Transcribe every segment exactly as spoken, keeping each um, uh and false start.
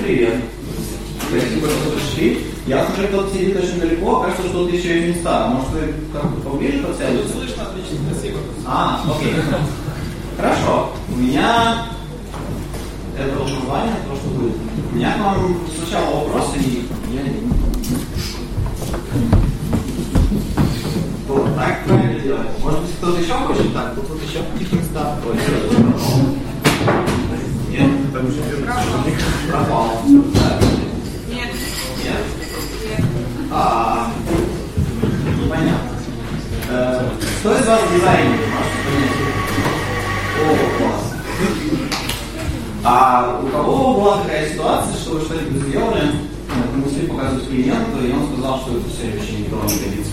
привет. Спасибо, что пришли. Ясно, что кто-то сидит очень далеко, а кажется, что тут еще и места. Может, вы как-то поближе подсядете? Слышно отлично, спасибо. А, окей. Хорошо. У меня... Это тоже название, то, что будет. У меня к вам сначала вопросы, и я не... Вот так правильно делать. Может быть, кто-то еще хочет так? Тут вот еще какие-то места. Нет? Пропал. Нет. Нет? Нет. А, понятно. Э, кто из вас дизайнер? О, класс. А у кого была такая ситуация, что вы что-нибудь сделали, мы шли показывать клиенту, и он сказал, что это все вообще никого не годится?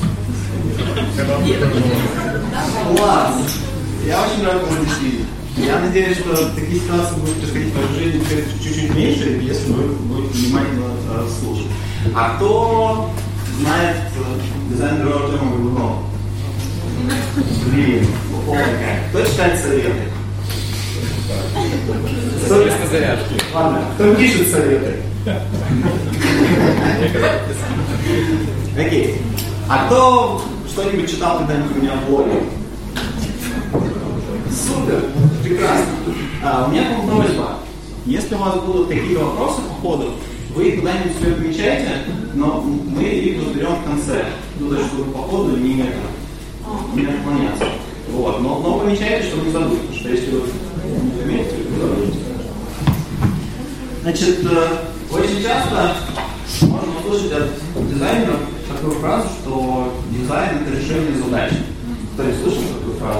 Класс! Я очень рад вас здесь видеть. Я надеюсь, что такие ситуации будут происходить в вашей жизни чуть-чуть меньше, если вы будете внимательно э, слушать. А кто знает э, дизайн-бюро Артема Горбунова? Блин, полная. Кто читает советы? Совестно зарядки. Ладно, кто пишет советы? Окей. А кто что-нибудь читал когда-нибудь у меня в блоге? Супер, прекрасно. А, у меня к вам просьба. Если у вас будут какие-то вопросы по ходу, вы их куда-нибудь себе помечаете, но мы их разберем в конце. Ну, то есть, чтобы по ходу не, не отклоняться. Вот. Но, но помечайте, чтобы не забыть, потому что если вы не заметите, вы забудете. Значит, очень часто можно услышать от дизайнеров такую фразу, что дизайн — это решение задач. Кто-нибудь слышал такую фразу?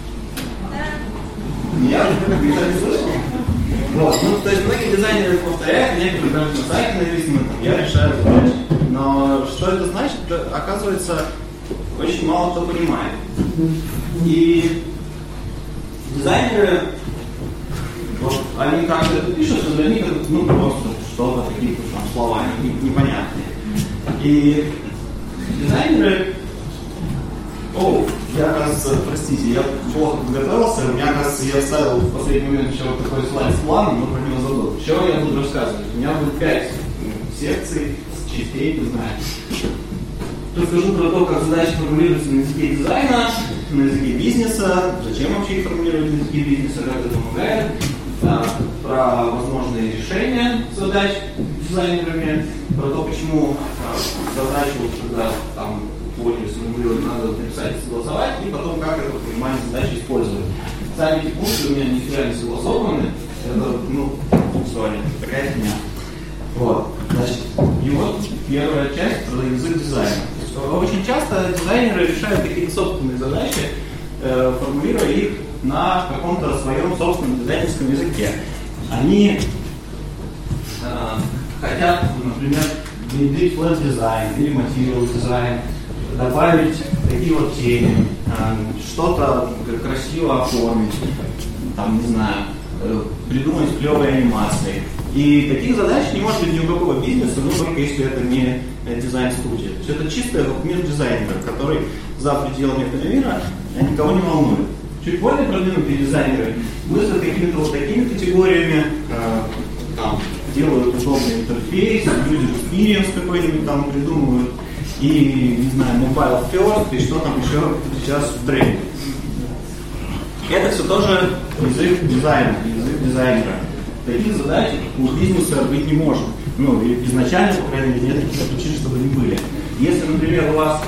Нет? Никто не слышал? Вот. Ну, то есть многие дизайнеры повторяют, некоторые даже на сайте написано, я решаю задачи. Но что это значит, оказывается, очень мало кто понимает. И дизайнеры, вот, они как-то это пишут, что для них это ну, просто что-то, какие-то там слова непонятные. И дизайнеры... О, я, кажется, простите, я плохо подготовился, у меня, кажется, я вставил в последний момент еще вот такой слайд с планом, но про него забыл. Чего я буду рассказывать? У меня будет пять секций, частей, не знаю. Расскажу про то, как задачи формулируются на языке дизайна, на языке бизнеса, зачем вообще их формулировать на языке бизнеса, как это помогает, да, про возможные решения задач дизайнерами, про то, почему а, задачу, когда там пользуясь формулировать, надо написать и согласовать, и потом как это понимание задачи использовать. Сами эти пункты у меня нифига не согласованы, это, ну, сори, такая фигня. Вот, значит, и вот первая часть про язык дизайна. Очень часто дизайнеры решают какие-то собственные задачи, э, формулируя их на каком-то своем собственном дизайнерском языке. Они э, хотят, например, внедрить флэт-дизайн или материал-дизайн, добавить такие вот тени, э, что-то красиво оформить, там, не знаю, э, придумать клевые анимации. И таких задач не может быть ни у какого бизнеса, ну только если это не дизайн-студия. То есть это чистый мир дизайнера, который за пределами этого мира никого не волнует. Чуть более продвинутые дизайнеры мыслят какими-то вот такими категориями, э, там, делают удобный интерфейс, user experience какой-нибудь там придумывают, и, не знаю, mobile first, и что там еще сейчас в тренде. Это все тоже язык дизайна, язык дизайнера. Таких задач у бизнеса быть не может. Ну, изначально, по крайней мере, нет таких причин, чтобы не были. Если, например, у вас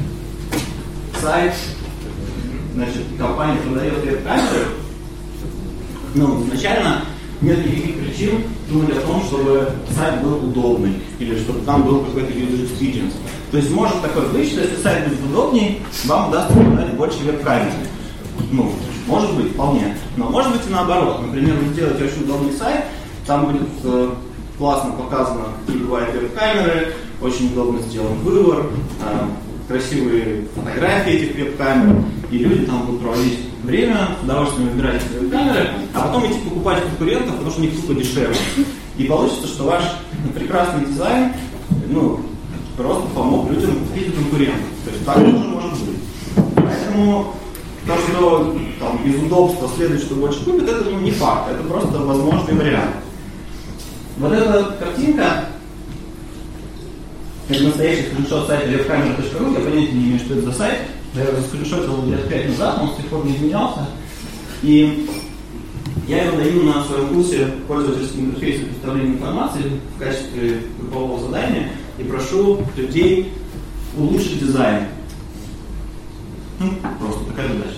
сайт, значит, компания продает веб-камеры, ну, изначально нет никаких причин думать о том, чтобы сайт был удобный, или чтобы там был какой-то user experience. То есть может такое быть, что если сайт будет удобнее, вам удастся продать больше веб-камер. Ну, может быть, вполне. Но может быть и наоборот. Например, вы сделаете очень удобный сайт, там будет э, классно показано, какие бывают веб-камеры, очень удобно сделан выбор, э, красивые фотографии этих веб-камер, и люди там будут проводить время, с удовольствием выбирать эти веб-камеры, а потом идти покупать конкурентов, потому что у них тупо дешевле. И получится, что ваш прекрасный дизайн, ну, просто помог людям купить конкурентов. То есть так тоже может быть. Поэтому то, что там, из удобства следует, что больше купит, это ну, не факт, это просто возможный вариант. Вот эта картинка, это настоящий скриншот сайта веб-камера точка ру, я понятия не имею, что это за сайт. Я его скриншотил лет пять назад, он с тех пор не изменялся. И я его даю на своем курсе пользовательским интерфейсом представления информации в качестве группового задания и прошу людей улучшить дизайн. Ну, просто такая задача.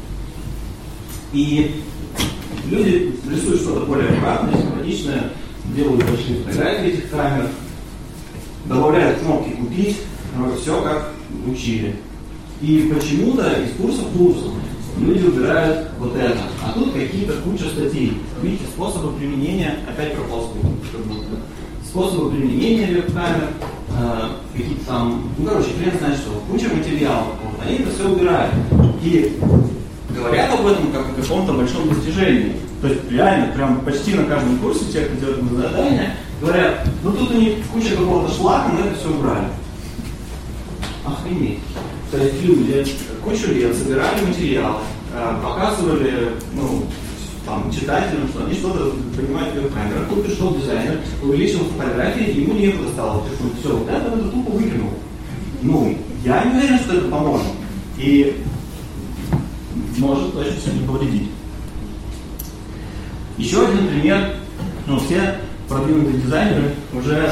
И люди рисуют что-то более аккуратное, симпатичное, делают большие фотографии этих камер, добавляют кнопки «Купить», все как учили. И почему-то из курса в курс люди убирают вот это. А тут какие-то куча статей. Видите, способы применения, опять про ползку. Способы применения веб-камер, э, какие-то там, ну короче, хрен знает что, куча материалов. Вот, они это все убирают. И говорят об этом как о каком-то большом достижении. То есть реально, прям почти на каждом курсе те, кто делает задания, говорят, ну тут у них куча какого-то шлака, мы это все убрали. Охренеть. То есть люди кучу лет собирали материалы, показывали, ну, там, читателям, что они что-то понимают в веб-камерах. Тут пришел дизайнер, увеличил фотографии, ему некуда стало. Все, вот это, это тупо выкинул. Ну, я не уверен, что это поможет. И может точно все не повредить. Еще один пример. Ну, все продвинутые дизайнеры уже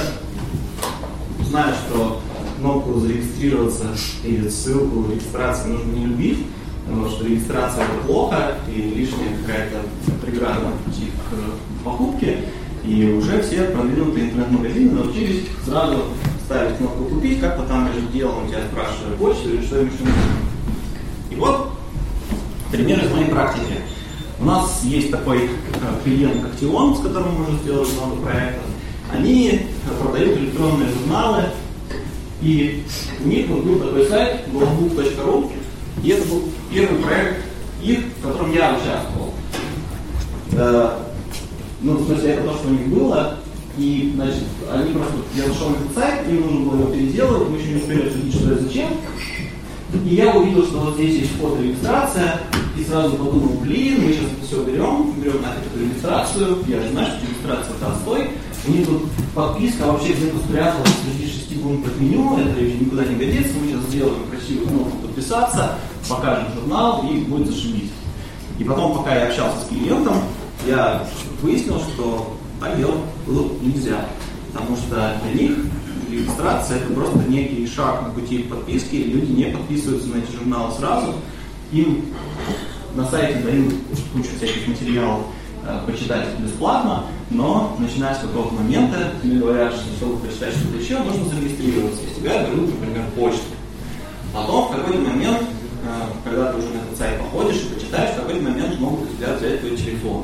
знают, что кнопку зарегистрироваться или ссылку регистрации нужно не любить, потому что регистрация это плохо и лишняя какая-то преграда на пути к покупке. И уже все продвинутые интернет-магазины научились сразу ставить кнопку «Купить», как-то там между делом у тебя спрашивают почту или что им еще нужно. И вот пример из моей практики. У нас есть такой клиент Актион, с которым мы уже сделали много проектов. Они продают электронные журналы, и у них вот был такой сайт главбук точка ру, и это был первый проект их, в котором я участвовал. Э, ну, в смысле, это то, что у них было, и, значит, они просто, я зашел на этот сайт, им нужно было его переделывать, мы еще не успели обсудить, что и зачем. И я увидел, что вот здесь есть фото-регистрация, и сразу подумал, блин, мы сейчас это все берем, берем нафиг эту регистрацию, я же знаю, что регистрация это отстой. У них тут подписка вообще где-то спряталась среди шести пунктов меню, это никуда не годится, мы сейчас сделаем красивую кнопку «Подписаться», покажем журнал и будет зашибись. И потом, пока я общался с клиентом, я выяснил, что так делать было нельзя, потому что для них регистрация это просто некий шаг на пути к подписке, и люди не подписываются на эти журналы сразу, им на сайте дают кучу всяких материалов э, почитать бесплатно, но начиная с какого-то момента мне говорят, что чтобы почитать что-то еще, нужно зарегистрироваться. И с тебя берут, например, почту. Потом в какой-то момент, э, когда ты уже на этот сайт походишь и почитаешь, в какой-то момент могут у тебя взять твой телефон.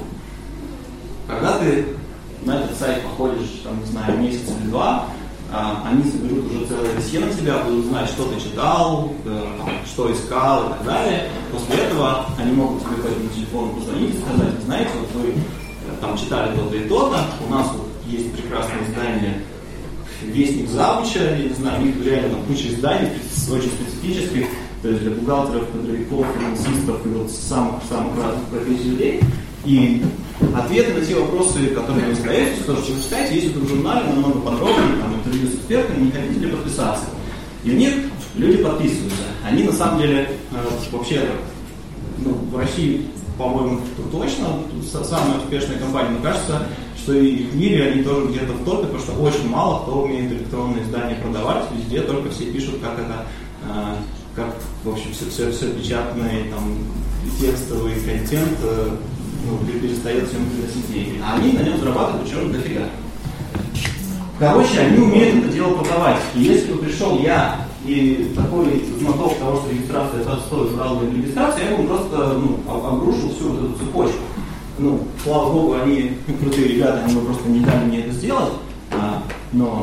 Когда ты на этот сайт походишь, там, не знаю, месяц или два, они соберут уже целое досье на тебя, будут знать, что ты читал, что искал и так далее. После этого они могут тебе по этому телефону позвонить и сказать, знаете, вот вы там читали то-то и то-то, у нас вот есть прекрасное издание «Вестник Завуча», я не знаю, у них реально там куча изданий, очень специфических, то есть для бухгалтеров, кадровиков, финансистов и вот самых-самых разных профессий людей. И ответы на те вопросы, которые вы задаете, то, что вы читаете, есть в этом журнале намного подробнее, там интервью с экспертами, не хотите ли подписаться. И у них люди подписываются. Они на самом деле э, вообще, ну, в России, по-моему, точно самая успешная компания, но кажется, что и в мире они тоже где-то в топе, потому что очень мало кто умеет электронные издания продавать, везде только все пишут, как это, э, как, в общем, все, все, все печатный, там, текстовый контент, э, ну, перестает всем сетей. А они на нем зарабатывают черт дофига. Короче, они умеют это дело продавать. И если бы пришел я и такой знаток того, что регистрация это стоит брал для регистрации, я ему просто ну, обрушил всю вот эту цепочку. Ну, слава богу, они крутые ребята, они бы просто не дали мне это сделать. А, но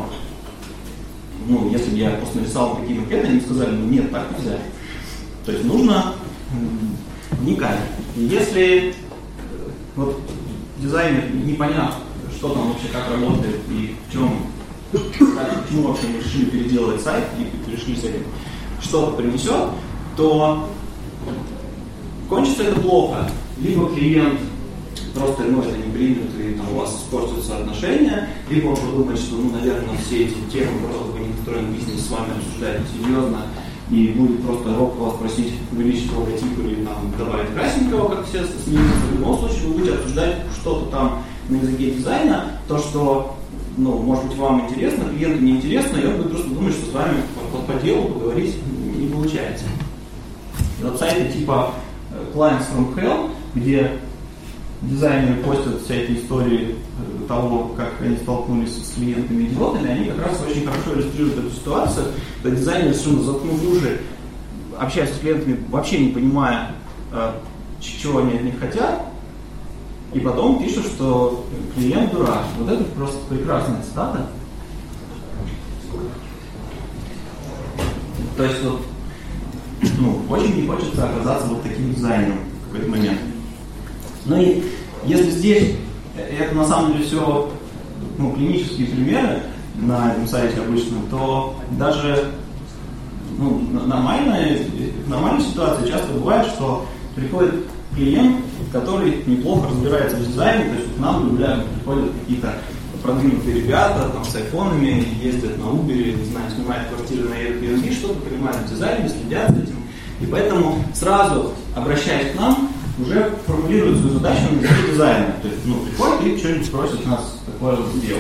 ну, если бы я просто нарисовал такие макеты, они сказали, ну нет, так нельзя. То есть нужно вникать. И если вот дизайнер непонятно, что там вообще, как работает и в чем, почему вообще мы решили переделывать сайт и решили с этим что-то принесет, то кончится это плохо. Либо клиент просто ну, это не примет, и там, у вас испортятся отношения, либо он подумает, что, ну, наверное, все эти темы, по которых вы не настроен бизнес, с вами обсуждать серьезно, и будет просто робко вас просить увеличить логотип или там, добавить красненького, как все снимутся. В любом случае вы будете обсуждать что-то там на языке дизайна, то, что, ну, может быть, вам интересно, клиенту не интересно, и он будет просто думать, что с вами по, по делу поговорить не получается. Вот сайты типа Clients from Hell, где дизайнеры постят всякие истории того, как они столкнулись с клиентами-идиотами, они как раз очень хорошо иллюстрируют эту ситуацию, когда дизайнеры совершенно заткнув уши, общаясь с клиентами, вообще не понимая, чего они от них хотят, и потом пишут, что клиент дурак. Вот это просто прекрасная цитата. То есть вот, ну, очень не хочется оказаться вот таким дизайнером в какой-то момент. Ну и если здесь это на самом деле все, ну, клинические примеры на этом сайте обычно, то даже, ну, нормальная, нормальная ситуация часто бывает, что приходит клиент, который неплохо разбирается в дизайне, то есть к нам регулярно приходят какие-то продвинутые ребята там, с айфонами, ездят на Uber, не знаю, снимают квартиры на Airbnb, что-то понимают в дизайне, следят за этим. И поэтому сразу, обращаясь к нам, уже формулируют свою задачу на языке дизайна. То есть, ну, приходят и что-нибудь просят нас такое сделать.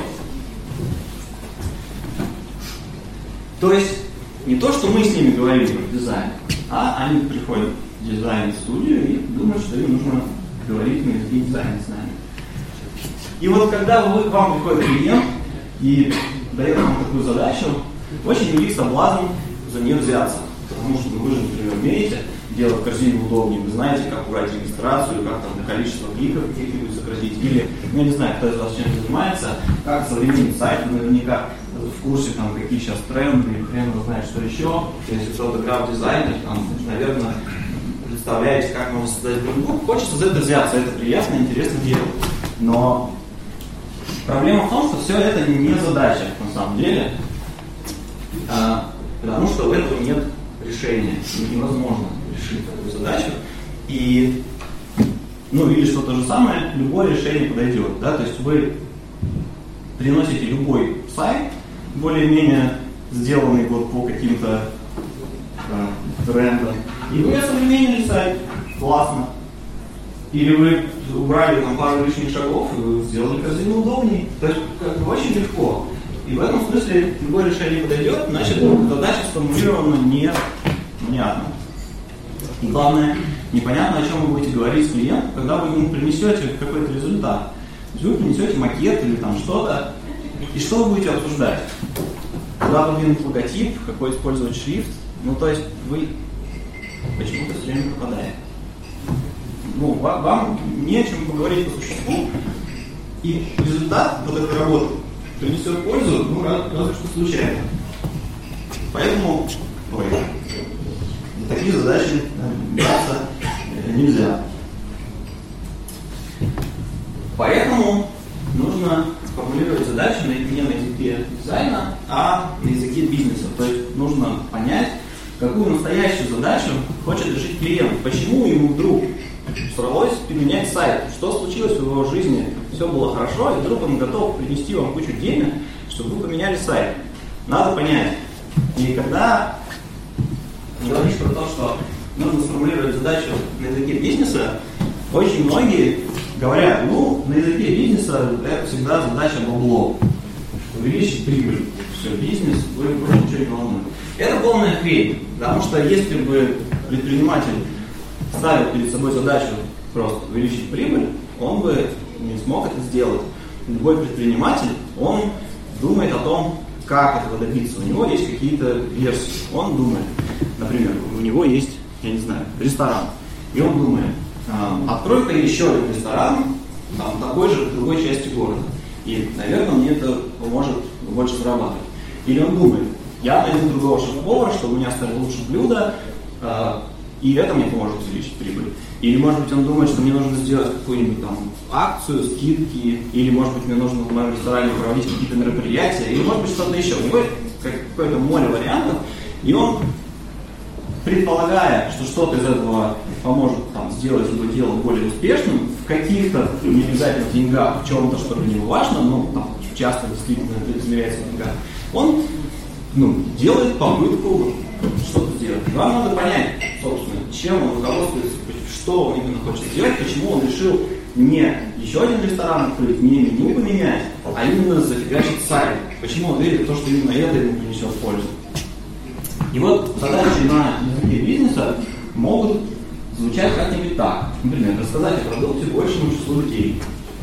То есть, не то, что мы с ними говорим про дизайн, а они приходят в дизайн-студию и думают, что им нужно говорить на языке дизайна с нами. И вот когда вы, к вам приходит клиент и дает вам такую задачу, очень велик соблазн за нее взяться. Потому что, ну, вы же, например, умеете делать корзину удобнее, вы знаете, как убрать регистрацию, как там количество кликов каких-нибудь сократить, или, ну, я не знаю, кто из вас чем занимается, как современный сайт, наверняка в курсе, там, какие сейчас тренды, хрен его знает, что еще. Если кто-то граф-дизайнер, там, наверное, представляете, как можно создать брендбук, хочется за это взяться, это приятно, интересно делать. Но проблема в том, что все это не задача, на самом деле, а, потому что у этого нет решения, невозможно решить такую задачу, и, ну, или что то же самое, любое решение подойдет, да, то есть вы приносите любой сайт, более-менее сделанный вот по каким-то э, трендам, и вы осовременили сайт, классно, или вы убрали там пару лишних шагов и сделали корзину удобнее, то есть как бы очень легко. И в этом смысле любое решение подойдет, значит, задача сформулирована не понятно. И главное, непонятно, о чем вы будете говорить с клиентом, когда вы ему принесете какой-то результат. То есть вы принесете макет или там что-то, и что вы будете обсуждать? Куда подвинуть логотип, какой использовать шрифт. Ну, то есть вы почему-то все время пропадаете. Ну, вам, вам не о чем поговорить по существу, и результат вот этой работы принесет пользу, ну, разве что случайно. Поэтому, ой, на такие задачи браться нельзя. Поэтому нужно сформулировать задачу не на языке дизайна, а на языке бизнеса. То есть нужно понять, какую настоящую задачу хочет решить клиент, почему ему вдруг сорвалось поменять сайт, что случилось в его жизни, все было хорошо, и вдруг он готов принести вам кучу денег, чтобы вы поменяли сайт. Надо понять. И когда говоришь про то, что нужно сформулировать задачу на языке бизнеса, очень многие говорят, ну, на языке бизнеса это всегда задача бабло, увеличить прибыль. Все, бизнес, вы просто ничего не волнует. Это полная хрень, потому что если бы предприниматель ставил перед собой задачу просто увеличить прибыль, он бы не смог это сделать. Любой предприниматель, он думает о том, как этого добиться. У него есть какие-то версии. Он думает, например, у него есть, я не знаю, ресторан. И он думает, открой-ка еще один ресторан там, такой же в другой части города. И, наверное, мне это поможет больше зарабатывать. Или он думает, я найду другого шеф-повара, чтобы у меня стали лучше блюда, и это мне поможет увеличить прибыль. Или, может быть, он думает, что мне нужно сделать какую-нибудь там акцию, скидки, или, может быть, мне нужно в моем ресторане проводить какие-то мероприятия, или, может быть, что-то еще. У него есть какое-то море вариантов, и он предполагая, что что-то из этого поможет там, сделать его дело более успешным, в каких-то, не обязательно в деньгах, в чем-то, что для него важно, но там, часто действительно это измеряется в деньгах, он ну, делает попытку что-то сделать. Вам надо понять, собственно, чем он руководствуется, что он именно хочет сделать, почему он решил не еще один ресторан открыть, не меню поменять, а именно зафигачить сайт. Почему он верит в то, что именно это ему принесет пользу. И вот задачи на языке бизнеса могут звучать как-нибудь так. Например, рассказать о продукте большему числу людей.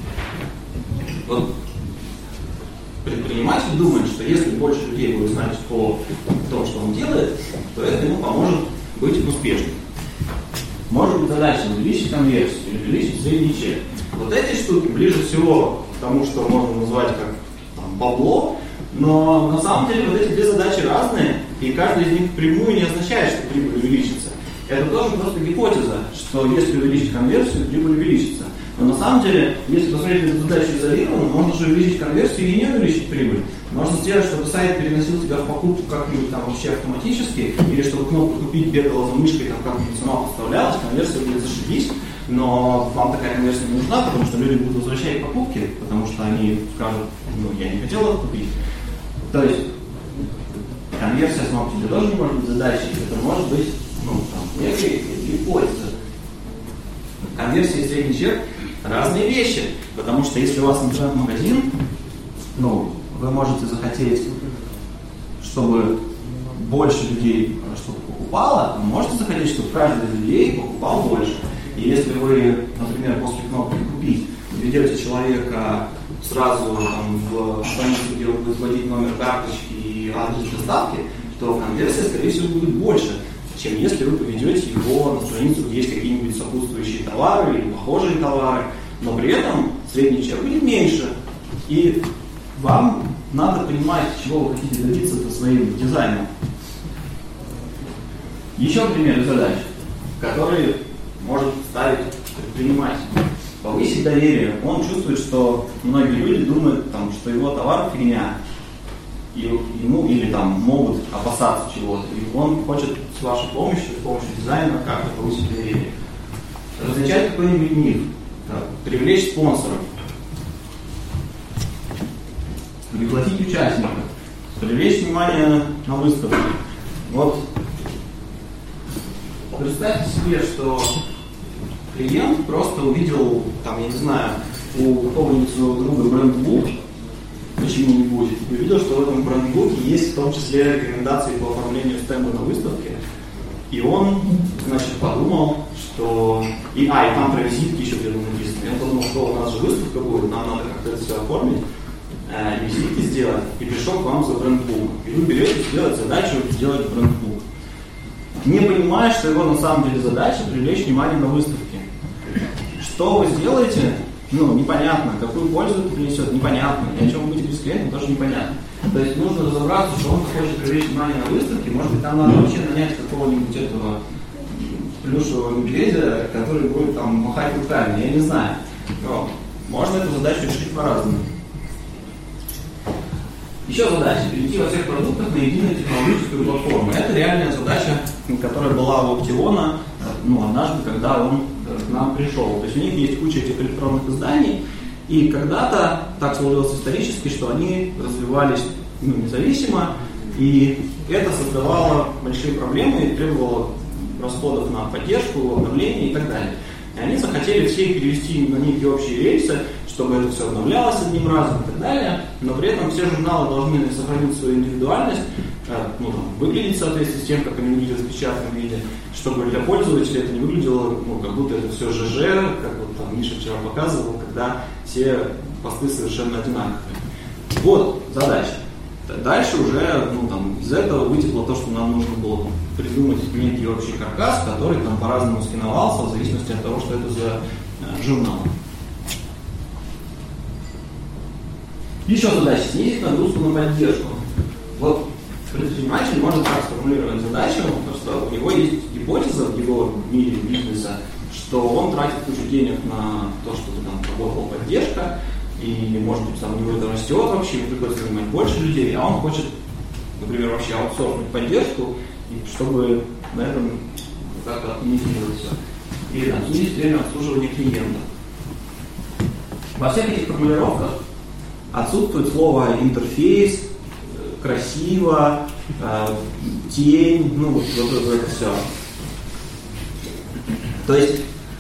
Вот предприниматель думает, что если больше людей будет знать о том, что он делает, то это ему поможет быть успешным. Может быть задача увеличить конверсию или увеличить средний чек. Вот эти штуки ближе всего к тому, что можно назвать как там, бабло, но на самом деле вот эти две задачи разные, и каждая из них впрямую не означает, что прибыль увеличится. Это тоже просто гипотеза, что если увеличить конверсию, прибыль увеличится. Но на самом деле, если посмотреть эту задачу изолированно, можно же увеличить конверсию и не увеличить прибыль. Можно сделать, чтобы сайт переносил тебя в покупку как-нибудь там вообще автоматически, или чтобы кнопка «Купить» бегала за мышкой, там как-нибудь сама подставлялась, конверсия будет зашибись, но вам такая конверсия не нужна, потому что люди будут возвращать покупки, потому что они скажут, ну, я не хотел это купить. То есть, конверсия сама по себе тоже не может быть задачей, это может быть, ну, там, некая гипотеза. Конверсия и средний чек – разные вещи, потому что если у вас интернет-магазин, ну, вы можете захотеть, чтобы больше людей что-то покупало, можете захотеть, чтобы каждый из людей покупал больше. И если вы, например, после кнопки «Купить» ведете человека сразу там, в страницу, где вы будете вводить номер карточки и адрес доставки, то конверсия, скорее всего, будет больше, чем если вы поведете его на страницу, где есть какие-нибудь сопутствующие товары или похожие товары, но при этом средний чек будет меньше. И вам надо понимать, чего вы хотите добиться со своим дизайном. Еще пример задач, которые может ставить предприниматель. Повысить доверие. Он чувствует, что многие люди думают, там, что его товар фигня. И ему или там могут опасаться чего-то. И он хочет с вашей помощью, с помощью дизайна как-то повысить доверие. Различать какой-нибудь миф. Так, привлечь спонсоров. Пригласить участников. Привлечь внимание на выставке. Вот представьте себе, что клиент просто увидел, там, я не знаю, у какого-нибудь своего друга брендбук, почему-нибудь, и увидел, что в этом брендбуке есть в том числе рекомендации по оформлению стенда на выставке. И он, значит, подумал, что... И, а, и там про визитки еще где-то написано. И он подумал, что у нас же выставка будет, нам надо как-то это все оформить, э, визитки сделать, и пришел к вам за брендбуком. И вы берете сделать задачу сделать брендбук, не понимая, что его на самом деле задача привлечь внимание на выставке. Что вы сделаете? Ну, непонятно. Какую пользу это принесет? Непонятно. И о чем вы будете говорить с клиентом, тоже непонятно. То есть нужно разобраться, что он хочет привлечь внимание на выставке. Может быть, там надо вообще нанять какого-нибудь этого плюшевого медведя, который будет там махать руками. Я не знаю. Но можно эту задачу решить по-разному. Еще задача – перейти во всех продуктах на единую технологическую платформу. Это реальная задача, которая была у Optiona, ну, однажды, когда он к нам пришел. То есть у них есть куча этих электронных изданий, и когда-то так сложилось исторически, что они развивались ну, независимо, и это создавало большие проблемы и требовало расходов на поддержку, обновление и так далее. И они захотели все их перевести на некие общие рельсы, чтобы это все обновлялось одним разом и так далее, но при этом все журналы должны сохранить свою индивидуальность, ну, там, выглядеть в соответствии с тем, как они выглядят в печатном виде, чтобы для пользователя это не выглядело, ну, как будто это все ЖЖ, как вот там Миша вчера показывал, когда все посты совершенно одинаковые. Вот задача. Дальше уже ну, там, из этого вытекло то, что нам нужно было придумать некий общий каркас, который там по-разному скиновался, в зависимости от того, что это за э, журнал. Еще задача – снизить нагрузку на поддержку. Вот предприниматель может так сформулировать задачу, что у него есть гипотеза в его мире бизнеса, что он тратит кучу денег на то, чтобы там работала поддержка, и, может быть, там у него это растет вообще, ему приходится занимать больше людей, а он хочет, например, вообще аутсорсить поддержку, и чтобы на этом как-то оптимизировать все. Или там, снизить время обслуживания клиента. Во всех этих формулировках отсутствует слово интерфейс, красиво, э, тень, ну вот, вот, вот это все. То есть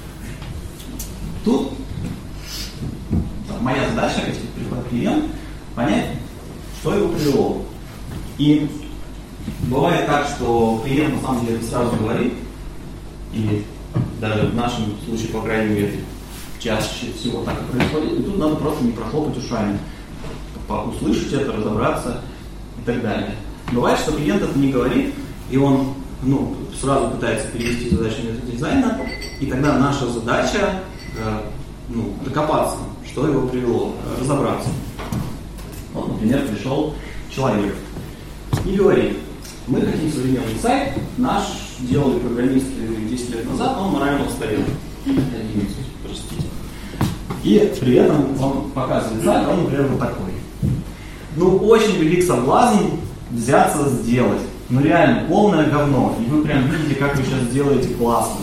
тут там, моя задача, если приходит клиент, понять, что его привело. И бывает так, что клиент на самом деле это сразу говорит, и даже в нашем случае, по крайней мере, чаще всего так и происходит, и тут надо просто не прохлопать ушами, услышать это, разобраться и так далее. Бывает, что клиент это не говорит, и он ну, сразу пытается перевести задачу на дизайна, и тогда наша задача э, ну, докопаться, что его привело, разобраться. Вот, например, пришел человек и говорит: мы хотим современный сайт, наш делали программисты десять лет назад, но он морально устарел. Простите. И при этом он показывает сайт, он, например, вот такой. Ну, очень велик соблазн взяться сделать. Ну, реально, полное говно. И вы прям видите, как вы сейчас делаете классно.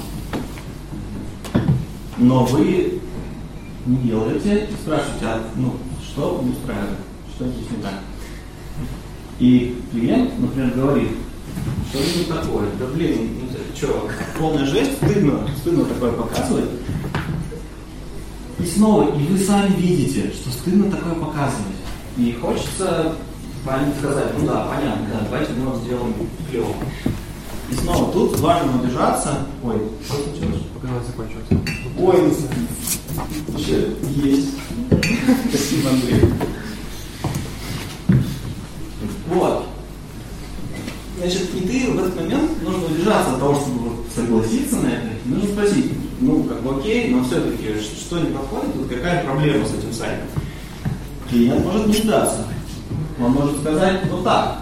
Но вы не делаете и спрашиваете, а ну, что не устраивает, что здесь не так. И клиент, например, говорит: что это такое? Да блин, ну, что, полная жесть, стыдно, стыдно такое показывать. И снова, и вы сами видите, что стыдно такое показывать. И хочется сказать: ну да, понятно, да, давайте мы сделаем клево. И снова тут важно обижаться. Ой, что случилось? Пока закончилось. Ой, еще есть. Спасибо, Андрей. Вот. Значит, и ты в этот момент нужно обижаться от того, чтобы согласиться на это. Нужно спросить: ну, как бы окей, но все-таки что не подходит, тут какая проблема с этим сайтом? Клиент может не сдаться. Он может сказать вот так.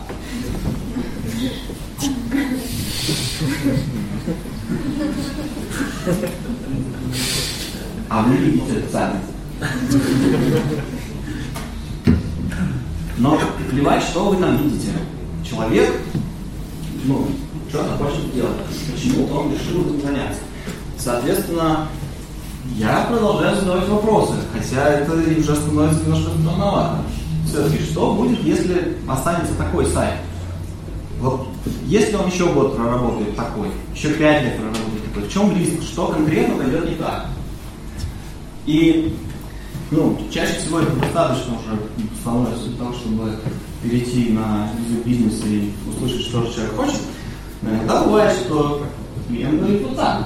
А вы видите это сами. Но плевать, что вы там видите. Человек, ну, что-то хочет делать. Почему-то он решил этим заняться. Соответственно, я продолжаю задавать вопросы, хотя это уже становится немножко трудновато. Все-таки, что будет, если останется такой сайт? Вот, если он еще год проработает такой, еще пять лет проработает такой, в чем риск? Что конкретно пойдет не так? И, ну, чаще всего это достаточно уже становится для того, чтобы перейти на бизнес и услышать, что же человек хочет. Но иногда бывает, что клиент говорит вот так.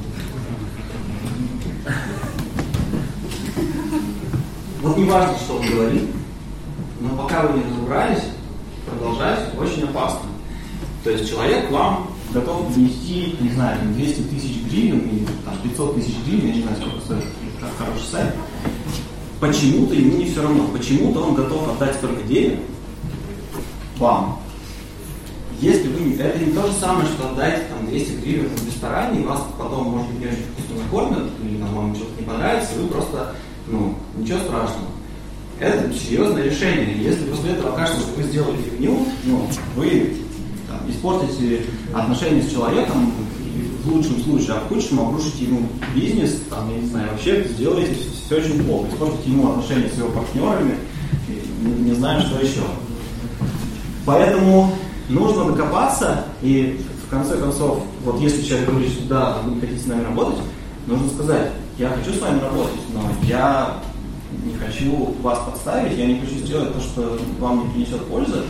Вот не важно, что он говорит, но пока вы не разобрались, продолжать очень опасно. То есть человек к вам готов внести, не знаю, двести тысяч гривен или там, пятьсот тысяч гривен, я не знаю, сколько стоит хороший сайт. Почему-то ему не все равно. Почему-то он готов отдать столько денег вам. Если вы, это не то же самое, что отдать там, двести гривен в ресторане, и вас потом, может быть, не очень вкусно накормят, или там, вам что-то не понравится, и вы просто, ну, ничего страшного. Это серьезное решение. Если после этого окажется, что вы сделали фигню, ну, вы там, испортите отношения с человеком, в лучшем случае, а в худшем обрушите ему бизнес, там, я не знаю, вообще сделаете все очень плохо. Испортите ему отношения с его партнерами, не, не знаю, что еще. Поэтому нужно докопаться, и в конце концов, вот если человек говорит, что да, вы не хотите с нами работать, нужно сказать: я хочу с вами работать, но я не хочу вас подставить, я не хочу сделать то, что вам не принесет пользы.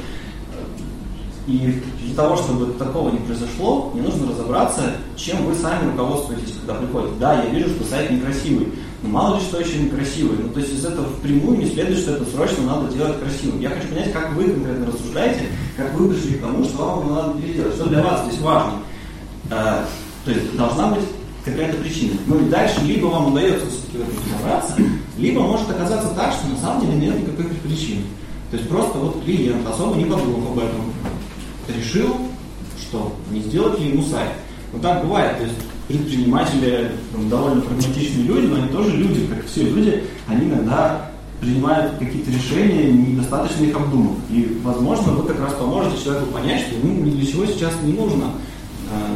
И для того, чтобы такого не произошло, мне нужно разобраться, чем вы сами руководствуетесь, когда приходите. Да, я вижу, что сайт некрасивый, но мало ли что еще некрасивый. Ну, то есть из этого впрямую не следует, что это срочно надо делать красивым. Я хочу понять, как вы конкретно рассуждаете, как вы пришли к тому, что вам надо переделать, что для вас здесь важно. А, то есть должна быть какая-то причина. Ну и дальше либо вам удается все-таки в этом разобраться, либо может оказаться так, что на самом деле нет никаких причин. То есть просто вот клиент, особо не подумав об этом, решил, что не сделать ли ему сайт. Но так бывает, то есть предприниматели там, довольно прагматичные люди, но они тоже люди, как все люди, они иногда принимают какие-то решения, недостаточно их обдумав. И, возможно, вы как раз поможете человеку понять, что ему ни для чего сейчас не нужно э,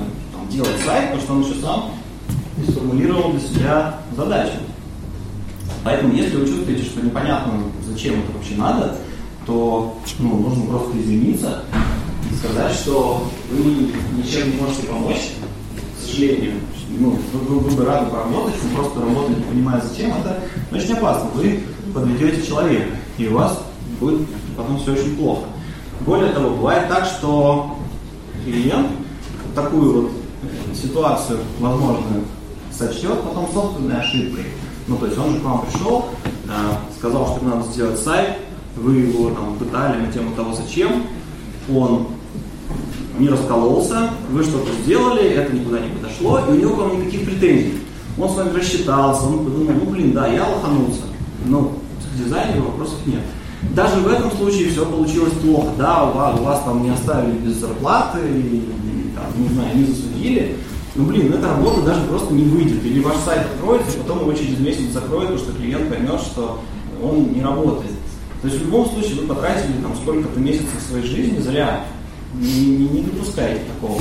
там, делать сайт, потому что он еще сам и сформулировал для себя задачу. Поэтому, если вы чувствуете, что непонятно, зачем это вообще надо, то ну, нужно просто извиниться и сказать, что вы ничем не можете помочь, к сожалению. Ну, вы, вы бы рады поработать, но просто работать, не понимая, зачем, это очень опасно. Вы подведете человека, и у вас будет потом все очень плохо. Более того, бывает так, что клиент такую вот ситуацию, возможно, сочтет потом собственной ошибкой. Ну, то есть он же к вам пришел, сказал, что надо сделать сайт, вы его там пытали на тему того, зачем, он не раскололся, вы что-то сделали, это никуда не подошло, и у него к вам никаких претензий. Он с вами рассчитался, он подумал, ну блин, да, я лоханулся, но к дизайнеру вопросов нет. Даже в этом случае все получилось плохо, да, у вас, у вас там не оставили без зарплаты, и, и, там, не знаю, не засудили, ну блин, эта работа даже просто не выйдет, или ваш сайт откроется, потом его через месяц закроют, потому что клиент поймет, что он не работает. То есть в любом случае вы потратили там сколько-то месяцев своей жизни зря. Не, не, не допускайте такого.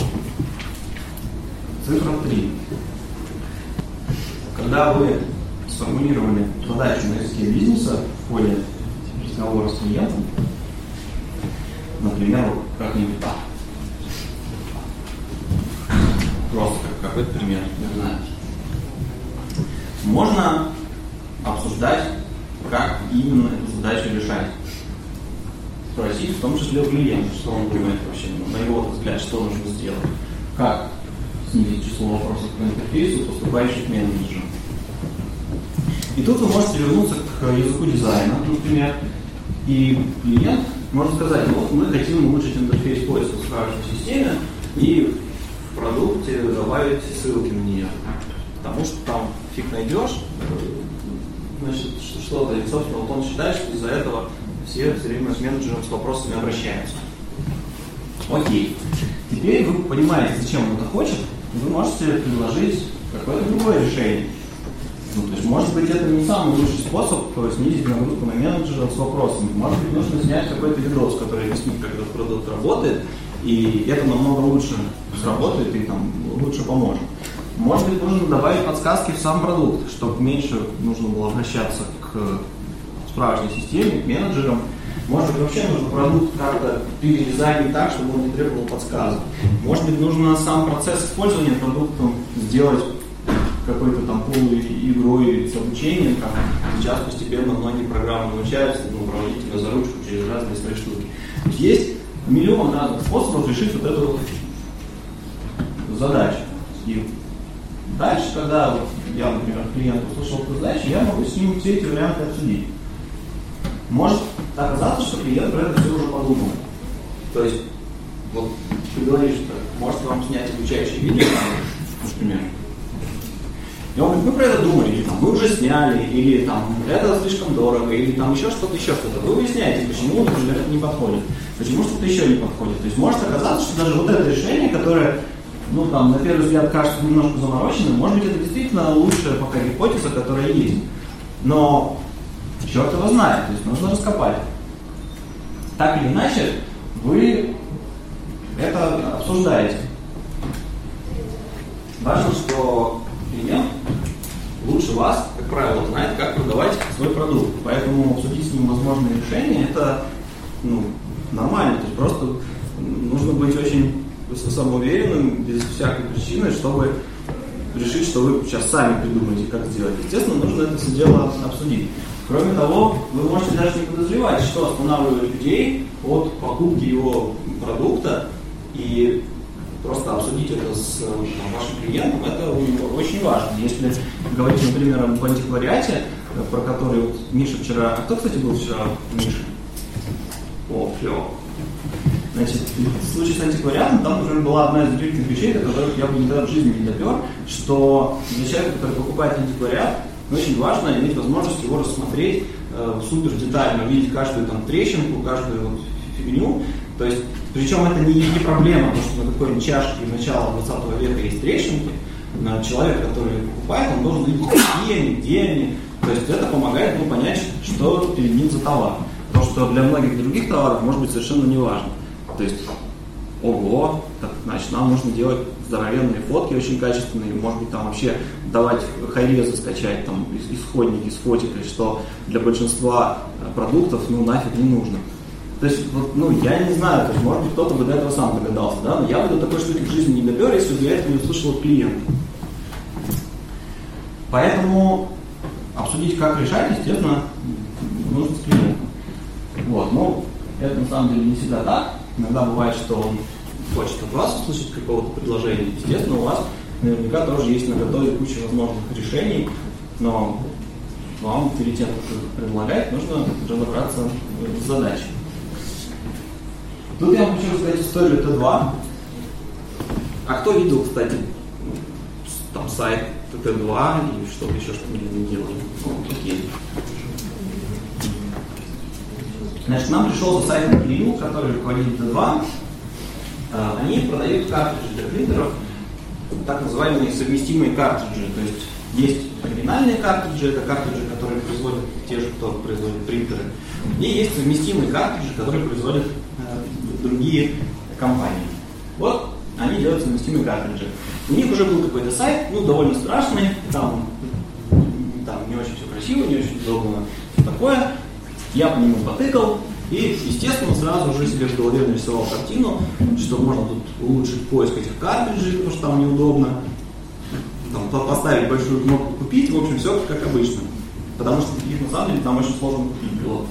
Цифра три. Когда вы сформулировали задачу на языке бизнеса в ходе разговора с клиентом, например, как-нибудь так. Просто как какой-то пример, не знаю. Можно обсуждать, как именно эту задачу решать. Спросить, в том числе у клиента, что он думает вообще, на его взгляд, что нужно сделать. Как снизить число вопросов по интерфейсу, поступающих менеджерам. И тут вы можете вернуться к языку дизайна, например, и клиент может сказать, вот мы хотим улучшить интерфейс поиска в справочной системе и в продукте добавить ссылки на нее. Потому что там фиг найдешь, значит, что-то, и, собственно, вот он считает, что из-за этого все все время с менеджером с вопросами обращаются. Окей. Теперь вы понимаете, зачем он это хочет, и вы можете предложить какое-то другое решение. Ну, то есть, может быть, это не самый лучший способ снизить нагрузку на менеджера с вопросами. Может быть, нужно снять какой-то видос, который объяснит, как этот продукт работает, и это намного лучше сработает и там, лучше поможет. Может быть, нужно добавить подсказки в сам продукт, чтобы меньше нужно было обращаться к справочной системе, к менеджерам. Может быть, вообще нужно продукт как-то передизайнить так, чтобы он не требовал подсказок. Может быть, нужно сам процесс использования продукта сделать какой-то там полной игрой с обучением, как сейчас постепенно многие программы научаются, ну, проводить тебя за ручку через разные свои штуки. Есть миллион разных способов решить вот эту вот задачу. И дальше, когда вот я, например, клиент услышал эту задачу, я могу с ним все эти варианты обсудить. Может оказаться, что клиент про это все уже подумал. То есть, вот ты говоришь, что может вам снять обучающее видео, например. И он говорит, мы про это думали, или там мы уже сняли, или там это слишком дорого, или там еще что-то, еще что-то. Вы выясняете, почему, например, это не подходит, почему что-то еще не подходит. То есть может оказаться, что даже вот это решение, которое, ну там, на первый взгляд кажется немножко замороченным, может быть, это действительно лучшая пока гипотеза, которая есть. Но черт его знает, то есть нужно раскопать. Так или иначе, вы это обсуждаете. Важно, что клиент лучше вас, как правило, знает, как продавать свой продукт. Поэтому обсудить с ним возможные решения, это ну, нормально. То есть просто нужно быть очень самоуверенным, без всякой причины, чтобы решить, что вы сейчас сами придумаете, как сделать. Естественно, нужно это все дело обсудить. Кроме того, вы можете даже не подозревать, что останавливает людей от покупки его продукта, и просто обсудить это с там, вашим клиентом, это очень важно. Если говорить, например, об антиквариате, про который вот Миша вчера... А кто, кстати, был вчера Миша? О, клево. Значит, в случае с антиквариатом, там, например, была одна из удивительных вещей, до которых я бы никогда в жизни не допер, что для человека, который покупает антиквариат, очень важно иметь возможность его рассмотреть э, супер детально, увидеть каждую там трещинку, каждую вот, фигню. То есть, причем это не, не проблема, потому что на какой-нибудь чашке начала двадцатого века есть трещинки. На человек, который покупает, он должен видеть, какие они, где они. То есть это помогает ему понять, что перед ним за товар. Потому что для многих других товаров может быть совершенно не важно. То есть ого, так, значит, нам нужно делать здоровенные фотки, очень качественные, может быть, там вообще давать хай-резы скачать, там, исходники с фотикой, что для большинства продуктов, ну, нафиг не нужно. То есть, вот, ну, я не знаю, то есть, может быть, кто-то бы до этого сам догадался, да, но я бы до такой штуки в жизни не допер, если бы я это не услышал от клиента. Поэтому обсудить, как решать, естественно, нужно с клиентом. Вот, ну, это на самом деле не всегда так. Иногда бывает, что он хочет от вас услышать какого-то предложения. Естественно, у вас наверняка тоже есть на готове куча возможных решений, но вам перед тем, как предлагать, нужно разобраться с задачей. Тут я вам хочу рассказать историю Т два. А кто видел, кстати, там сайт Т два и что-то еще, что мы не делали? Ну, окей. Значит, нам пришел за сайтом Кирилл, который руководит Т два. Они продают картриджи для принтеров, так называемые совместимые картриджи. То есть есть оригинальные картриджи, это картриджи, которые производят те же, кто производит принтеры. И есть совместимые картриджи, которые производят э, другие компании. Вот они делают совместимые картриджи. У них уже был какой-то сайт, ну, довольно страшный, там, там не очень все красиво, не очень удобно, все такое. Я по нему потыкал и, естественно, сразу уже себе в голове нарисовал картину, что можно тут улучшить поиск этих картриджей, потому что там неудобно. Там, поставить большую кнопку «Купить», в общем, все как обычно. Потому что их, на самом деле, там очень сложно купить было.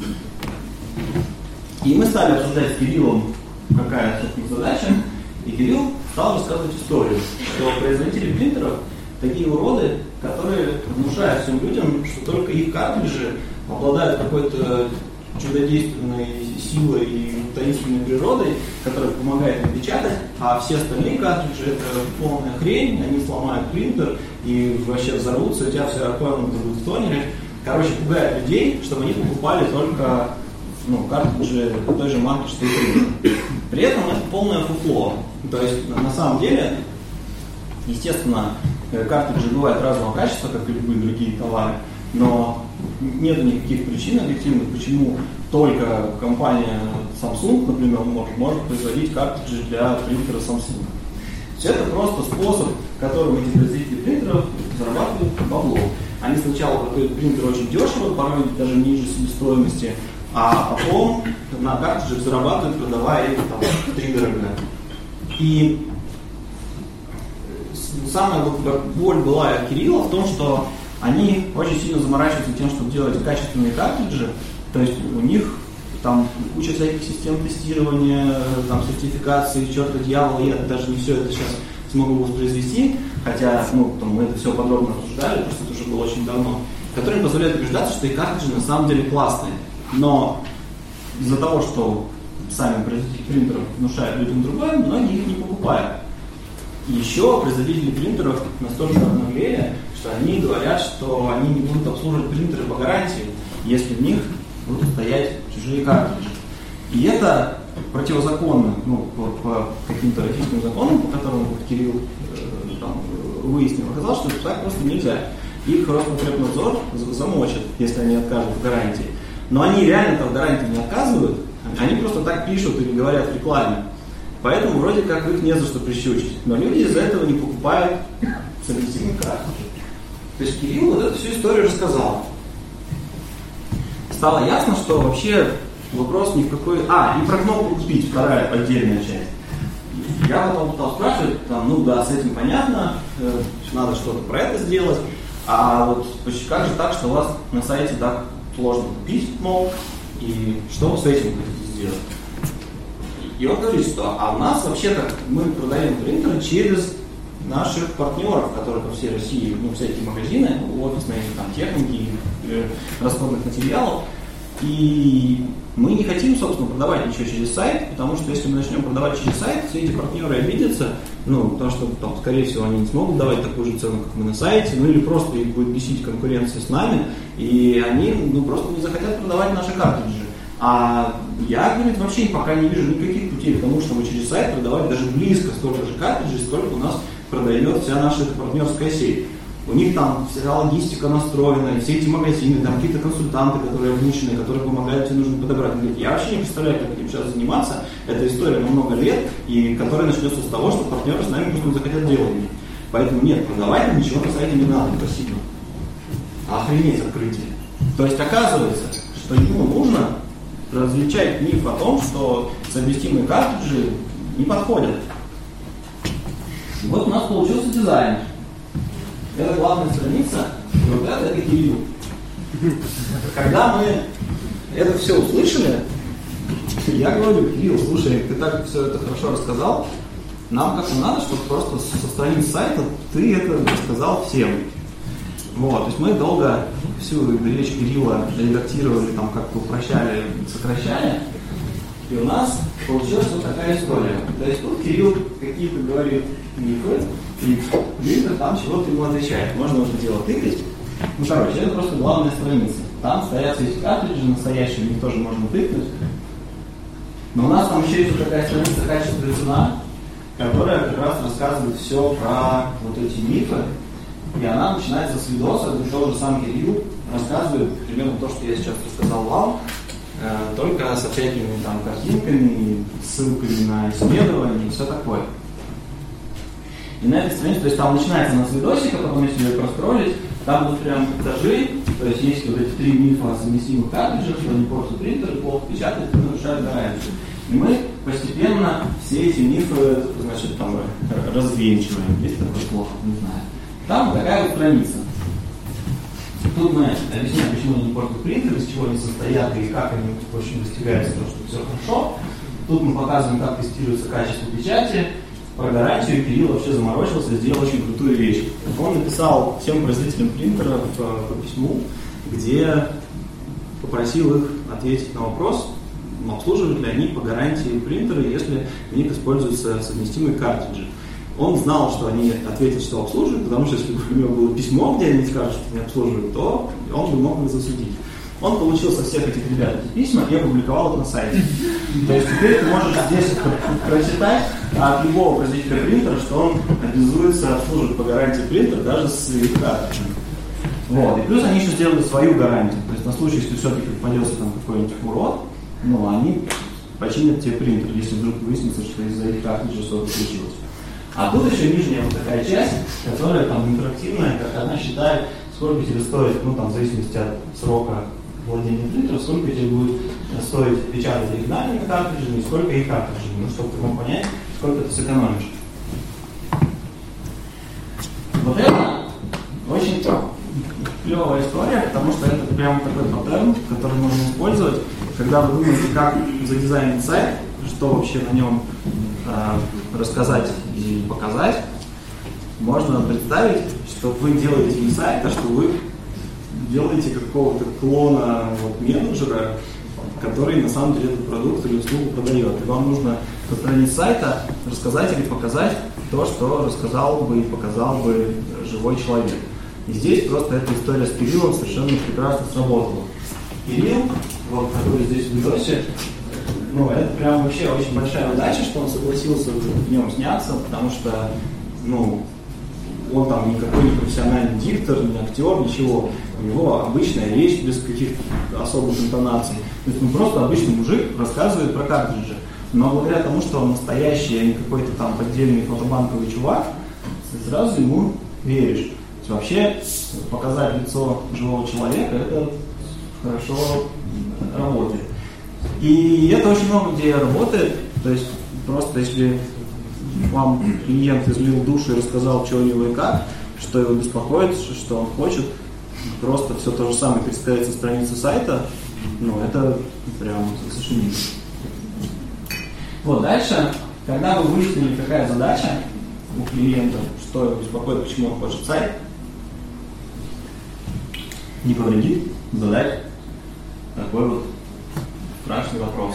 И мы стали обсуждать с Кириллом, какая, собственно, задача, и Кирилл стал рассказывать историю, что производители принтеров такие уроды, которые внушают всем людям, что только их картриджи обладают какой-то чудодейственной силой и таинственной природой, которая помогает им печатать, а все остальные картриджи это полная хрень, они сломают принтер и вообще взорвутся, у тебя вся комната будет в тонере. Короче, пугает людей, чтобы они покупали только ну, картриджи той же марки, что и принтер. При этом это полное фуфло. То есть, на самом деле, естественно, картриджи бывают разного качества, как и любые другие товары, но нет никаких причин объективных, почему только компания Samsung, например, может, может производить картриджи для принтера Samsung. Все это просто способ, которым эти производители принтеров зарабатывают бабло. Они сначала продают принтер очень дешево, порой даже ниже себестоимости, а потом на картриджах зарабатывают, продавая их там втридорога. И самая боль была Кирилла в том, что они очень сильно заморачиваются тем, чтобы делать качественные картриджи, то есть у них там куча всяких систем тестирования, там сертификации, черта дьявола, я даже не все это сейчас смогу воспроизвести, хотя ну, там, мы это все подробно обсуждали, просто это уже было очень давно, которые позволяют убеждаться, что их картриджи на самом деле классные, но из-за того, что сами производители принтеров внушают людям другое, многие их не покупают. И еще производители принтеров настолько обнаглели, что они говорят, что они не будут обслуживать принтеры по гарантии, если в них будут стоять чужие картриджи. И это противозаконно, ну, по, по каким-то российским законам, по которым вот Кирилл э, там, выяснил, оказалось, что это так просто нельзя. Их Роспотребнадзор замочит, если они откажут в гарантии. Но они реально-то в гарантии не отказывают, они просто так пишут или говорят в рекламе. Поэтому вроде как их не за что прищучить. Но люди из-за этого не покупают совместимые картриджи. То есть Кирилл вот эту всю историю рассказал. Стало ясно, что вообще вопрос ни в какой... А, и про кнопку «Купить», вторая отдельная часть. Я потом стал спрашивать, там, ну да, с этим понятно, э, надо что-то про это сделать. А вот как же так, что у вас на сайте так сложно купить, мол, и что вы с этим хотите сделать? И он говорит, что а у нас вообще-то мы продаем принтеры через наших партнеров, которые по всей России, ну, всякие магазины, офисные, там, техники, э, расходных материалов. И мы не хотим, собственно, продавать ничего через сайт, потому что если мы начнем продавать через сайт, все эти партнеры обидятся, ну, потому что, там, скорее всего, они не смогут давать такую же цену, как мы на сайте, ну, или просто их будет бесить конкуренция с нами, и они, ну, просто не захотят продавать наши картриджи. А я, говорит, вообще пока не вижу никаких путей к тому, чтобы через сайт продавать даже близко столько же картриджей, сколько у нас продает вся наша партнерская сеть. у них там вся логистика настроена, и все эти магазины, там какие-то консультанты, которые обучены, которые помогают тебе нужно подобрать. Он говорит, я вообще не представляю, как этим сейчас заниматься, это история на много лет, и которая начнется с того, что партнеры с нами просто не захотят делать. Поэтому нет, продавать ничего на сайте не надо, спасибо. Охренеть открытие. То есть оказывается, что ему нужно различать миф о том, что совместимые картриджи не подходят. И вот у нас получился дизайн. Это главная страница, и вот это, это Кирилл. Когда мы это все услышали, я говорю, Кирилл, слушай, ты так все это хорошо рассказал, нам как-то надо, чтобы просто со страниц сайта ты это рассказал всем. Вот, то есть мы долго всю речь Кирилла редактировали, там как-то упрощали, сокращали, и у нас получилась вот такая история. То есть тут Кирилл какие-то говорит мифы, и Виктор там чего-то ему отвечает. Можно уже дело тыкать. Ну, короче, это просто главная страница. Там стоят эти картриджи настоящие, их тоже можно тыкнуть. Но у нас там еще есть вот такая страница качества и цена, которая как раз рассказывает все про вот эти мифы. И она начинается с видоса, где тоже сам Кирилл рассказывает примерно то, что я сейчас рассказал вам, э, только со всякими там картинками, ссылками на исследования и все такое. И на этой странице, то есть там начинается она с видосика, потом если ее проскроллить, там будут прям этажи, то есть есть вот эти три мифа о совместимых картриджах, что они портят принтеры, плохо печатают и нарушают гарантию. И мы постепенно все эти мифы, значит, там развенчиваем. Есть такое плохо, не знаю. Там вот такая вот страница. Тут мы объясняем, почему они не портят принтеры, из чего они состоят и как они, в общем, достигается то, что все хорошо. Тут мы показываем, как тестируется качество печати. Про гарантию Кирилл вообще заморочился, сделал очень крутую вещь. Он написал всем производителям принтеров по письму, где попросил их ответить на вопрос, обслуживают ли они по гарантии принтеры, если в них используются совместимые картриджи. Он знал, что они ответят, что обслуживают, потому что если бы у него было письмо, где они скажут, что не обслуживают, то он бы мог их засудить. Он получил со всех этих ребят эти письма и опубликовал их на сайте. То есть теперь ты можешь здесь прочитать от любого производителя принтера, что он обязуется обслуживать по гарантии принтер даже с своих картриджами. Вот. И плюс они еще сделали свою гарантию. То есть на случай, если все-таки попадется там какой-нибудь урод, ну, они починят тебе принтер, если вдруг выяснится, что из-за их картриджа что-то случилось. А тут еще нижняя вот такая часть, которая там интерактивная, как она считает, сколько тебе стоит, ну там в зависимости от срока владения принтером, сколько тебе будет стоить печатать оригинальными картриджами и сколько их картриджами, ну, чтобы ты мог понять, сколько ты сэкономишь. Вот это очень клевая история, потому что это прям такой паттерн, который можно использовать, когда вы думаете, как задизайнить сайт, что вообще на нем э, рассказать и показать. Можно представить, что вы делаете не сайт, а что вы делаете какого-то клона вот, менеджера, который на самом деле этот продукт или услугу продает. И вам нужно на странице сайта рассказать или показать то, что рассказал бы и показал бы живой человек. И здесь просто эта история с Кириллом совершенно прекрасно сработала. Кирилл, вот, который здесь в видосе, ну, это прям вообще очень большая удача, что он согласился в нем сняться, потому что, ну, он там никакой не профессиональный диктор, не актер, ничего. У него обычная речь без каких-то особых интонаций. То есть он просто обычный мужик рассказывает про картриджи. Но благодаря тому, что он настоящий, а не какой-то там поддельный фотобанковый чувак, ты сразу ему веришь. То есть вообще показать лицо живого человека, это хорошо работает. И это очень много где работает. То есть просто если вам клиент излил душу и рассказал, что у него и как, что его беспокоит, что он хочет, просто все то же самое представить со страницы сайта, ну, это прям совершенно. Вот, дальше, когда вы выяснили, какая задача у клиента, что его беспокоит, почему он хочет сайт, не повредит задать такой вот страшный вопрос.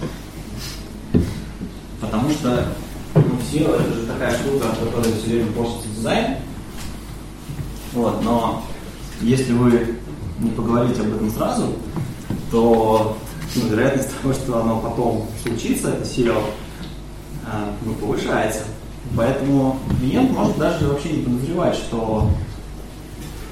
Потому что ну, все, это же такая штука, которая все время портится дизайн. Вот, но если вы не поговорите об этом сразу, то ну, вероятность того, что оно потом случится, это сео, ну, повышается. Поэтому клиент может даже вообще не подозревать, что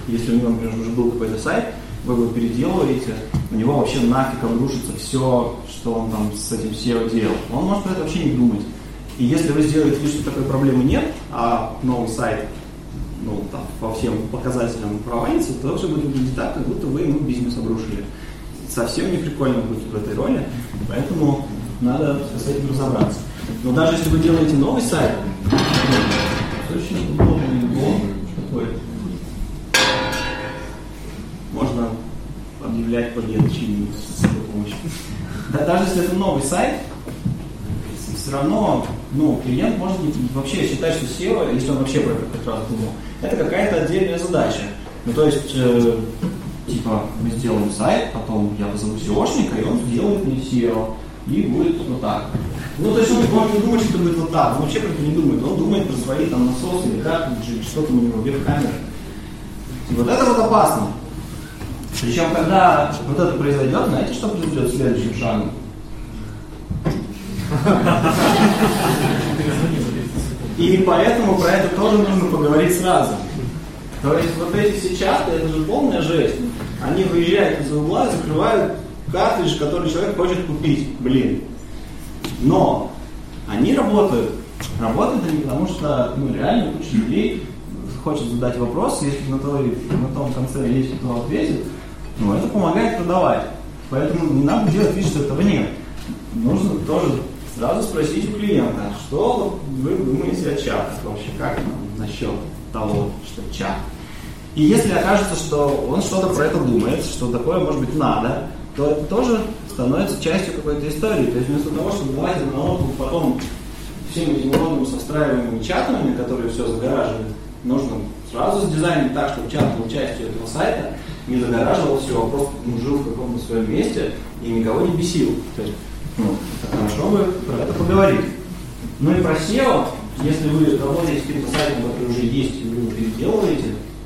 Если у него, например, уже был какой-то сайт, вы его переделываете, у него вообще нафиг обрушится все, что он там с этим сео делал. Он может про это вообще не думать. И если вы сделаете вид, что такой проблемы нет, а новый сайт ну, там, по всем показателям провалится, то все будет выглядеть так, как будто вы ему бизнес обрушили. Совсем не прикольно будет в этой роли, поэтому надо с этим разобраться. Но даже если вы делаете новый сайт, это очень удобный блок такой. Можно объявлять подъедочки с этой помощью. Да, даже если это новый сайт, все равно ну, клиент может вообще считать, что сео, если он вообще про это хоть раз думал, это какая-то отдельная задача. Ну, то есть, э, типа, мы сделаем сайт, потом я вызову сеошника, и он сделает мне сео, и будет вот так. Ну, то есть он может не думать, что это будет вот так, он вообще как-то не думает, он думает про свои там насосы или картриджи, что там у него, веб-камера. И вот это вот опасно. Причем, когда вот это произойдет, знаете, что произойдет следующим шагом? И поэтому про это тоже нужно поговорить сразу. То есть вот эти все чаты, это же полная жесть. Они выезжают из-за угла и закрывают картридж, который человек хочет купить. Блин. Но они работают. Работают они потому, что ну, реально куча людей хочет задать вопрос, если на, той, на том конце есть кто ответит, ну это помогает продавать. Поэтому не надо делать вид, что этого нет. Нужно тоже сразу спросить у клиента, что вы думаете о чатах вообще, как насчет того, что чат. И если окажется, что он что-то про это думает, что такое может быть надо, то это тоже становится частью какой-то истории. То есть вместо того, чтобы давать на ноутбук потом всем этим уродом со встраиваемыми чатами, которые все загораживают, нужно сразу сдизайнить так, чтобы чат был частью этого сайта, не загораживал все, а просто ну, жил в каком-то своем месте и никого не бесил. То есть, ну, это хорошо бы про это поговорить. Ну и про сео, если вы работаете с каким-то сайтом, который уже есть, и вы его переделываете,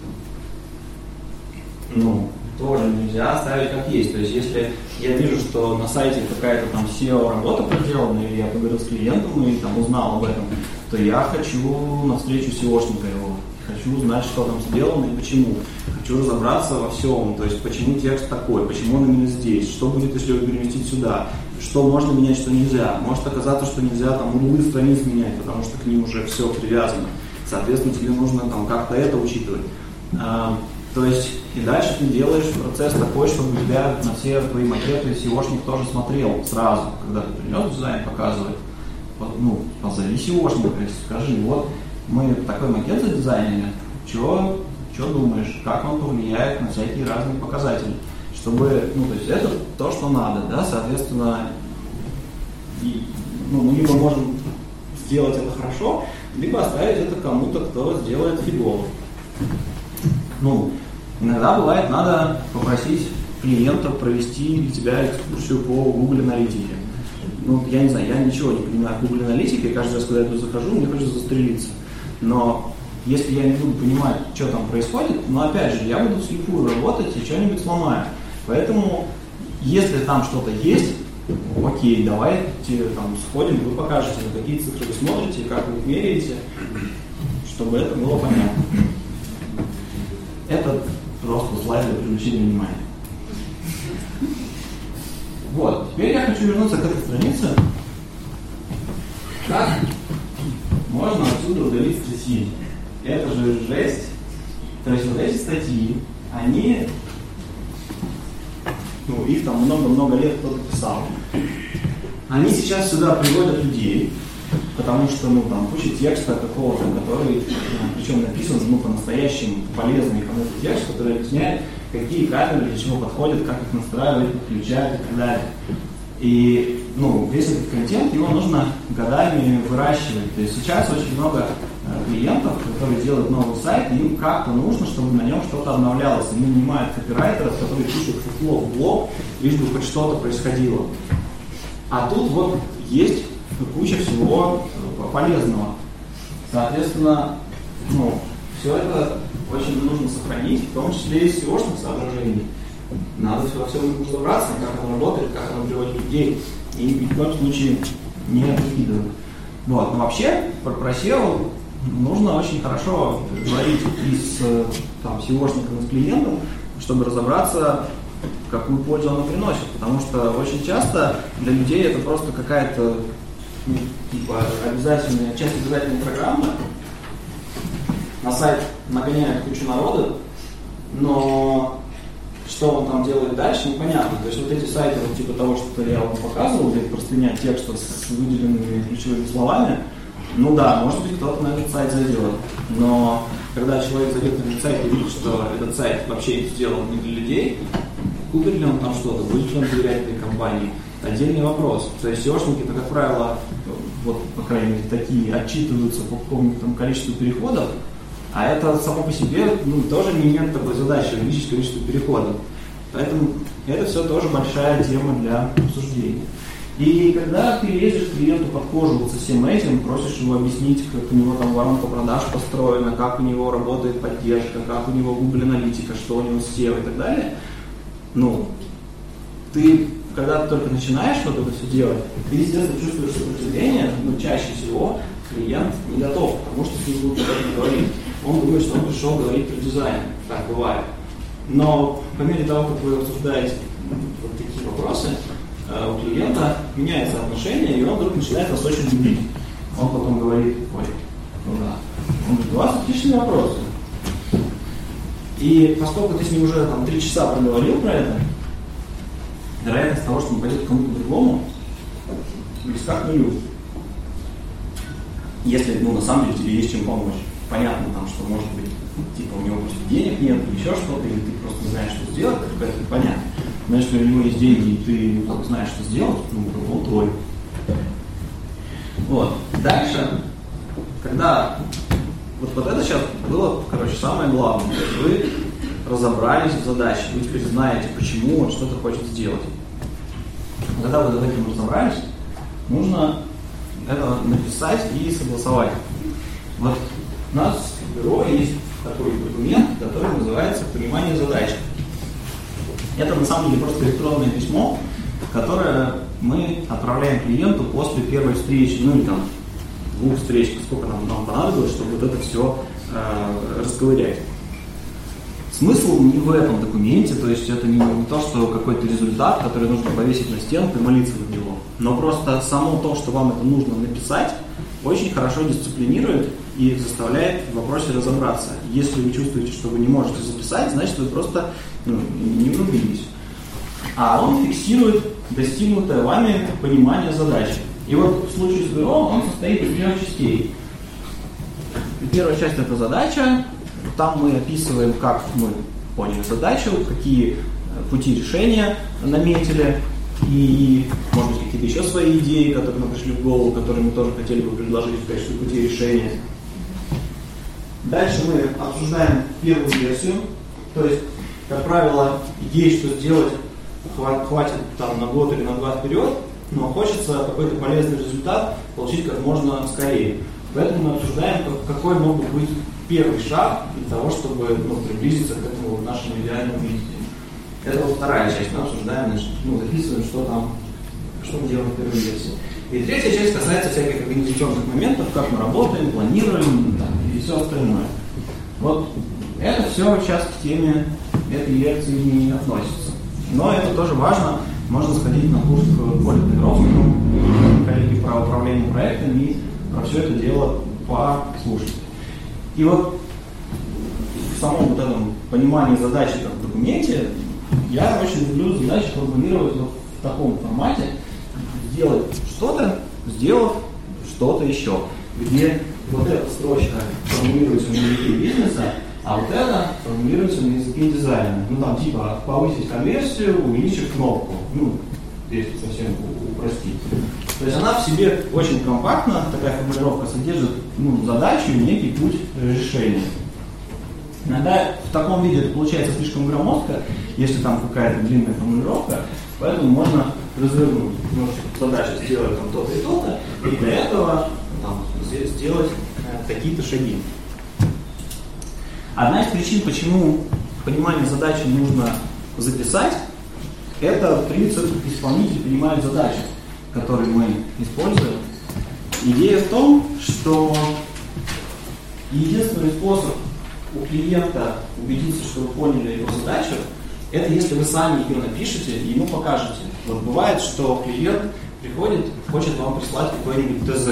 ну, тоже нельзя оставить как есть. То есть, если я вижу, что на сайте какая-то там сео работа проделана, или я поговорил с клиентом и там узнал об этом, то я хочу на встречу сеошника его. Хочу узнать, что там сделано и почему. Хочу разобраться во всем. То есть, почему текст такой, почему он именно здесь, что будет, если его переместить сюда, что можно менять, что нельзя. Может оказаться, что нельзя там углы страниц менять, потому что к ним уже все привязано. Соответственно, тебе нужно там как-то это учитывать. А, то есть, и дальше ты делаешь процесс такой, чтобы у тебя на все твои макеты сеошник тоже смотрел сразу, когда ты принес дизайн, показывает. Вот, ну, позови сеошника, скажи, вот, мы такой макет задизайнили, что думаешь, как он повлияет на всякие разные показатели, чтобы, ну, то есть это то, что надо, да, соответственно, и, ну, мы либо можем сделать это хорошо, либо оставить это кому-то, кто сделает фигово. Ну, иногда бывает, надо попросить клиента провести для тебя экскурсию по Google аналитике. Ну, я не знаю, я ничего не понимаю в Google аналитике, каждый раз, когда я туда захожу, мне хочется застрелиться. Но если я не буду понимать, что там происходит, но опять же, я буду вслепую работать и что-нибудь сломаю. Поэтому, если там что-то есть, окей, давайте там сходим, вы покажете, на какие цифры вы смотрите, как вы их меряете, чтобы это было понятно. Это просто слайд для привлечения внимания. Вот, теперь я хочу вернуться к этой странице. Как можно отсюда удалить статьи? Это же жесть. То есть вот эти статьи, они, ну, их там много-много лет кто-то писал. Они сейчас сюда приводят людей, потому что, ну, там, куча текста какого-то, который, причем написан, ну, по-настоящему полезный кому-то текст, который объясняет, какие камеры для чего подходят, как их настраивать, подключать и так далее. И, ну, весь этот контент, его нужно годами выращивать. То есть сейчас очень много э, клиентов, которые делают новый сайт, и им как-то нужно, чтобы на нем что-то обновлялось. Они нанимают копирайтеров, которые пишут фуфло в блог, лишь бы хоть что-то происходило. А тут вот есть куча всего полезного. Соответственно, ну, все это очень нужно сохранить, в том числе и сеошных соображений. Надо во всем разобраться, как оно работает, как оно приводит людей, и ни в коем случае не выкидывать. Вот. Но вообще, про, про сео нужно очень хорошо говорить и с там, сеошником, и с клиентом, чтобы разобраться, какую пользу оно приносит. Потому что очень часто для людей это просто какая-то ну, типа обязательная, часть обязательной программы. На сайт нагоняют кучу народу, но что он там делает дальше, непонятно. То есть вот эти сайты, вот, типа того, что я вам показывал, где простыня текста с выделенными ключевыми словами, ну да, может быть, кто-то на этот сайт зайдет. Но когда человек зайдет на этот сайт и видит, что этот сайт вообще сделан не для людей, купит ли он там что-то, будет ли он доверять этой компании, отдельный вопрос. То есть сеошники-то, как правило, вот, по крайней мере, такие отчитываются по какому-то там количеству переходов, а это само по себе ну, тоже не нет такой задачи увеличить количество переходов. Поэтому это все тоже большая тема для обсуждения. И когда ты лезешь клиенту под кожу вот со всем этим, просишь его объяснить, как у него там воронка продаж построена, как у него работает поддержка, как у него Google аналитика, что у него с сео и так далее, ну, ты, когда ты только начинаешь вот это все делать, ты, естественно, чувствуешь сопротивление, но чаще всего клиент не готов, потому что ты ему об этом говорит. Он думает, что он пришел говорить про дизайн. Так бывает. Но по мере того, как вы обсуждаете вот такие вопросы, у клиента меняется отношение, и он вдруг начинает вас очень любить. Он потом говорит, ой, ну да. Он говорит, у вас отличные вопросы. И поскольку ты с ним уже там три часа проговорил про это, вероятность того, что он пойдет к кому-то другому, близка к нулю. Если, ну, на самом деле тебе есть чем помочь. Понятно, там, что может быть, типа, у него просто денег нет, или еще что-то, или ты просто не знаешь, что сделать, это понятно. Но если у него есть деньги, и ты ну, знаешь, что сделать, ну, он твой. Вот. Дальше, когда вот, вот это сейчас было, короче, самое главное. То есть вы разобрались в задаче, вы теперь знаете, почему он что-то хочет сделать. Когда вы в этом разобрались, нужно это написать и согласовать. Вот у нас в бюро есть такой документ, который называется «Понимание задачи». Это на самом деле просто электронное письмо, которое мы отправляем клиенту после первой встречи, ну или там двух встреч, сколько нам, нам понадобилось, чтобы вот это все э, расковырять. Смысл не в этом документе, то есть это не, не то, что какой-то результат, который нужно повесить на стенку и молиться на него, но просто само то, что вам это нужно написать, очень хорошо дисциплинирует и заставляет в вопросе разобраться. Если вы чувствуете, что вы не можете записать, значит вы просто ну, не врубились. А он фиксирует достигнутое вами понимание задачи. И вот в случае с бюро он состоит из трех частей. Первая часть — это задача. Там мы описываем, как мы поняли задачу, какие пути решения наметили, и, может быть, какие-то еще свои идеи, которые нам пришли в голову, которые мы тоже хотели бы предложить в качестве пути решения. Дальше мы обсуждаем первую версию, то есть, как правило, есть что сделать, хватит там на год или на два вперед, но хочется какой-то полезный результат получить как можно скорее. Поэтому мы обсуждаем, какой мог бы быть первый шаг для того, чтобы ну, приблизиться к этому вот нашему идеальному видению. Это вот вторая часть, мы обсуждаем, значит, ну, записываем, что там, что мы делаем в первой версии. И третья часть касается всяких организационных моментов, как мы работаем, планируем там, и все остальное. Вот это все сейчас к теме этой лекции не относится. Но это тоже важно, можно сходить на курс к Коле Петровскому, коллеги по управлению проектами, и про все это дело послушать. И вот в самом вот этом понимании задачи как в документе я очень люблю задачи формулировать вот в таком формате, сделать что-то, сделав что-то еще, где вот эта строчка формулируется на языке бизнеса, а вот это формулируется на языке дизайна. Ну там типа повысить конверсию, увеличив кнопку. Ну, если совсем упростить. То есть она в себе очень компактна, такая формулировка содержит ну, задачу и некий путь решения. Иногда в таком виде это получается слишком громоздко, если там какая-то длинная формулировка, поэтому можно развернуть. Можно задача сделать там то-то и то-то, и для этого там, сделать э, какие-то шаги. Одна из причин, почему понимание задачи нужно записать, это принцип «исполнитель понимает задачи», который мы используем. Идея в том, что И единственный способ у клиента убедиться, что вы поняли его задачу, это если вы сами ее напишете и ему покажете. Вот бывает, что клиент приходит, хочет вам прислать какой-нибудь ТЗ.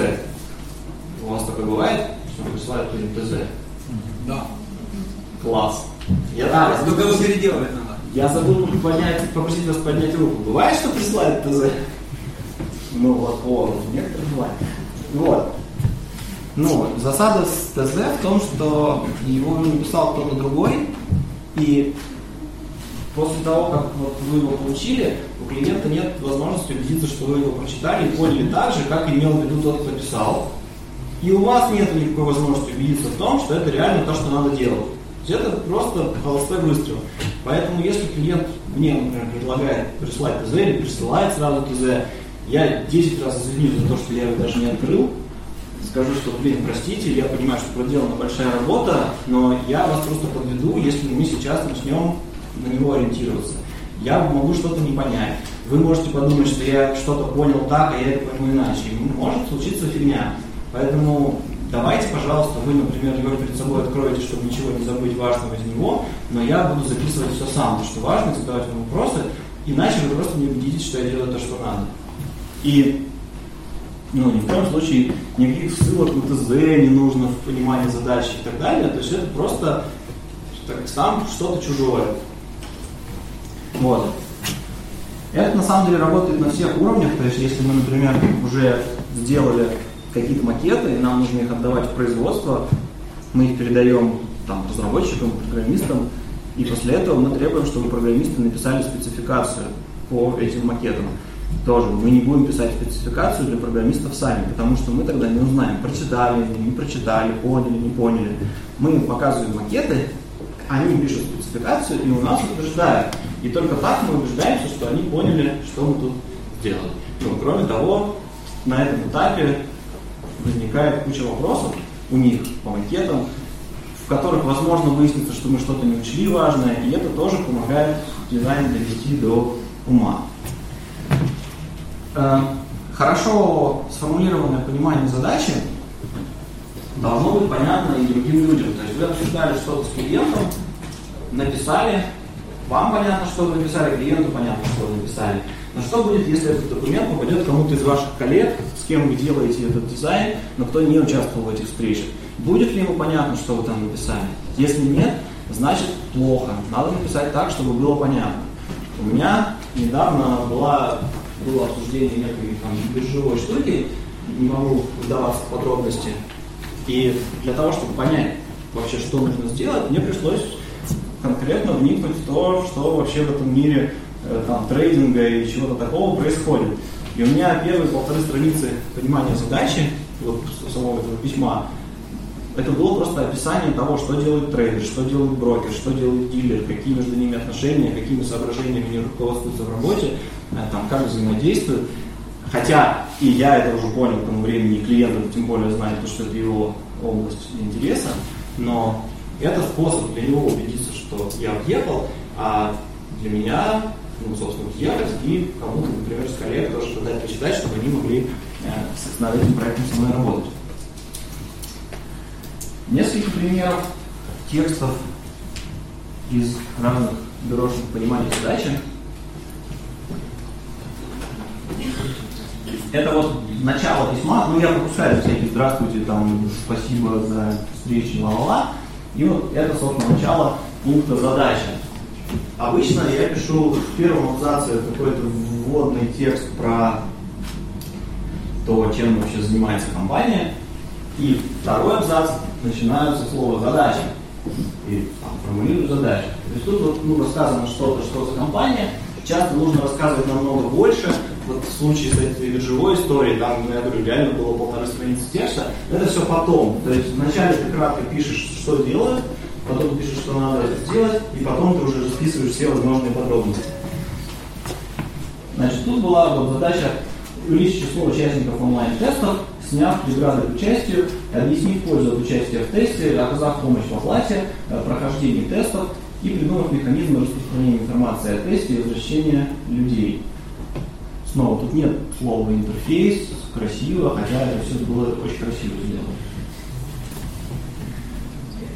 У вас такое бывает, что присылает какой-нибудь ТЗ? Да. Класс. Я, А, только его переделывать надо. Я забыл поднять, попросить вас поднять руку. Бывает, что присылает ТЗ? Ну вот, вот, некоторые бывает. Вот. Ну, засада с ТЗ в том, что его написал кто-то другой, и после того, как вот вы его получили, у клиента нет возможности убедиться, что вы его прочитали и поняли так же, как имел в виду тот, кто писал. И у вас нет никакой возможности убедиться в том, что это реально то, что надо делать. То есть это просто холостой выстрел. Поэтому если клиент мне, например, предлагает прислать ТЗ или присылает сразу ТЗ, я десять раз извинюсь за то, что я его даже не открыл. Скажу, что, блин, простите, я понимаю, что проделана большая работа, но я вас просто подведу, если мы сейчас начнем на него ориентироваться. Я могу что-то не понять. Вы можете подумать, что я что-то понял так, а я это пойму иначе. Может случиться фигня. Поэтому давайте, пожалуйста, вы, например, его перед собой откроете, чтобы ничего не забыть важного из него, но я буду записывать все сам, потому что важно задавать вам вопросы, иначе вы просто не убедитесь, что я делаю то, что надо. И ну, ни в коем случае никаких ссылок на ТЗ не нужно в понимании задачи и так далее. То есть это просто так, сам что-то чужое. Вот. Это на самом деле работает на всех уровнях. То есть если мы, например, уже сделали какие-то макеты, и нам нужно их отдавать в производство, мы их передаем там, разработчикам, программистам, и после этого мы требуем, чтобы программисты написали спецификацию по этим макетам. Тоже мы не будем писать спецификацию для программистов сами, потому что мы тогда не узнаем, прочитали, не прочитали, поняли, не поняли. Мы им показываем макеты, они пишут спецификацию и у нас утверждают. И только так мы убеждаемся, что они поняли, что мы тут сделали. Ну, кроме того, на этом этапе возникает куча вопросов у них по макетам, в которых, возможно, выяснится, что мы что-то не учли важное, и это тоже помогает дизайн довести до ума. Хорошо сформулированное понимание задачи должно быть понятно и другим людям. То есть вы обсуждали что-то с клиентом, написали, вам понятно, что вы написали, клиенту понятно, что вы написали. Но что будет, если этот документ попадет кому-то из ваших коллег, с кем вы делаете этот дизайн, но кто не участвовал в этих встречах? Будет ли ему понятно, что вы там написали? Если нет, значит плохо. Надо написать так, чтобы было понятно. У меня недавно была, было обсуждение некой там, биржевой штуки, не могу вдаваться в подробности. И для того, чтобы понять вообще, что нужно сделать, мне пришлось конкретно вникнуть в то, что вообще в этом мире там, трейдинга и чего-то такого происходит. И у меня первые полторы страницы понимания задачи, вот самого этого письма, это было просто описание того, что делает трейдер, что делает брокер, что делает дилер, какие между ними отношения, какими соображениями они руководствуются в работе, там, как взаимодействуют. Хотя и я это уже понял к тому времени, и клиент это тем более знает, потому что это его область интереса, но это способ для него убедиться, что я въехал, а для меня, ну, собственно, въехать и кому-то, например, с коллег тоже дать почитать, чтобы они могли э, над этим проектом со мной работать. Несколько примеров текстов из разных бюрошных пониманий задачи. Это вот начало письма, ну я пропускаю всякие «здравствуйте», там, «спасибо за встречу», ла-ла-ла. И вот это, собственно, начало пункта задачи. Обычно я пишу в первом абзаце какой-то вводный текст про то, чем вообще занимается компания. И второй абзац начинаю со слова «задача». И там, формулирую задачу. То есть тут вот, ну, рассказано что-то, что за компания. Часто нужно рассказывать намного больше. Вот в случае с этой биржевой историей, там, я говорю, реально было полторы страницы текста. Это все потом. То есть вначале ты кратко пишешь, что делают, потом пишешь, что надо сделать, и потом ты уже расписываешь все возможные подробности. Значит, тут была вот задача увеличить число участников онлайн-тестов, сняв преграды к участию, объяснив пользу от участия в тесте, оказав помощь в оплате, прохождении тестов и придумав механизмы распространения информации о тесте и возвращения людей. Снова, тут нет слова интерфейс, красиво, хотя это все было очень красиво сделано.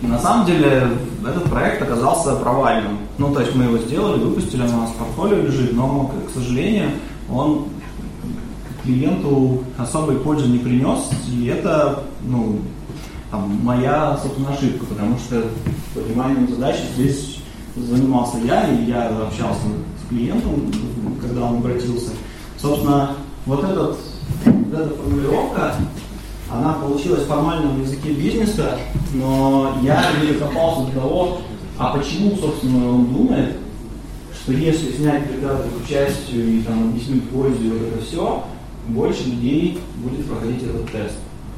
На самом деле этот проект оказался провальным. Ну, то есть мы его сделали, выпустили, он у нас в портфолио лежит, но, к сожалению, он клиенту особой пользы не принес, и это, ну, там, моя, собственно, ошибка, потому что пониманием задачи здесь занимался я, и я общался с клиентом, когда он обратился. Собственно, вот, этот, вот эта формулировка, она получилась в формальном языке бизнеса, но я не докопался до того, а почему, собственно, он думает, что если снять бригаду к участию и там, объяснить пользу и вот это все, больше людей будет проходить этот тест.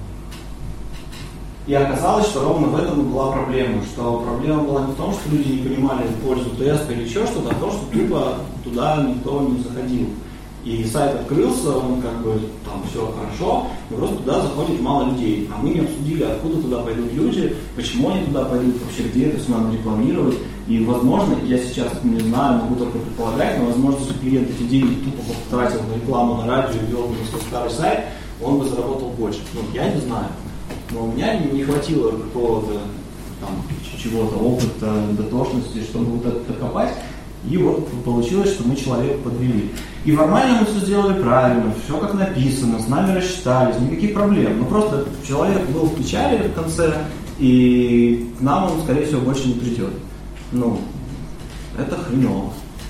И оказалось, что ровно в этом и была проблема, что проблема была не в том, что люди не понимали пользу теста или еще что-то, а в том, что тупо туда никто не заходил. И сайт открылся, он как бы там все хорошо, но просто туда заходит мало людей. А мы не обсудили, откуда туда пойдут люди, почему они туда пойдут, вообще где это все надо рекламировать. И, возможно, я сейчас не знаю, могу только предполагать, но, возможно, если клиент эти деньги тупо потратил на рекламу на радио и вел бы на свой старый сайт, он бы заработал больше. Ну, я не знаю. Но у меня не хватило какого-то там чего-то, опыта, дотошности, чтобы вот это докопать. И вот получилось, что мы человека подвели. И формально мы все сделали правильно, все как написано, с нами рассчитались, никаких проблем. Но просто человек был в печали в конце, и к нам он, скорее всего, больше не придет. Ну, это хреново.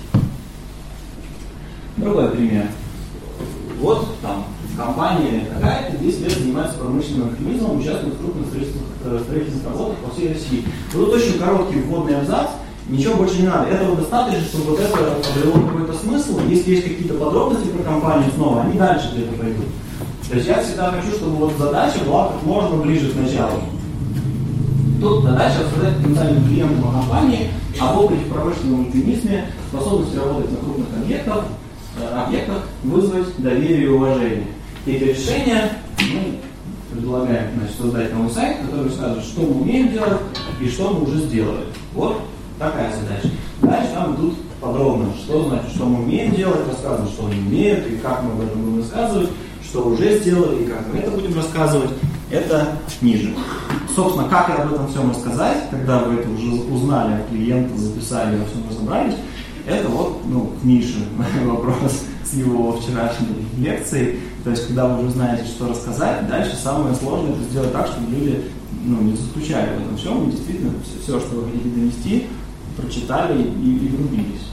Другой пример. Вот там компания такая-то десять лет занимается промышленным оптимизмом, участвует в крупных строительных работах по всей России. Вот очень короткий вводный абзац. Ничего больше не надо. Этого достаточно, чтобы вот это обрело какой-то смысл. Если есть какие-то подробности про компанию снова, они дальше где-то пойдут. То есть я всегда хочу, чтобы вот задача была как можно ближе к началу. Тут задача рассказать потенциальным клиентам о компании, об опыте в промышленном оптимизме, способности работать на крупных объектах, объектах, вызвать доверие и уважение. Эти решения мы предлагаем, значит, создать новый сайт, который скажет, что мы умеем делать и что мы уже сделали. Вот такая задача. Дальше там идут подробно, что значит, что мы умеем делать, рассказывать, что они умеют, и как мы об этом будем рассказывать, что уже сделали, и как мы это будем рассказывать, это ниже. Собственно, как об этом всем рассказать, когда вы это уже узнали от клиента, записали, во всем разобрались, это вот, ну, ниже вопрос с его вчерашней лекцией. То есть, когда вы уже знаете, что рассказать, дальше самое сложное это сделать так, чтобы люди, ну, не заскучали в этом всем, и действительно все, все, что вы хотите донести, прочитали и, и врубились.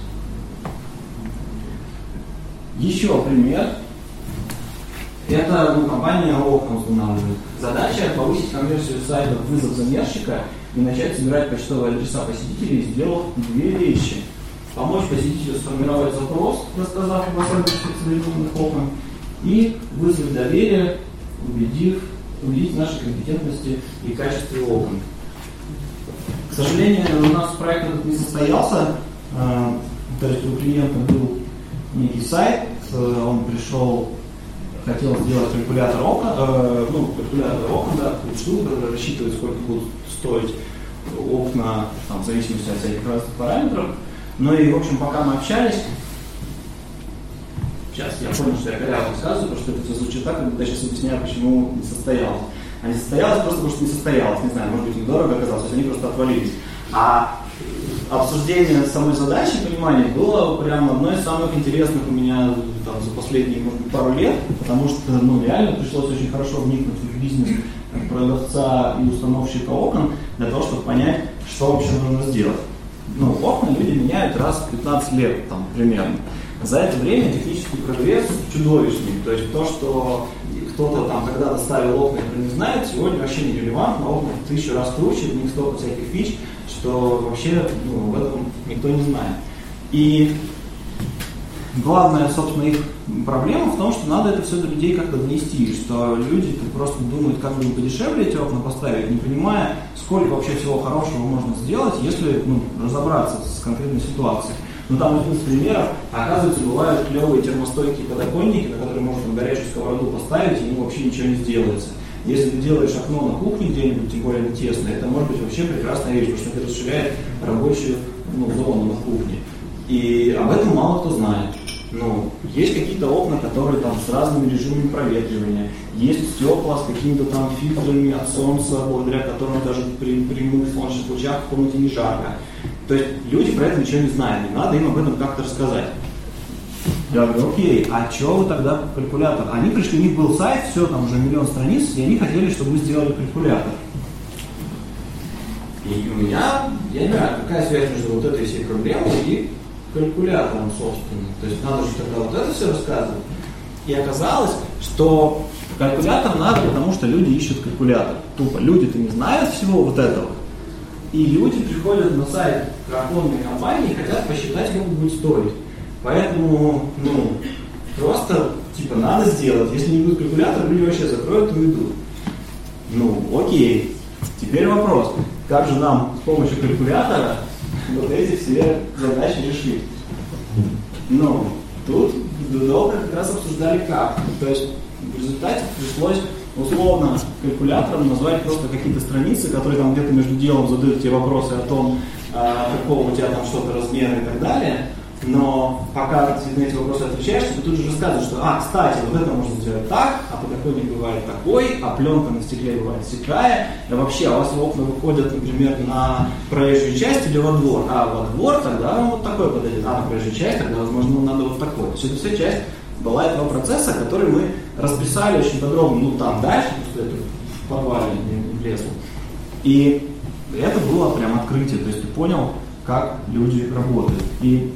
Еще пример. Это, ну, компания окна устанавливает. Задача повысить конверсию сайта в вызов замерщика и начать собирать почтовые адреса посетителей, сделав две вещи. Помочь посетителю сформировать запрос, рассказав об особенностях цивилизованных окон, и вызвать доверие, убедив, убедить в нашей компетентности и качестве окон. К сожалению, у нас проект этот не состоялся. То есть у клиента был некий сайт, он пришел, хотел сделать калькулятор окон, э, ну, калькулятор окон, да, штуку, который рассчитывает, сколько будут стоить окна, там, в зависимости от всяких разных параметров. Ну и, в общем, пока мы общались, сейчас я понял, что я коряво рассказываю, потому что это все звучит так, как будто я сейчас объясняю, почему не состоялось. А не состоялось просто потому, что не состоялось, не знаю, может быть, недорого оказалось, они просто отвалились. А обсуждение самой задачи, понимания, было прям одно из самых интересных у меня там, за последние, может быть, пару лет, потому что, ну, реально пришлось очень хорошо вникнуть в бизнес продавца и установщика окон для того, чтобы понять, что вообще нужно сделать. Ну, окна люди меняют раз в пятнадцать лет, там, примерно. За это время технический прогресс чудовищный. То есть то, что кто-то там когда-то ставил окна и не знает, сегодня вообще не релевантно. Окна в тысячу раз круче, у них столько всяких фич, что вообще, ну, в этом никто не знает. И главная, собственно, их проблема в том, что надо это все до людей как-то донести, что люди просто думают, как бы подешевле эти окна поставить, не понимая, сколько вообще всего хорошего можно сделать, если, ну, разобраться с конкретной ситуацией. Ну, там один из примеров, оказывается, бывают клевые термостойкие подоконники, на которые можно на горячую сковороду поставить, и ему вообще ничего не сделается. Если ты делаешь окно на кухне где-нибудь, тем более не тесно, это может быть вообще прекрасная вещь, потому что это расширяет рабочую, ну, зону на кухне. И об этом мало кто знает. Ну, есть какие-то окна, которые там с разными режимами проветривания, есть стекла с какими-то там фильтрами от солнца, благодаря которым даже при прямых солнечных лучах в комнате не жарко. То есть люди про это ничего не знают, и надо им об этом как-то рассказать. Я говорю, окей, а что вы тогда калькулятор? Они пришли, у них был сайт, все, там уже миллион страниц, и они хотели, чтобы мы сделали калькулятор. И у меня, я не знаю, какая связь между вот этой всей проблемой и калькулятором, собственно. То есть надо же тогда вот это все рассказывать. И оказалось, что калькулятор надо, потому что люди ищут калькулятор. Тупо. Люди-то не знают всего вот этого. И люди приходят на сайт картонной компании и хотят посчитать, сколько будет стоить. Поэтому, ну, просто, типа, надо сделать. Если не будет калькулятора, люди вообще закроют и уйдут. Ну, окей. Теперь вопрос. Как же нам с помощью калькулятора вот эти все задачи решить? Ну, тут долго как раз обсуждали как. То есть в результате пришлось условно калькулятором назвать просто какие-то страницы, которые там где-то между делом задают тебе вопросы о том, какого у тебя там что-то размера и так далее. Но пока ты на эти вопросы отвечаешь, ты тут же рассказываешь, что, а, кстати, вот это можно сделать так, а подоконник бывает такой, а пленка на стекле бывает всякая, а вообще, а у вас окна выходят, например, на проезжую часть или во двор, а во двор тогда вот такой подойдет, а на проезжую часть тогда, возможно, надо вот такой. То есть это вся часть была этого процесса, который мы расписали очень подробно, ну, там дальше, потому что это в подвале не влезло. И это было прям открытие, то есть ты понял, как люди работают. И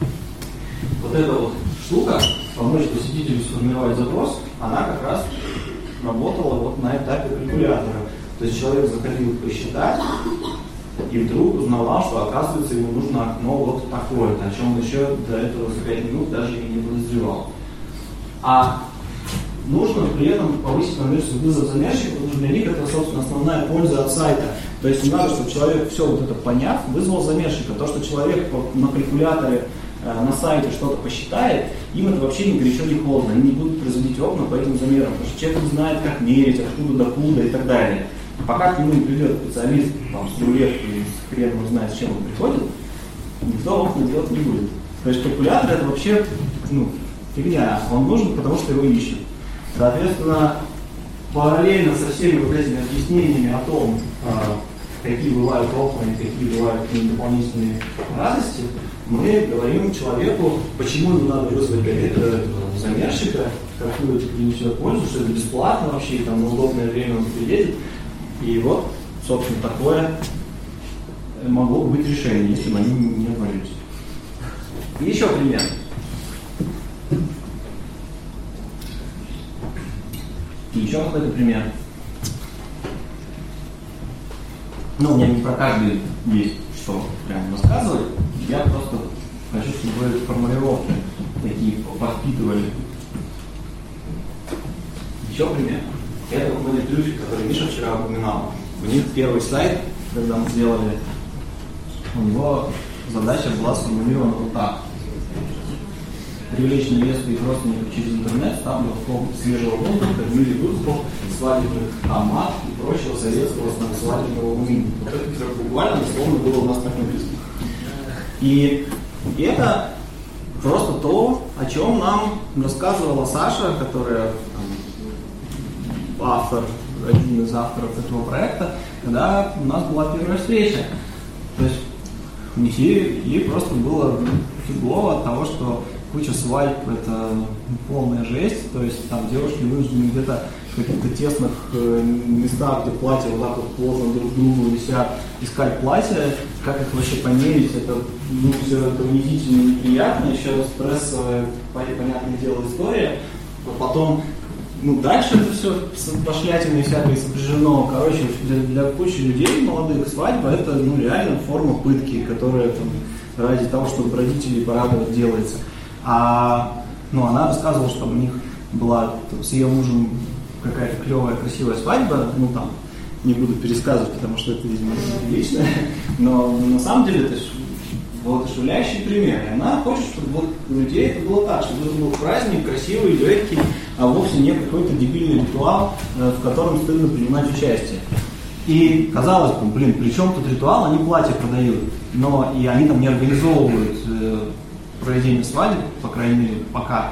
вот эта вот штука, помочь посетителю сформировать запрос, она как раз работала вот на этапе калькулятора. То есть человек заходил посчитать и вдруг узнавал, что оказывается ему нужно окно вот такое-то, о чем он еще до этого за пять минут даже и не подозревал. А нужно при этом повысить конверсию вызова заменщика, потому что для них это, собственно, основная польза от сайта. То есть не надо, чтобы человек все вот это поняв, вызвал заменщика. То, что человек на калькуляторе на сайте что-то посчитает, им это вообще ни горячо, ни холодно. Они не будут производить окна по этим замерам, потому что человек не знает, как мерить, откуда, докуда и так далее. Пока к нему не придет специалист там, с рулеткой, с хреном знает, с чем он приходит, никто окна делать не будет. То есть калькулятор это вообще ну, фигня. Он нужен, потому что его ищут. Соответственно, параллельно со всеми вот этими объяснениями о том, какие бывают окна и какие бывают дополнительные радости, мы говорим человеку, почему ему надо вызвать этого замерщика, какую это принесет пользу, что это бесплатно вообще, и там на удобное время он приедет. И вот, собственно, такое могло быть решение, если бы они не отвалились. И еще пример. И еще какой-то пример. Ну, у меня не про каждый есть что прям рассказывать. Я просто хочу, чтобы вы формулировки такие подпитывали. Еще пример. Это вот этот трюфик, который Миша вчера упоминал. У них первый сайт, когда мы сделали, у него задача была сформулирована вот так. Привлечь невесту и родственников через интернет, там был свежего воздуха, в мире выпусков, свадебных томат и прочего советского свадебного умения. Вот это буквально условно было у нас так написано. И это просто то, о чем нам рассказывала Саша, которая там, автор, один из авторов этого проекта, когда у нас была первая встреча. То есть ей, ей просто было фигово от того, что куча свадьб – это полная жесть, то есть там девушки вынуждены где-то в каких-то тесных местах, где платья вот так вот плотно друг к другу висят, искать платья, как их вообще померить, это, ну, все это унизительно, неприятно, еще стрессовая, понятное дело, история. А потом, ну, дальше это все с пошлятиной всякой сопряжено. Короче, для, для кучи людей молодых свадьба – это, ну, реально форма пытки, которая там ради того, чтобы родителей порадовать, делается. А, ну, она рассказывала, что у них была там, с ее мужем какая-то клевая, красивая свадьба, ну там, не буду пересказывать, потому что это, видимо, личное, но на самом деле это воодушевляющий пример. И она хочет, чтобы вот у людей это было так, чтобы это был праздник, красивый, легкий, а вовсе не какой-то дебильный ритуал, в котором стыдно принимать участие. И казалось бы, блин, при чем тут ритуал, они платья продают, но и они там не организовывают проведения свадьбы, по крайней мере, пока.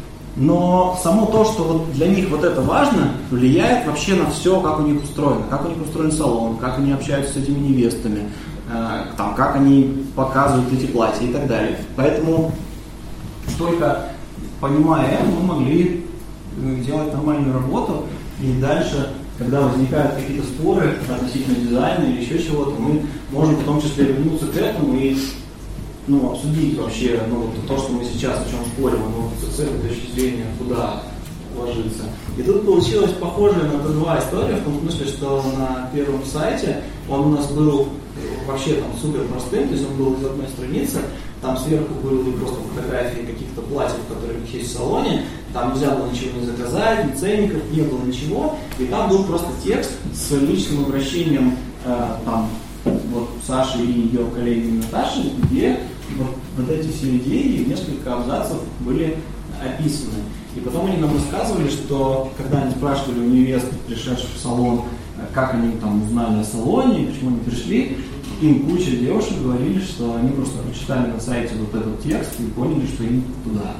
Но само то, что вот для них вот это важно, влияет вообще на все, как у них устроено, как у них устроен салон, как они общаются с этими невестами, э, там, как они показывают эти платья и так далее. Поэтому только понимая это, мы могли делать нормальную работу, и дальше, когда возникают какие-то споры относительно дизайна или еще чего-то, мы можем в том числе вернуться к этому и ну, обсудить вообще ну, вот то, что мы сейчас о чем спорим, ну, с этой точки зрения, куда ложиться. И тут получилась похожая на тэ два история, в том смысле, что на первом сайте он у нас был вообще там супер простым, то есть он был из одной страницы, там сверху были просто фотографии каких-то платьев, которые есть в салоне, там нельзя было ничего не заказать, ни ценников, не было ничего, и там был просто текст с личным обращением э, там, вот, Саши и ее коллеги Наташи, где вот, вот эти все идеи в несколько абзацев были описаны. И потом они нам рассказывали, что когда они спрашивали у невест, пришедших в салон, как они там узнали о салоне, почему они пришли, им куча девушек говорили, что они просто прочитали на сайте вот этот текст и поняли, что им туда.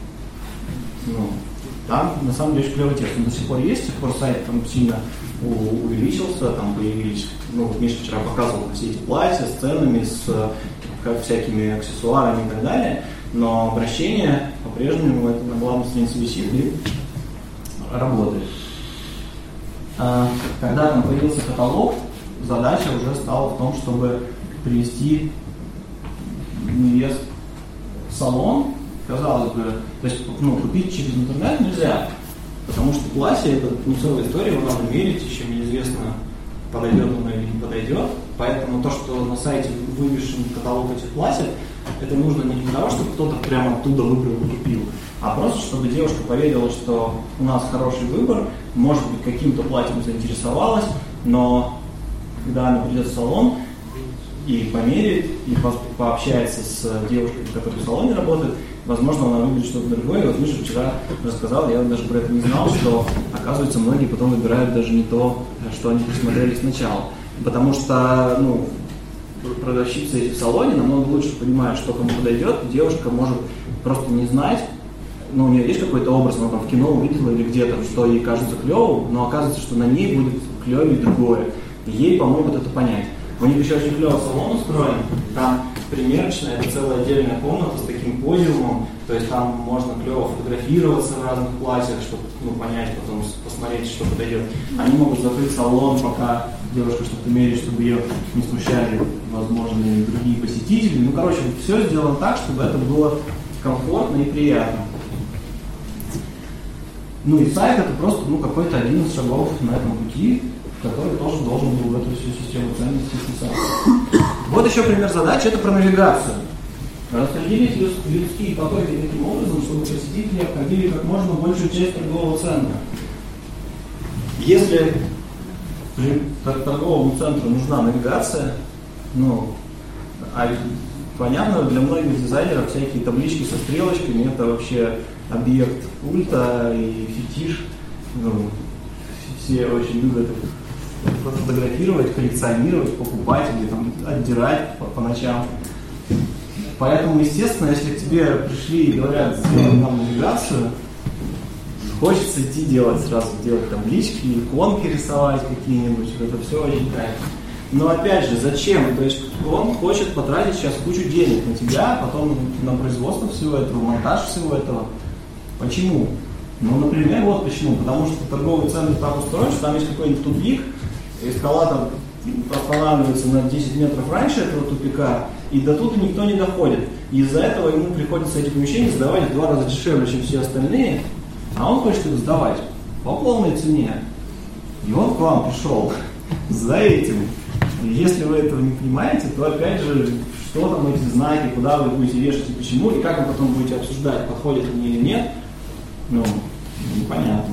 Ну, там на самом деле очень клевый текст. Он до сих пор есть, с тех пор сайт там сильно увеличился, там появились, ну вот Миша вчера показывал все эти платья с ценами, с как, всякими аксессуарами и так далее, но обращение по-прежнему это на главной странице висит и работает. А, когда там появился каталог, задача уже стала в том, чтобы привести невест в салон. Казалось бы, то есть ну, купить через интернет нельзя, потому что платье это ну, целая история, его надо мерить, еще неизвестно, подойдет оно или не подойдет. Поэтому то, что на сайте вывешен каталог этих платьев, это нужно не для того, чтобы кто-то прямо оттуда выбрал и купил, а просто чтобы девушка поверила, что у нас хороший выбор, может быть, каким-то платьем заинтересовалась, но когда она придет в салон и померяет, и по пообщается с девушкой, которая в салоне работает, возможно, она выберет что-то другое. И вот Миша вчера рассказал, я даже про это не знал, что, оказывается, многие потом выбирают даже не то, что они присмотрели сначала. Потому что, ну, продавщицы эти в салоне намного лучше понимают, что кому подойдет. Девушка может просто не знать, ну, у нее есть какой-то образ, она там в кино увидела или где-то, что ей кажется клевым, но оказывается, что на ней будет клевее другое. И ей помогут это понять. У них еще очень клевый салон устроен, там примерочная, это целая отдельная комната с таким подиумом, то есть там можно клево фотографироваться в разных платьях, чтобы ну, понять, потом посмотреть, что подойдет. Они могут закрыть салон, пока девушка что-то меряет, чтобы ее не смущали возможные другие посетители. Ну, короче, все сделано так, чтобы это было комфортно и приятно. Ну и сайт это просто ну, какой-то один из шагов на этом пути, который тоже должен был в эту всю систему ценностей вписаться. Вот еще пример задачи, это про навигацию. Распределить людские потоки таким образом, чтобы посетители обходили как можно большую часть торгового центра. Если торговому центру нужна навигация, ну, а понятно, для многих дизайнеров всякие таблички со стрелочками это вообще объект культа и фетиш. Ну, все очень любят фотографировать, коллекционировать, покупать или там отдирать по, по ночам. Поэтому, естественно, если к тебе пришли и говорят, сделай нам навигацию, хочется идти делать сразу, делать таблички, иконки рисовать какие-нибудь, это все очень кайф. Но опять же, зачем? То есть он хочет потратить сейчас кучу денег на тебя, потом на производство всего этого, монтаж всего этого. Почему? Ну, например, вот почему. Потому что торговый центр так устроен, что там есть какой-нибудь тупик, эскалатор останавливается на десять метров раньше этого тупика, и до тут никто не доходит. И из-за этого ему приходится эти помещения сдавать в два раза дешевле, чем все остальные, а он хочет их сдавать по полной цене. И он к вам пришел за этим. И если вы этого не понимаете, то опять же, что там эти знаки, куда вы будете вешать и почему, и как вы потом будете обсуждать, подходит они или нет, ну, непонятно.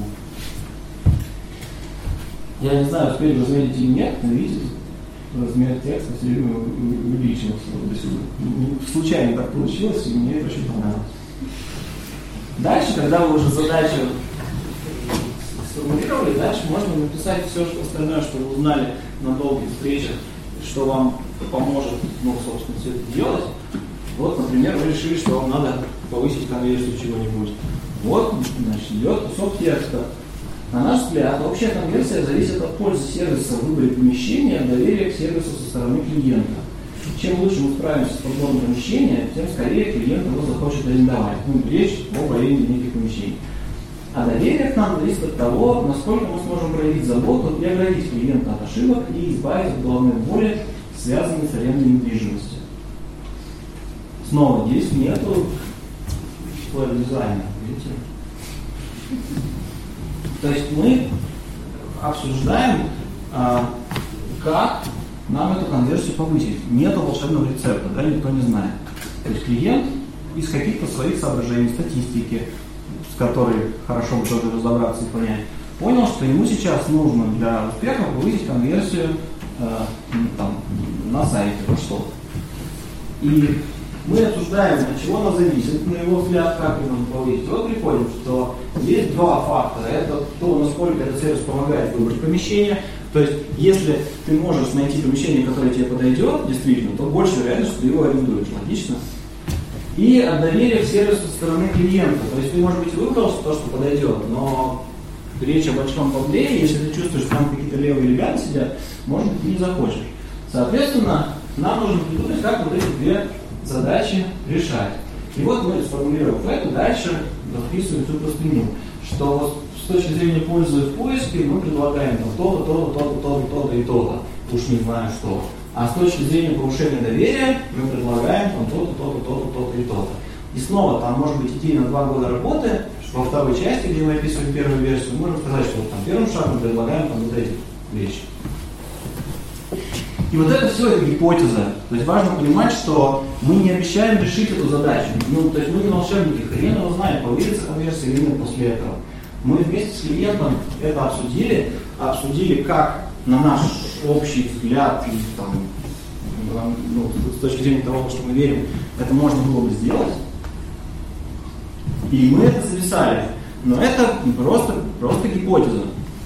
Я не знаю, успели вы заметить или нет, но видите, размер текста все время увеличивался вот до сюда. Случайно так получилось, и мне это очень понравилось. Дальше, когда вы уже задачу сформулировали, дальше можно написать все остальное, что вы узнали на долгих встречах, что вам поможет, ну, собственно, все это делать. Вот, например, вы решили, что вам надо повысить конверсию чего-нибудь. Вот, значит, идет кусок текста. На наш взгляд, общая конверсия зависит от пользы сервиса в выборе помещения, от доверия к сервису со стороны клиента. Чем лучше мы справимся с подбором помещения, тем скорее клиент его захочет арендовать. Ну, речь об аренде неких помещений. А доверие к нам зависит от того, насколько мы сможем проявить заботу и оградить клиента от ошибок и избавить от головной боли, связанной с арендой недвижимости. Снова, здесь нету слоя дизайна, видите? То есть мы обсуждаем, а, как нам эту конверсию повысить. Нету волшебного рецепта, да, никто не знает. То есть клиент из каких-то своих соображений, статистики, с которой хорошо бы тоже разобраться и понять, понял, что ему сейчас нужно для успеха повысить конверсию э, там, на сайте, вот что. И мы обсуждаем, от чего она зависит, на его взгляд, как ее нужно повысить. Вот приходим, что есть два фактора. Это то, насколько этот сервис помогает выбрать помещение. То есть, если ты можешь найти помещение, которое тебе подойдет, действительно, то больше вероятность, что ты его арендуешь. Логично? И от доверия к сервису со стороны клиента. То есть, ты, может быть, выбрал то, что подойдет, но речь о большом бабле, если ты чувствуешь, что там какие-то левые ребята сидят, может быть, ты не захочешь. Соответственно, нам нужно придумать, как вот эти две задачи решать. И вот мы, сформулировав это, дальше расписываем всю простыню, что с точки зрения пользы в поиске мы предлагаем там то-то, то-то, то-то, то-то, то-то и то-то, уж не знаю что. А с точки зрения повышения доверия мы предлагаем там то-то, то-то, то-то, то-то и то-то. И снова там может быть идти на два года работы, во второй части, где мы описываем первую версию, мы можем сказать, что вот там первым шагом предлагаем там вот эти вещи. И вот это все это гипотеза. То есть важно понимать, что мы не обещаем решить эту задачу. Ну, то есть мы не волшебники, хрен его знает, повысится конверсия или нет после этого. Мы вместе с клиентом это обсудили, обсудили, как на наш общий взгляд и там, ну, с точки зрения того, что мы верим, это можно было бы сделать. И мы это записали. Но это просто, просто гипотеза.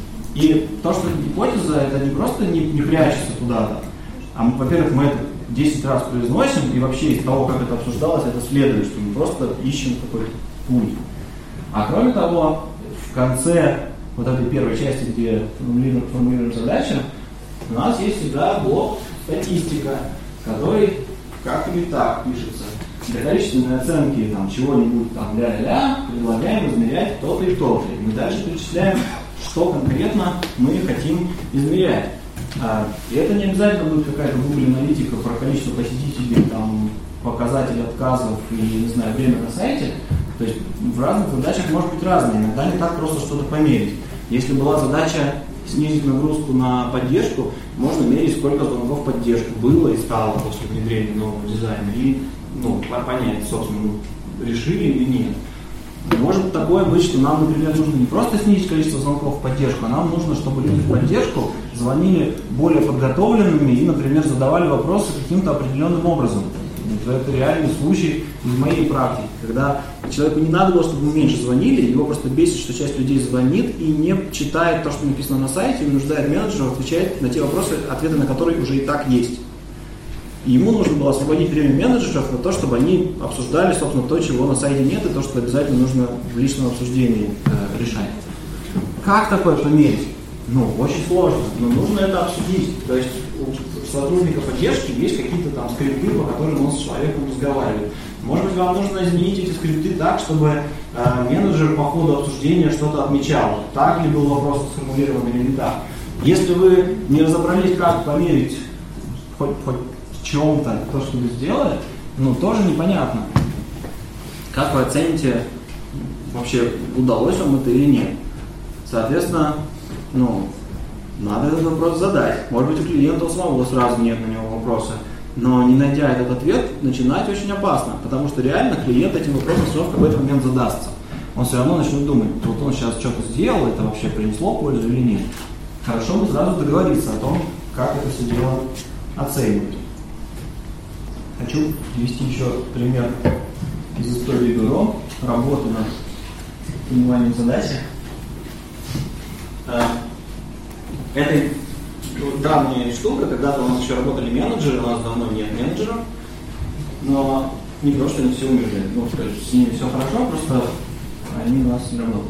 И то, что это гипотеза, это не просто не, не прячется куда-то. А мы, во-первых, мы это десять раз произносим, и вообще из того, как это обсуждалось, это следует, что мы просто ищем какой-то путь. А кроме того, в конце вот этой первой части, где формулируем, формулируем задачи, у нас есть всегда блок статистика, который как-нибудь так пишется. Для количественной оценки там, чего-нибудь там ля-ля-ля предлагаем измерять то-то и то-то. И мы дальше перечисляем, что конкретно мы хотим измерять. А, и это не обязательно будет какая-то Google аналитика про количество посетителей, там, показатели отказов и, не знаю, время на сайте. То есть в разных задачах может быть разное. Иногда не так просто что-то померить. Если была задача снизить нагрузку на поддержку, можно мерить, сколько звонков поддержки было и стало после внедрения нового дизайна. И ну, понять, собственно, решили или нет. Может такое быть, что нам, например, нужно не просто снизить количество звонков в поддержку, а нам нужно, чтобы люди в поддержку звонили более подготовленными и, например, задавали вопросы каким-то определенным образом. Это реальный случай из моей практики, когда человеку не надо было, чтобы мы меньше звонили, его просто бесит, что часть людей звонит и не читает то, что написано на сайте, и вынуждает менеджера отвечать на те вопросы, ответы на которые уже и так есть. И ему нужно было освободить время менеджеров на то, чтобы они обсуждали, собственно, то, чего на сайте нет, и то, что обязательно нужно в личном обсуждении э, решать. Как такое померить? Ну, очень сложно, но нужно это обсудить. То есть у сотрудника поддержки есть какие-то там скрипты, по которым он с человеком разговаривает. Может быть, вам нужно изменить эти скрипты так, чтобы э, менеджер по ходу обсуждения что-то отмечал. Так ли был вопрос сформулирован или не так. Если вы не разобрались, как померить хоть, хоть в чем-то то, что вы сделали, ну, тоже непонятно. Как вы оцените вообще, удалось вам это или нет. Соответственно, ну, надо этот вопрос задать. Может быть, у клиента у самого сразу нет на него вопроса. Но не найдя этот ответ, начинать очень опасно. Потому что реально клиент этим вопросом все в какой-то момент задастся. Он все равно начнет думать, вот он сейчас что-то сделал, это вообще принесло пользу или нет. Хорошо бы сразу договориться о том, как это все дело оценивать. Хочу привести еще пример из истории бюро, работы над пониманием задачи. Это давняя штука, когда-то у нас еще работали менеджеры, у нас давно нет менеджеров, но не потому что они все умерли. Ну, скажем, с ними все хорошо, просто они у нас все равно.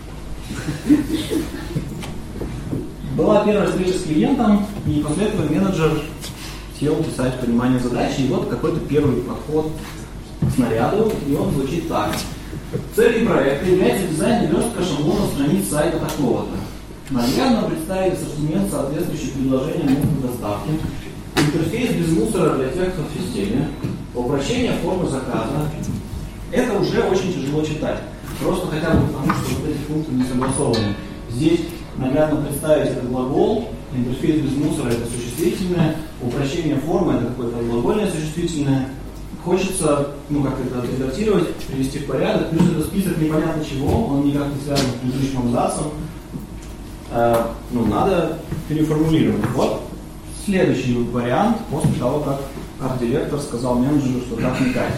Была первая встреча с клиентом, и после этого менеджер сел писать понимание задачи, и вот какой-то первый подход к снаряду, и он звучит так. Целью проекта является дизайн и верстка шаблона страниц сайта такого-то. Наглядно представить ассортимент соответствующих предложений метода доставки, интерфейс без мусора для текстов в системе, упрощение формы заказа. Это уже очень тяжело читать. Просто хотя бы потому, что вот эти пункты не согласованы. Здесь наглядно представить это глагол, интерфейс без мусора это существительное, упрощение формы это какое-то глагольное существительное. Хочется, ну, как это отредактировать, привести в порядок, плюс это список непонятно чего, он никак не связан с предыдущим абзацем. Э, ну, надо переформулировать. Вот следующий вариант после того, как арт-директор сказал менеджеру, что так не катит.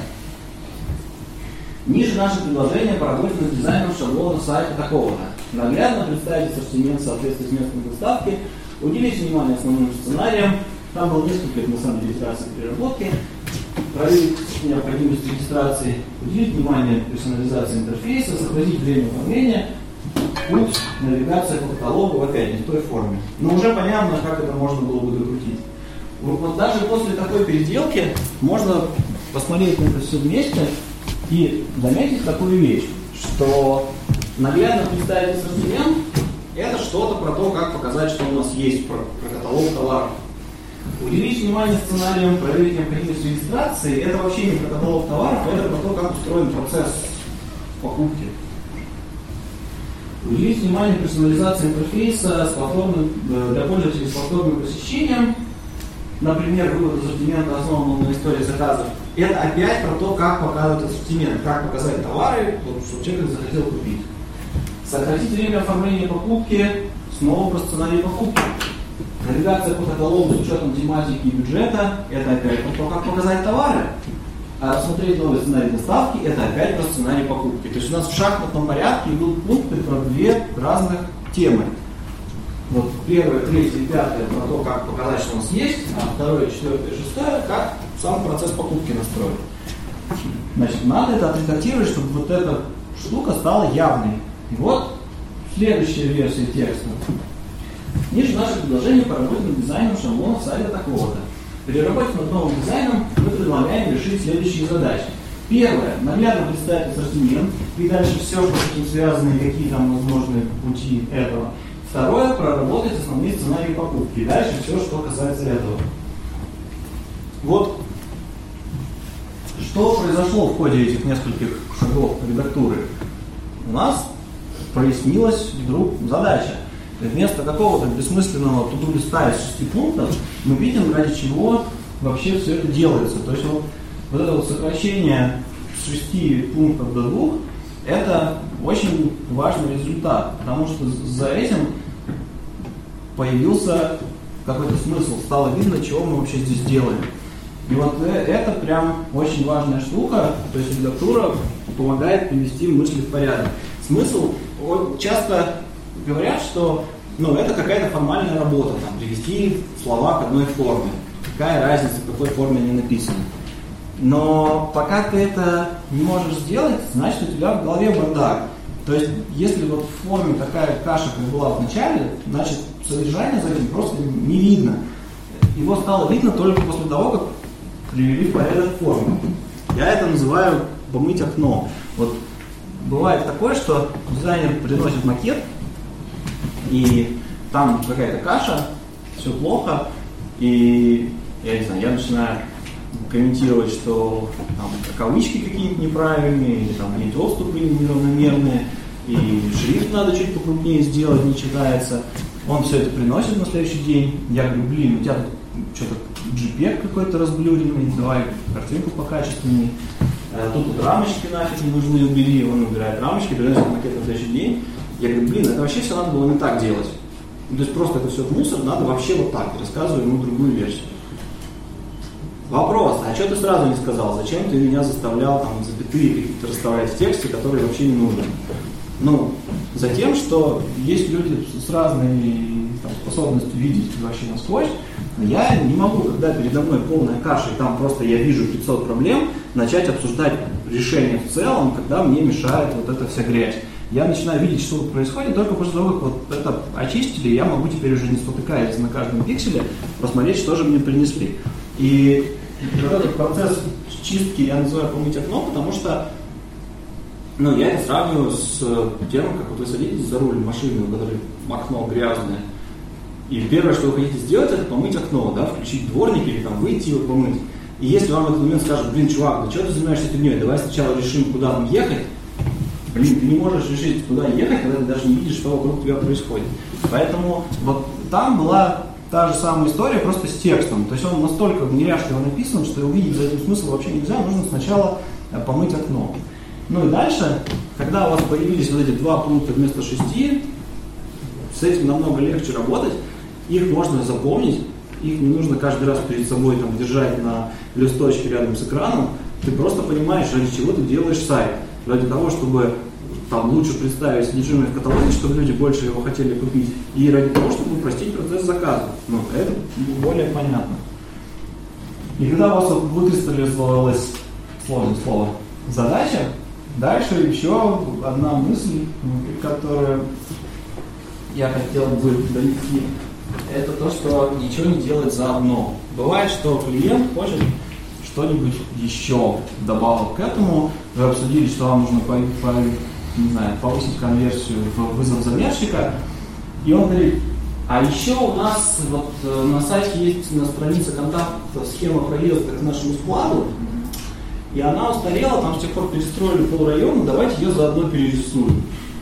Ниже наше предложение по работе над дизайном шаблона сайта такого-то. Наглядно представить ассортимент в соответствии с местом доставки, уделить внимание основным сценариям. Там было несколько, на самом деле, итераций переработки. Проверить необходимость регистрации, уделить внимание персонализации интерфейса, сократить время оформления, путь, навигация по каталогу, опять не в той форме. Но уже понятно, как это можно было бы докрутить. Вот даже после такой переделки можно посмотреть на это все вместе и заметить такую вещь, что наглядно представить ассортимент – это что-то про то, как показать, что у нас есть, про, про каталог товаров. Уделить внимание сценариям, проверить необходимость регистрации – это вообще не про каталог товаров, это про то, как устроен процесс покупки. Уделить внимание персонализации интерфейса с повторным, для пользователей с повторным посещением. Например, вывод ассортимента, основанного на истории заказов. Это опять про то, как показывать ассортимент, как показать товары, чтобы человек захотел купить. Сократить время оформления покупки, снова про сценарий покупки. Навигация по каталогу с учетом тематики и бюджета, это опять про то, как показать товары. А рассмотреть новый сценарий доставки, это опять про сценарий покупки. То есть у нас в шахматном порядке идут пункты про две разных темы. Вот первое, третье и пятое про то, как показать, что у нас есть, а второе, четвертое и шестое, как сам процесс покупки настроить. Значит, надо это отредактировать, чтобы вот эта штука стала явной. И вот следующая версия текста. Ниже наше предложение по работе над дизайном шаблонов сайта такого-то. При работе над новым дизайном мы предлагаем решить следующие задачи. Первое. Наглядно представить ассортимент и дальше все, что с этим связано, и какие там возможны пути этого. Второе. Проработать основные сценарии покупки. И дальше все, что касается этого. Вот что произошло в ходе этих нескольких шагов редактуры. У нас прояснилась вдруг задача. Вместо какого-то бессмысленного to-do листа из шести пунктов мы видим, ради чего вообще все это делается. То есть вот, вот это вот сокращение с шести пунктов до двух – это очень важный результат, потому что за этим появился какой-то смысл, стало видно, чего мы вообще здесь делаем. И вот это прям очень важная штука, то есть редактура помогает привести мысли в порядок. Смысл, часто говорят, что ну, это какая-то формальная работа, там, привести слова к одной форме. Какая разница, в какой форме они написаны. Но пока ты это не можешь сделать, значит у тебя в голове бардак. То есть, если вот в форме такая каша, как была в начале, значит содержание за этим просто не видно. Его стало видно только после того, как привели в порядок форму. Я это называю помыть окно. Вот бывает такое, что дизайнер приносит макет, и там какая-то каша, все плохо, и я не знаю, я начинаю комментировать, что там кавычки какие-то неправильные, или там есть отступы неравномерные, и шрифт надо чуть покрупнее сделать, не читается. Он все это приносит на следующий день. Я говорю, блин, у тебя тут что-то джей пи джи какой-то разблюренный, давай картинку покачественней. А тут вот рамочки нафиг не нужны, убери. Он убирает рамочки, приносит макет на следующий день. Я говорю, блин, это вообще все надо было не так делать. То есть просто это все в мусор, надо вообще вот так. Рассказываю ему другую версию. Вопрос, а что ты сразу не сказал? Зачем ты меня заставлял там запятые какие-то расставлять в тексте, которые вообще не нужны? Ну, Затем, что есть люди с разной там, способностью видеть вообще насквозь. Я не могу, когда передо мной полная каша, и там просто я вижу пятьсот проблем, начать обсуждать решение в целом, когда мне мешает вот эта вся грязь. Я начинаю видеть, что тут происходит, только после того, как вот это очистили, я могу теперь уже не спотыкаясь на каждом пикселе, посмотреть, что же мне принесли. И вот этот процесс чистки я называю помыть окно, потому что ну, я это сравниваю с тем, как вот вы садитесь за руль машины, у которой окно грязное. И первое, что вы хотите сделать, это помыть окно, да, включить дворник или там выйти его помыть. И если вам в этот момент скажут, блин, чувак, да что ты занимаешься фигней, давай сначала решим, куда нам ехать. Блин, ты не можешь решить, куда ехать, когда ты даже не видишь, что вокруг тебя происходит. Поэтому вот там была та же самая история, просто с текстом. То есть он настолько неряшливо написан, что увидеть за этим смысл вообще нельзя, нужно сначала помыть окно. Ну и дальше, когда у вас появились вот эти два пункта вместо шести, с этим намного легче работать, их можно запомнить, их не нужно каждый раз перед собой там, держать на листочке рядом с экраном, ты просто понимаешь, ради чего ты делаешь сайт. Ради того, чтобы там, лучше представить содержимое в каталоге, чтобы люди больше его хотели купить, и ради того, чтобы упростить процесс заказа. Ну, это более понятно. И когда у вас выкристаллизовалась, сложное слово, задача, дальше еще одна мысль, которую я хотел бы донести, это то, что ничего не делать заодно. Бывает, что клиент хочет что-нибудь еще добавок к этому. Вы обсудили, что вам нужно по, по, не знаю, повысить конверсию в вызов замерщика. И он говорит, а еще у нас вот на сайте есть на странице контакта схема проезда к нашему складу, и она устарела, там с тех пор перестроили полрайона, давайте ее заодно перерисуем.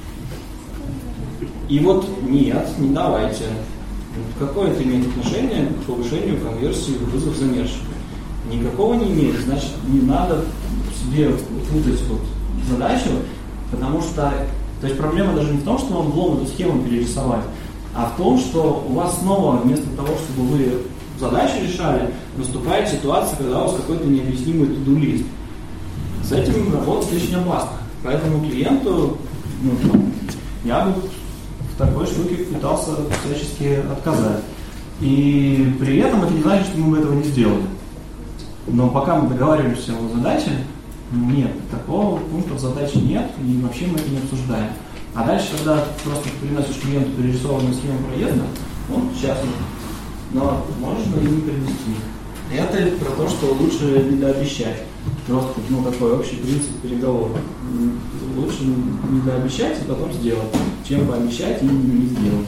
И вот нет, не давайте. Какое это имеет отношение к повышению конверсии в вызов замерщика? Никакого не имеет, значит, не надо себе путать вот задачу, потому что, то есть проблема даже не в том, что вам влом эту схему перерисовать, а в том, что у вас снова вместо того, чтобы вы задачу решали, наступает ситуация, когда у вас какой-то необъяснимый to-do-лист. С этим работать очень опасно. Поэтому клиенту, ну, я бы в такой штуке пытался всячески отказать. И при этом это не значит, что мы бы этого не сделали. Но пока мы договариваемся о задаче, нет, такого пункта в задаче нет, и вообще мы это не обсуждаем. А дальше, когда просто приносишь клиенту перерисованную схему проезда, он счастлив, но можно и не принести. Это про то, что лучше недообещать. Просто ну, такой общий принцип переговоров. Лучше недообещать и потом сделать, чем пообещать и не сделать.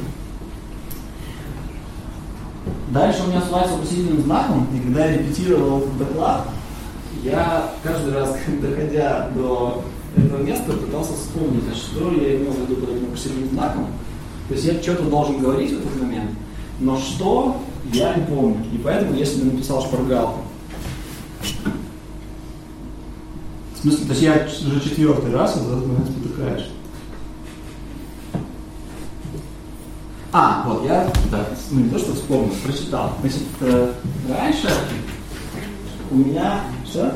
Дальше у меня слайд с вопросительным знаком, и когда я репетировал доклад, я каждый раз, доходя до этого места, пытался вспомнить, а что я имел в виду под этим вопросительным знаком. То есть я что-то должен говорить в этот момент, но что, я не помню. И поэтому я себе написал шпаргалку. В смысле, то есть я уже четвертый раз в этот момент спотыкаешь. А, вот, я, да, ну не то, что вспомнил, прочитал. Значит, э, раньше у меня... Что?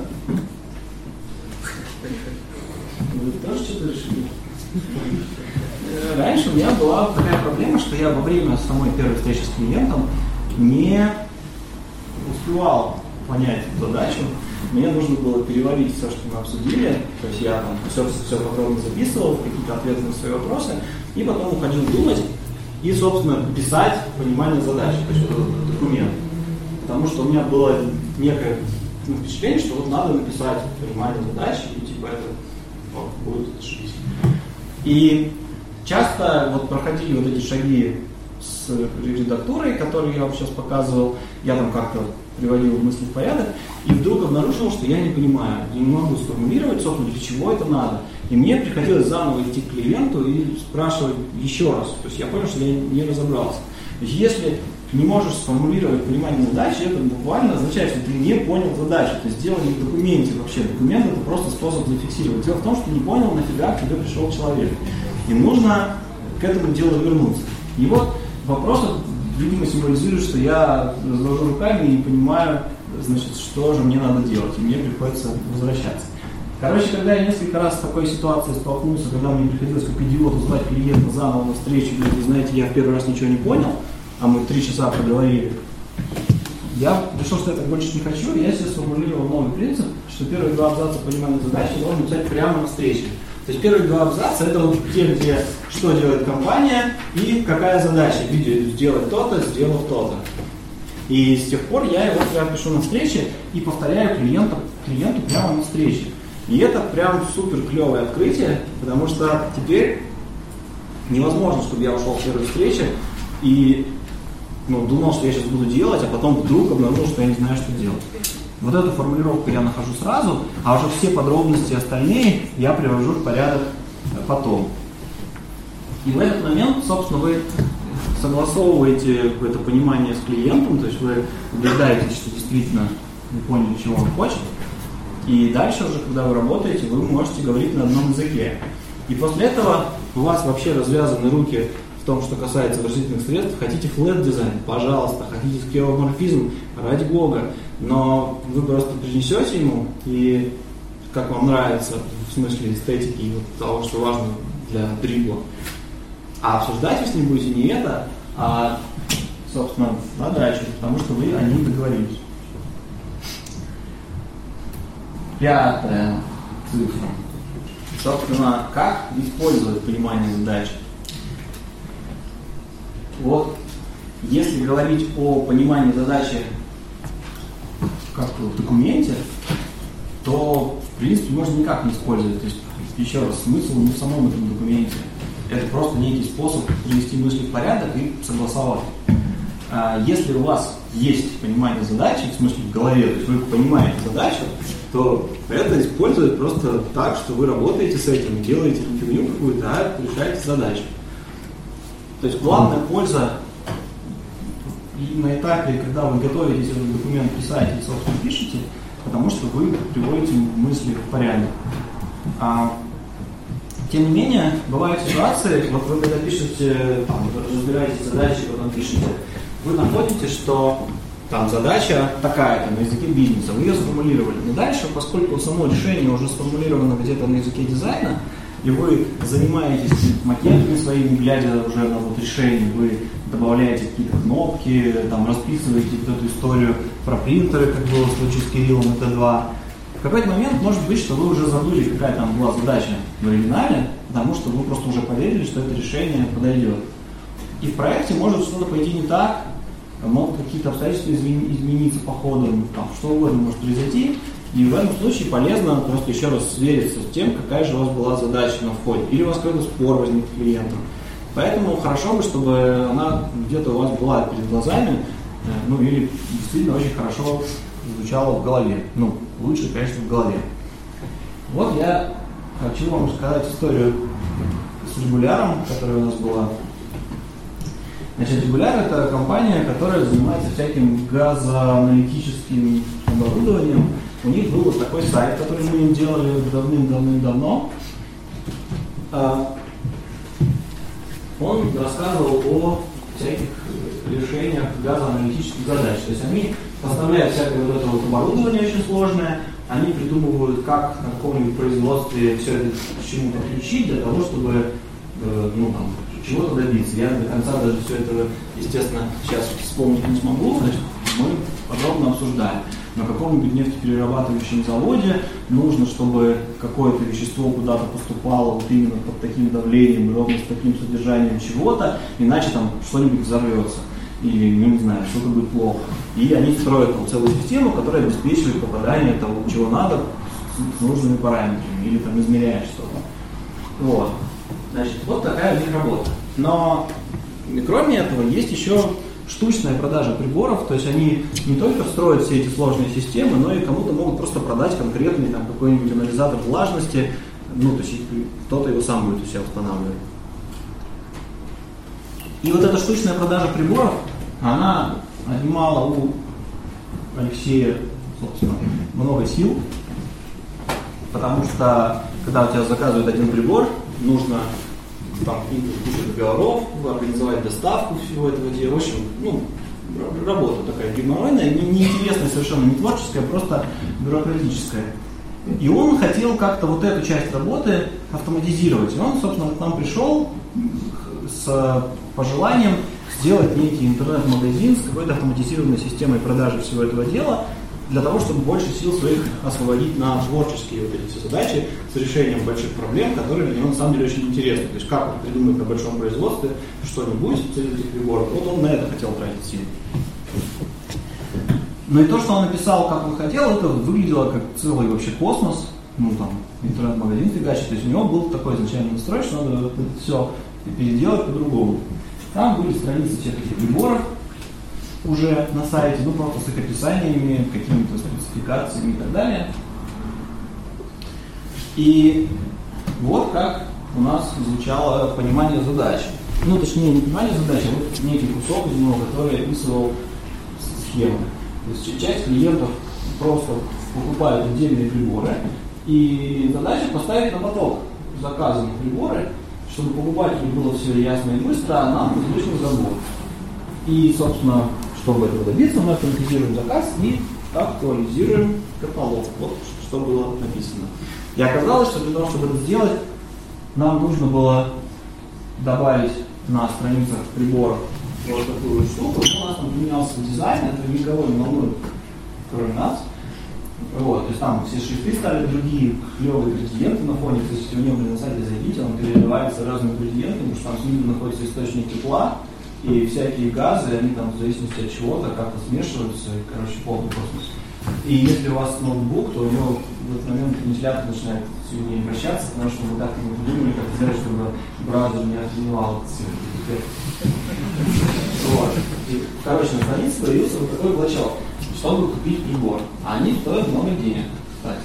Вы тоже что-то решили? Раньше у меня была такая проблема, что я во время самой первой встречи с клиентом не успевал понять задачу. Мне нужно было переварить все, что мы обсудили. То есть я там все, все подробно записывал, какие-то ответы на свои вопросы, и потом уходил думать. И, собственно, писать понимание задачи, то есть этот документ. Потому что у меня было некое ну, впечатление, что вот надо написать понимание задачи, и типа это вот, будет ошибись. И часто вот проходили вот эти шаги с редактурой, которые я вам сейчас показывал, я там как-то приводил мысли в порядок, и вдруг обнаружил, что я не понимаю, я не могу сформулировать, собственно, для чего это надо. И мне приходилось заново идти к клиенту и спрашивать еще раз. То есть я понял, что я не разобрался. То есть если не можешь сформулировать понимание задачи, это буквально означает, что ты не понял задачу. То есть дело не в документе вообще. Документ это просто способ зафиксировать. Дело в том, что не понял, нафига к тебе пришел человек. И нужно к этому делу вернуться. И вот вопрос, видимо, символизирует, что я развожу руками и не понимаю, значит, что же мне надо делать. И мне приходится возвращаться. Короче, когда я несколько раз с такой ситуацией столкнулся, когда мне приходилось как идиоту звать клиента заново на встречу, говорит, знаете, я в первый раз ничего не понял, а мы три часа проговорили, я решил, что я так больше не хочу, и я себе сформулировал новый принцип, что первые два абзаца понимания задачи должен писать прямо на встрече. То есть первые два абзаца это вот те, где что делает компания и какая задача. В виде сделать то-то, сделав то-то. И с тех пор я его прямо пишу на встрече и повторяю клиенту, клиенту прямо на встрече. И это прям супер клевое открытие, потому что теперь невозможно, чтобы я ушел с первой встречи и ну, думал, что я сейчас буду делать, а потом вдруг обнаружил, что я не знаю, что делать. Вот эту формулировку я нахожу сразу, а уже все подробности остальные я привожу в порядок потом. И в этот момент, собственно, вы согласовываете это понимание с клиентом, то есть вы убеждаетесь, что действительно вы поняли, чего он хочет. И дальше уже, когда вы работаете, вы можете говорить на одном языке. И после этого у вас вообще развязаны руки в том, что касается выразительных средств. Хотите флэт дизайн, пожалуйста, хотите скеоморфизм, ради бога, но вы просто принесете ему, и как вам нравится, в смысле эстетики и вот того, что важно для дрибла. А обсуждать вы с ним будете не это, а, собственно, задачу, потому что вы о ней договорились. Пятая цифра. Собственно, как использовать понимание задачи? Вот, если говорить о понимании задачи как в документе, то, в принципе, можно никак не использовать. То есть, еще раз, смысл не в самом этом документе. Это просто некий способ привести мысли в порядок и согласовать. Если у вас есть понимание задачи, в смысле в голове, то есть вы понимаете задачу, то это используют просто так, что вы работаете с этим, делаете фигню какую-то, а решаете задачу. То есть главная польза и на этапе, когда вы готовитесь этот документ писать и, собственно, пишете, потому что вы приводите мысли в порядок. А, тем не менее, бывают ситуации, вот вы когда пишете, там, разбираете задачи, потом пишете, вы находите, что там задача такая-то на языке бизнеса, вы ее сформулировали. Но дальше, поскольку само решение уже сформулировано где-то на языке дизайна, и вы занимаетесь макетами своими, глядя уже на вот решение, вы добавляете какие-то кнопки, там, расписываете вот эту историю про принтеры, как было в случае с Кириллом и Т два. В какой-то момент может быть, что вы уже забыли, какая там была задача в оригинале, потому что вы просто уже поверили, что это решение подойдет. И в проекте может что-то пойти не так, могут какие-то обстоятельства измениться по ходу, там, что угодно может произойти. И в этом случае полезно просто еще раз свериться с тем, какая же у вас была задача на входе. Или у вас какой-то спор возник с клиентом. Поэтому хорошо бы, чтобы она где-то у вас была перед глазами, ну или действительно очень хорошо звучала в голове. Ну, лучше, конечно, в голове. Вот я хочу вам рассказать историю с Регуляром, которая у нас была. Значит, Регуляр — это компания, которая занимается всяким газоаналитическим оборудованием. У них был вот такой сайт, который мы им делали давным-давным-давно. Он рассказывал о всяких решениях газоаналитических задач. То есть они поставляют всякое вот это вот оборудование очень сложное, они придумывают, как на каком-нибудь производстве все это к чему-то включить, для того, чтобы ну, там, чего-то добиться. Я до конца даже все это, естественно, сейчас вспомнить не смогу, значит, мы подробно обсуждаем. На каком-нибудь нефтеперерабатывающем заводе нужно, чтобы какое-то вещество куда-то поступало вот именно под таким давлением, ровно с таким содержанием чего-то, иначе там что-нибудь взорвется. Или, ну, не знаю, что-то будет плохо. И они строят там целую систему, которая обеспечивает попадание того, чего надо, с нужными параметрами, или там измеряет что-то. Вот. Значит, вот такая у них работа. Но кроме этого есть еще штучная продажа приборов, то есть они не только строят все эти сложные системы, но и кому-то могут просто продать конкретный там какой-нибудь анализатор влажности, ну, то есть кто-то его сам будет у себя устанавливать. И вот эта штучная продажа приборов, она отнимала у Алексея, собственно, много сил, потому что, когда у тебя заказывают один прибор, нужно там кучу договоров, организовать доставку всего этого дела. В общем, ну, работа такая геморройная, неинтересная, совершенно не творческая, просто бюрократическая. И он хотел как-то вот эту часть работы автоматизировать. И он, собственно, к нам пришел с пожеланием сделать некий интернет-магазин с какой-то автоматизированной системой продажи всего этого дела, для того, чтобы больше сил своих освободить на творческие вот эти все задачи с решением больших проблем, которые для него на самом деле очень интересны. То есть как он придумает на большом производстве что-нибудь с этих приборов, вот он на это хотел тратить силы. Но и то, что он написал, как он хотел, это выглядело как целый вообще космос, ну там, интернет-магазин фигачит. То есть у него был такой изначальный настрой, что надо это все переделать по-другому. Там были страницы всех этих приборов уже на сайте, ну просто с их описаниями, какими-то спецификациями и так далее. И вот как у нас звучало понимание задачи. Ну, точнее, не понимание задачи, а вот некий кусок из него, который описывал схему. То есть часть клиентов просто покупают отдельные приборы, и задача поставить на поток заказанные приборы, чтобы покупателю было все ясно и быстро, а нам излишний забор. И, собственно, чтобы этого добиться, мы автоматизируем заказ и актуализируем каталог. Вот что было написано. И оказалось, что для того, чтобы это сделать, нам нужно было добавить на страницах приборов вот такую штуку. У нас там поменялся дизайн, это никого не волнует, кроме нас. Вот, то есть там все шрифты стали другие, клевые градиенты на фоне. То есть если вы не были на сайте, зайдите, он переливается разными градиентами, потому что там снизу находится источник тепла, и всякие газы, они там в зависимости от чего-то как-то смешиваются, и, короче, полный космос. И если у вас ноутбук, то у него в этот момент вентилятор начинает сильнее вращаться, потому что мы так и не придумали, как сделать, чтобы браузер не отменял этот вот. И, короче, на странице появился вот такой блочок, чтобы купить прибор. А они стоят много денег, кстати.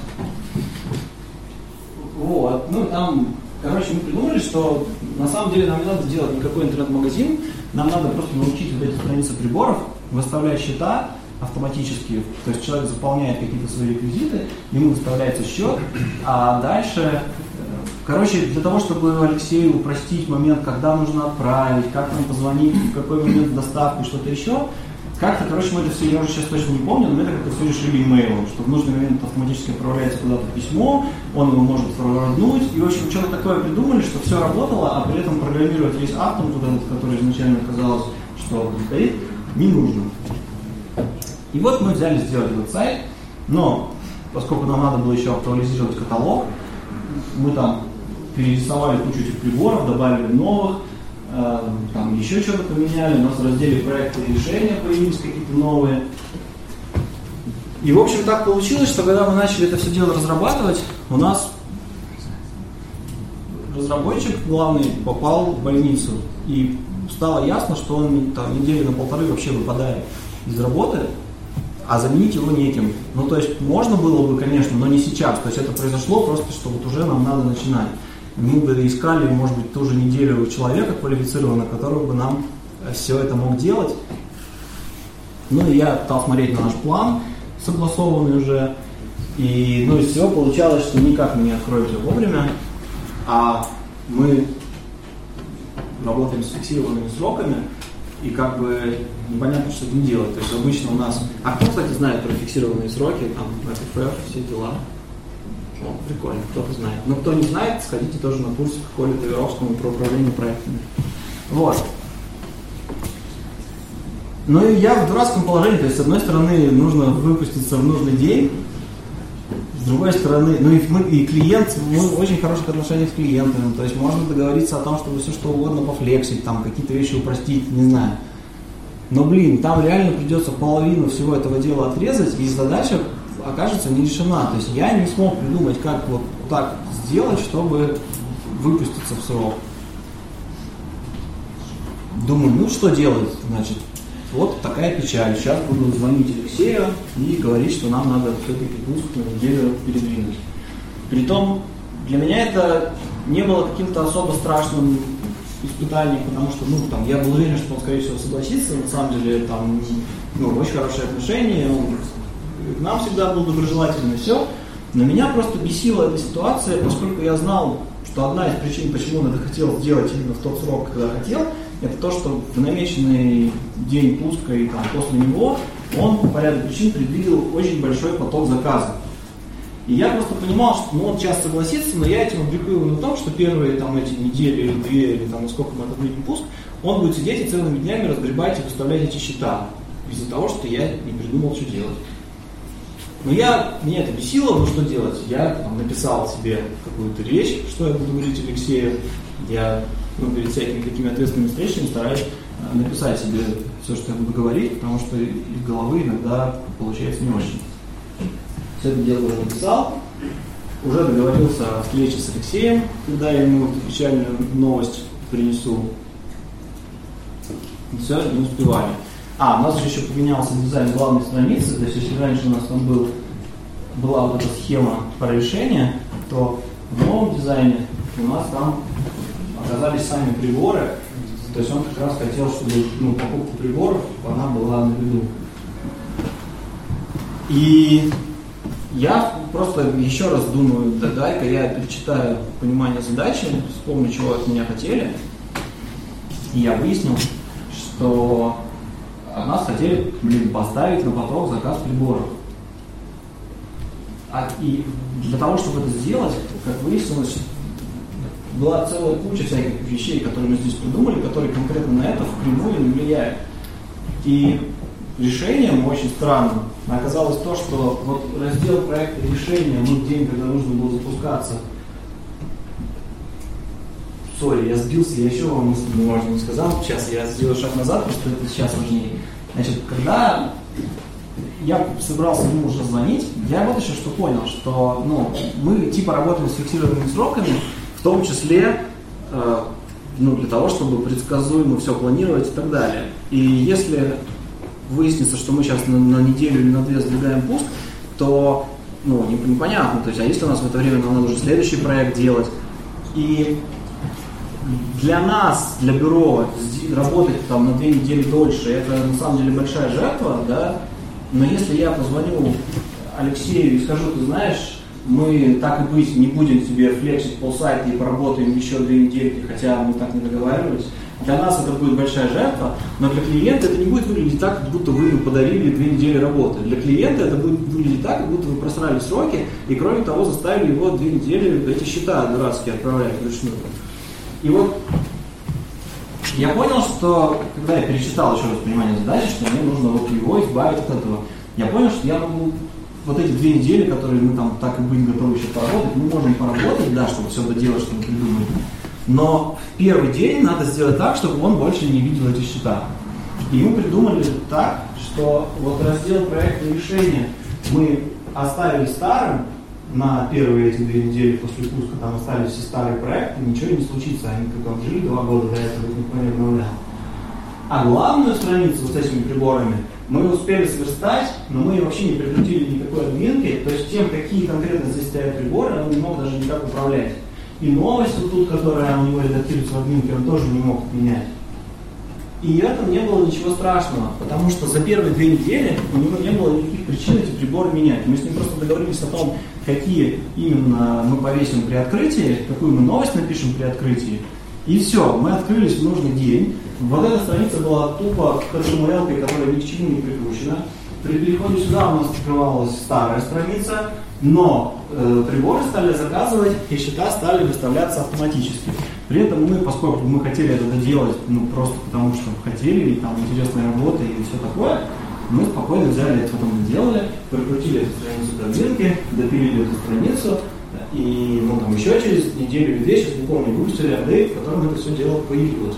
Вот, ну там, короче, мы придумали, что на самом деле нам не надо делать никакой интернет-магазин, нам надо просто научить вот эти страницы приборов выставлять счета автоматически, то есть человек заполняет какие-то свои реквизиты, ему выставляется счет, а дальше, короче, для того, чтобы Алексею упростить момент, когда нужно отправить, как нам позвонить, в какой момент доставки, что-то еще, как-то, короче, мы это все, я уже сейчас точно не помню, но мы это как-то все решили имейлом, что в нужный момент автоматически отправляется куда-то письмо, он его может форварднуть, и, в общем, что-то такое придумали, что все работало, а при этом программировать весь атом, туда, который изначально казалось, что стоит, не нужно. И вот мы взяли сделать этот сайт, но поскольку нам надо было еще актуализировать каталог, мы там перерисовали кучу этих приборов, добавили новых, э, там еще что-то поменяли, у нас в разделе проекты и решения появились какие-то новые. И в общем так получилось, что когда мы начали это все дело разрабатывать, у нас разработчик главный попал в больницу, и стало ясно, что он там недели на полторы вообще выпадает из работы, а заменить его неким. Ну, то есть, можно было бы, конечно, но не сейчас. То есть, это произошло просто, что вот уже нам надо начинать. Мы бы искали, может быть, ту же неделю человека квалифицированного, который бы нам все это мог делать. Ну, и я стал смотреть на наш план, согласованный уже. И, ну, из всего получалось, что никак мы не откроем все вовремя, а мы работаем с фиксированными сроками, и как бы непонятно, что с этим делать. То есть обычно у нас... А кто, кстати, знает про фиксированные сроки, там, эр эф эф, все дела? О, прикольно, кто-то знает. Но кто не знает, сходите тоже на курс к Коле Таверовскому про управление проектами. Вот. Ну и я в дурацком положении, то есть с одной стороны нужно выпуститься в нужный день, с другой стороны, ну и, мы, и клиент, мы в очень хороших отношениях с клиентами, то есть можно договориться о том, чтобы все что угодно пофлексить, там какие-то вещи упростить, не знаю. Но, блин, там реально придется половину всего этого дела отрезать, и задача окажется не решена. То есть я не смог придумать, как вот так сделать, чтобы выпуститься в срок. Думаю, ну что делать, значит, вот такая печаль. Сейчас буду звонить Алексею и говорить, что нам надо все-таки пуск на неделю передвинуть. Притом, для меня это не было каким-то особо страшным испытанием, потому что, ну, там, я был уверен, что он, скорее всего, согласится. На самом деле, там, ну, очень хорошие отношения, он к нам всегда был доброжелательный, все. Но меня просто бесила эта ситуация, поскольку я знал, что одна из причин, почему он это хотел сделать именно в тот срок, когда хотел, это то, что в намеченный день пуска и там, после него он по ряду причин предвидел очень большой поток заказов. И я просто понимал, что ну, он часто согласится, но я этим обрекаю его на том, что первые там, эти недели или две, или там, сколько мы отодвинем пуск, он будет сидеть и целыми днями разгребать и выставлять эти счета, из-за того, что я не придумал, что делать. Но я, меня это бесило, ну что делать? Я там, написал себе какую-то речь, что я буду говорить Алексею. Я ну, перед всякими такими ответственными встречами стараюсь написать себе все, что я буду говорить, потому что из головы иногда получается не очень. Все это дело уже написал, уже договорился о встрече с Алексеем, когда я ему печальную новость принесу. И все, не успевали. А, у нас же еще поменялся дизайн главной страницы, то есть если раньше у нас там был, была вот эта схема по решению, то в новом дизайне у нас там оказались сами приборы, то есть он как раз хотел, чтобы ну, покупка приборов, она была на виду. И я просто еще раз думаю, да, дай-ка я перечитаю понимание задачи, вспомню, чего от меня хотели, и я выяснил, что от нас хотели, блин, поставить на поток заказ приборов. А, и для того, чтобы это сделать, как выяснилось, была целая куча всяких вещей, которые мы здесь придумали, которые конкретно на это впрямую не влияют. И решением очень странным оказалось то, что вот раздел проекта решения, ну, в день, когда нужно было запускаться. Сори, я сбился, я еще вам мысль можно не сказал. Сейчас я сделаю шаг назад, потому что это сейчас важнее. Значит, когда я собрался ему уже звонить, я вот еще что понял, что ну, мы типа работаем с фиксированными сроками, в том числе э, ну, для того, чтобы предсказуемо все планировать и так далее. И если выяснится, что мы сейчас на, на неделю или на две сдвигаем пуск, то ну, непонятно. То есть, а если у нас в это время нам надо уже следующий проект делать? И для нас, для бюро, работать там на две недели дольше, это на самом деле большая жертва, да? Но если я позвоню Алексею и скажу, ты знаешь, мы так и быть не будем тебе флексить полсайта и поработаем еще две недели, хотя мы так не договаривались, для нас это будет большая жертва, но для клиента это не будет выглядеть так, как будто вы ему подарили две недели работы. Для клиента это будет выглядеть так, как будто вы просрали сроки и, кроме того, заставили его две недели эти счета дурацкие отправлять вручную. И вот я понял, что когда я перечитал еще раз понимание задачи, что мне нужно вот его избавить от этого, я понял, что я могу вот эти две недели, которые мы там так и быть готовы еще поработать, мы можем поработать, да, чтобы все доделать, что мы придумали. Но в первый день надо сделать так, чтобы он больше не видел эти счета. И мы придумали так, что вот раздел проекта решения мы оставили старым на первые эти две недели после пуска, там остались все старые проекты, ничего не случится, они как там жили два года, до этого их никто не обновлял. А главную страницу вот с этими приборами мы успели сверстать, но мы вообще не прикрутили никакой админки, то есть тем, какие конкретно здесь стоят приборы, он не мог даже никак управлять. И новость вот тут, которая у него редактируется в админке, он тоже не мог менять. И в этом не было ничего страшного, потому что за первые две недели у него не было никаких причин эти приборы менять. Мы с ним просто договорились о том, какие именно мы повесим при открытии, какую мы новость напишем при открытии. И все, мы открылись в нужный день. Вот эта страница была тупо эйч ти эм эл, которая ни к чему не прикручена. При переходе сюда у нас открывалась старая страница, но э, приборы стали заказывать, и счета стали выставляться автоматически. При этом мы, поскольку мы хотели это доделать, ну просто потому что хотели, и там интересная работа и все такое, мы спокойно взяли это, потом доделали, прикрутили эту страницу к админке, допилили эту страницу, и ну, там еще через неделю или две, сейчас не помню, выпустили апдейт, в котором это все дело появилось.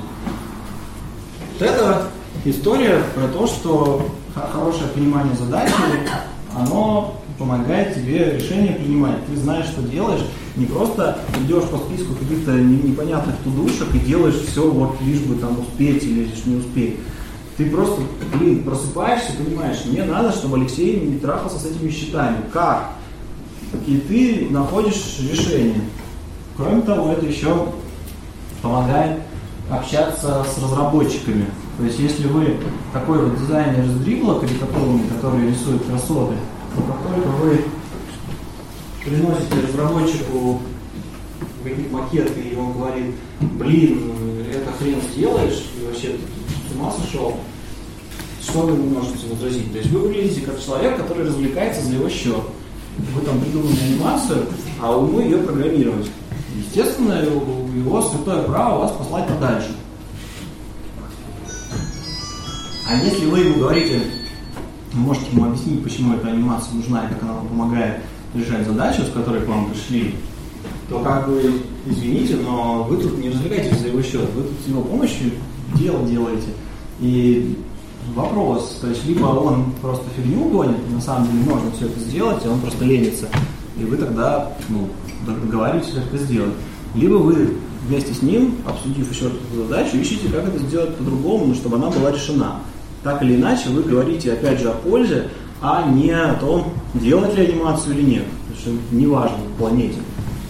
Вот это история про то, что хорошее понимание задачи, оно помогает тебе решение принимать. Ты знаешь, что делаешь, не просто идешь по списку каких-то непонятных тудушек и делаешь все, вот лишь бы там успеть или лишь не успеть. Ты просто, блин, просыпаешься и понимаешь, мне надо, чтобы Алексей не трахался с этими счетами. Как? И ты находишь решение. Кроме того, это еще помогает общаться с разработчиками. То есть, если вы такой вот дизайнер из дриблок или который, который рисует красоты, то как только вы приносите разработчику какие-то макеты, и он говорит, блин, это хрен сделаешь, и вообще ты с ума сошел, что вы не можете возразить? То есть вы выглядите как человек, который развлекается за его счет. вы там придумали анимацию, а ему ее программировать. Естественно, его святое право вас послать подальше. А если вы ему говорите, вы можете ему объяснить, почему эта анимация нужна и как она вам помогает решать задачу, с которой к вам пришли, то как бы, извините, но вы тут не развлекаетесь за его счет, вы тут с его помощью дело делаете. И вопрос, то есть либо он просто фигню гонит, на самом деле можно все это сделать, а он просто ленится, и вы тогда ну, договариваетесь, как это сделать. Либо вы вместе с ним, обсудив еще эту задачу, ищите, как это сделать по-другому, чтобы она была решена. Так или иначе, вы говорите опять же о пользе, а не о том, делать ли анимацию или нет. Потому что не важно в планете.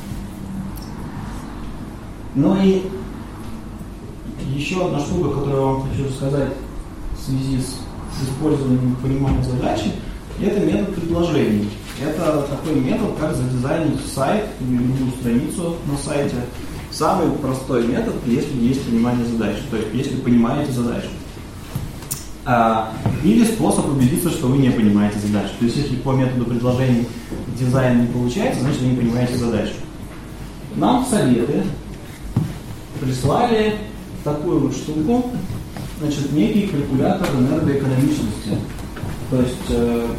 Ну и еще одна штука, которую я вам хочу рассказать в связи с использованием и пониманием задачи, это метод предложений. Это такой метод, как задизайнить сайт или любую страницу на сайте. Самый простой метод, если есть понимание задачи, то есть если понимаете задачу. А, или способ убедиться, что вы не понимаете задачу. То есть если по методу предложений дизайн не получается, значит вы не понимаете задачу. Нам в советы прислали такую вот штуку, значит, некий калькулятор энергоэкономичности. То есть, э,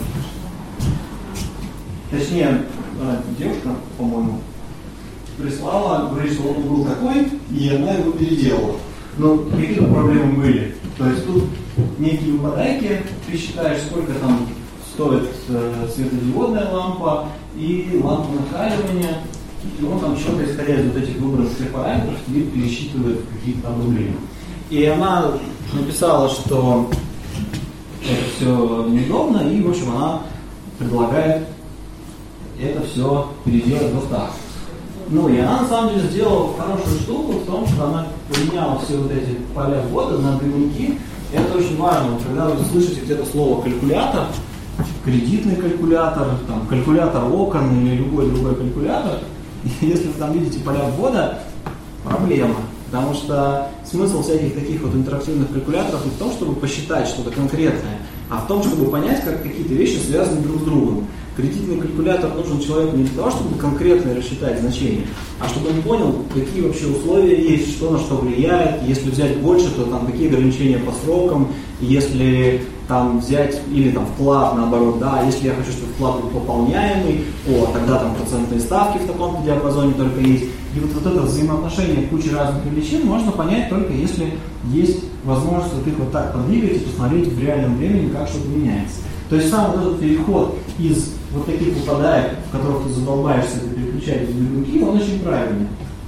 точнее, э, девушка, по-моему, прислала, говорит, что он был такой, и она его переделала. Но какие-то проблемы были. То есть тут некие угадайки, ты считаешь, сколько там стоит э, светодиодная лампа и лампа накаливания, и он там что-то, исходя из вот этих выбранных параметров, тебе пересчитывает какие-то там рубли. И она написала, что это все неудобно, и, в общем, она предлагает это все переделать вот так. Ну, и она, на самом деле, сделала хорошую штуку в том, что она поменяла все вот эти поля ввода на двойники. Это очень важно. Когда вы слышите где-то слово «калькулятор», кредитный калькулятор, там, калькулятор окон или любой другой калькулятор, если вы там видите поля ввода, проблема. Потому что смысл всяких таких вот интерактивных калькуляторов не в том, чтобы посчитать что-то конкретное, а в том, чтобы понять, как какие-то вещи связаны друг с другом. Кредитный калькулятор нужен человеку не для того, чтобы конкретно рассчитать значение, а чтобы он понял, какие вообще условия есть, что на что влияет. Если взять больше, то там какие ограничения по срокам, если там взять, или там вклад, наоборот, да, если я хочу, чтобы вклад был пополняемый, о, тогда там процентные ставки в таком диапазоне только есть. И вот, вот это взаимоотношение кучи разных величин можно понять только если есть возможность вот их вот так подвигать и посмотреть в реальном времени, как что-то меняется. То есть сам вот этот переход из вот таких упадаек, в которых ты задолбаешься, ты переключаешь в двигунки, он очень правильный.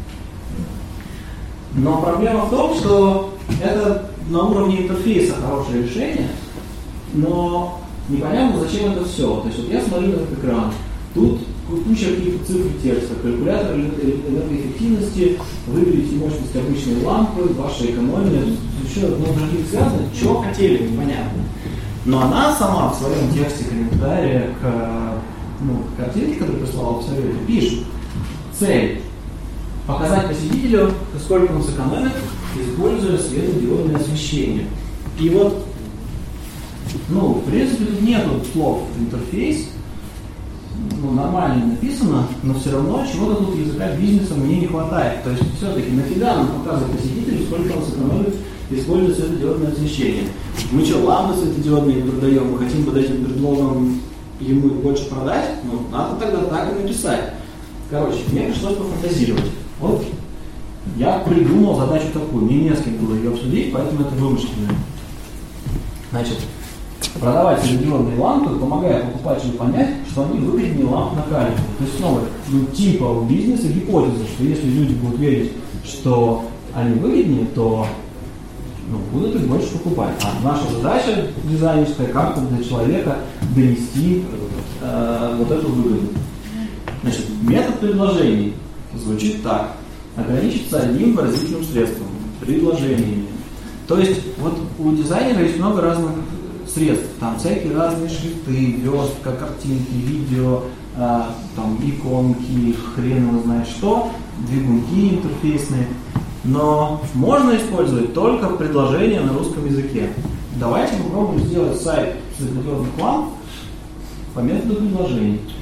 Но проблема в том, что это на уровне интерфейса хорошее решение, но непонятно, зачем это все. То есть вот я смотрю на этот экран, тут куча каких-то цифр и текста, калькулятор энергоэффективности, выберите мощность обычной лампы, ваша экономия, еще одно других связано, что хотели, непонятно. Но она сама в своем тексте комментария к, ну, к картинке, которую прислала в совете, пишет: цель – показать посетителю, сколько он сэкономит, используя светодиодное освещение. И вот, ну, в принципе, тут нету слов интерфейс, ну, нормально написано, но все равно чего-то тут языка бизнеса мне не хватает. То есть все-таки нафига нам показывать посетителю, сколько он сэкономит, используя светодиодное освещение. Мы что, лампы светодиодные продаем, мы хотим под этим предлогом ему больше продать? Ну, надо тогда так и написать. Короче, мне пришлось пофантазировать. Вот я придумал задачу такую, мне не с кем было ее обсудить, поэтому это вымышленное. Значит, продавать светодиодные лампы помогает покупателю понять, что они выгоднее ламп накаливания. То есть снова, ну, типа у бизнеса гипотеза, что если люди будут верить, что они выгоднее, то ну, будут их больше покупать. А наша задача дизайнерская, как-то для человека донести э, вот эту выгоду. Значит, метод предложений звучит так. Ограничиться одним выразительным средством, предложениями. То есть, вот у дизайнера есть много разных средств. Там всякие разные шрифты, верстка, картинки, видео, э, там иконки, хрен его знает что, двигунки интерфейсные. Но можно использовать только предложения на русском языке. Давайте попробуем сделать сайт светодиодных ламп по методу предложений.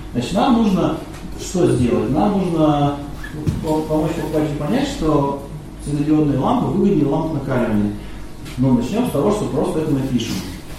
Значит, нам нужно что сделать? Нам нужно помочь покупателю понять, что светодиодные лампы выгоднее ламп накаливания. Но начнем с того, что просто это напишем.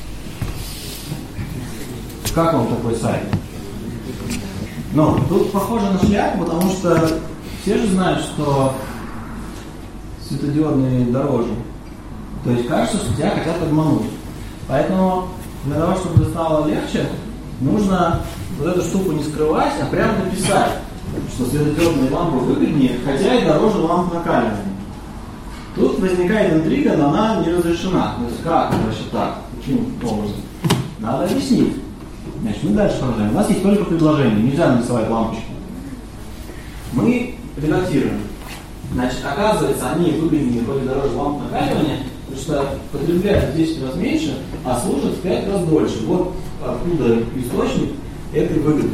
Как вам такой сайт? Ну, тут похоже на шляпу, потому что все же знают, что светодиодные дороже. То есть кажется, что тебя хотят обмануть. Поэтому для того, чтобы стало легче, нужно вот эту штуку не скрывать, а прямо написать, что светодиодные лампы выгоднее, хотя и дороже ламп накаливания. Тут возникает интрига, но она не разрешена. То есть как вообще так? Каким образом? Надо объяснить. Значит, мы дальше продолжаем. У нас есть только предложение, нельзя нарисовать лампочку. Мы редактируем. Значит, оказывается, они выгоднее, хоть и дороже ламп накаливания, потому что потребляют в десять раз меньше, а служат в пять раз дольше. Вот откуда источник этой выгоды.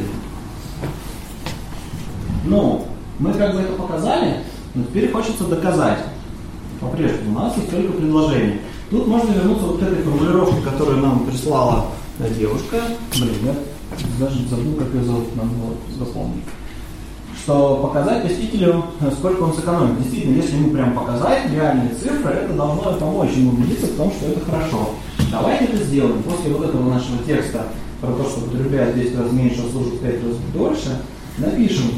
Ну, мы как бы это показали, но теперь хочется доказать. По-прежнему, у нас есть только предложение. Тут можно вернуться вот к этой формулировке, которую нам прислала девушка. Блин, я даже забыл, как ее зовут, надо было запомнить. Что показать посетителю, сколько он сэкономит. Действительно, если ему прям показать реальные цифры, это должно помочь ему убедиться в том, что это хорошо. Давайте это сделаем. После вот этого нашего текста про то, что потребляет в десять раз меньше, а служит в пять раз дольше, напишем.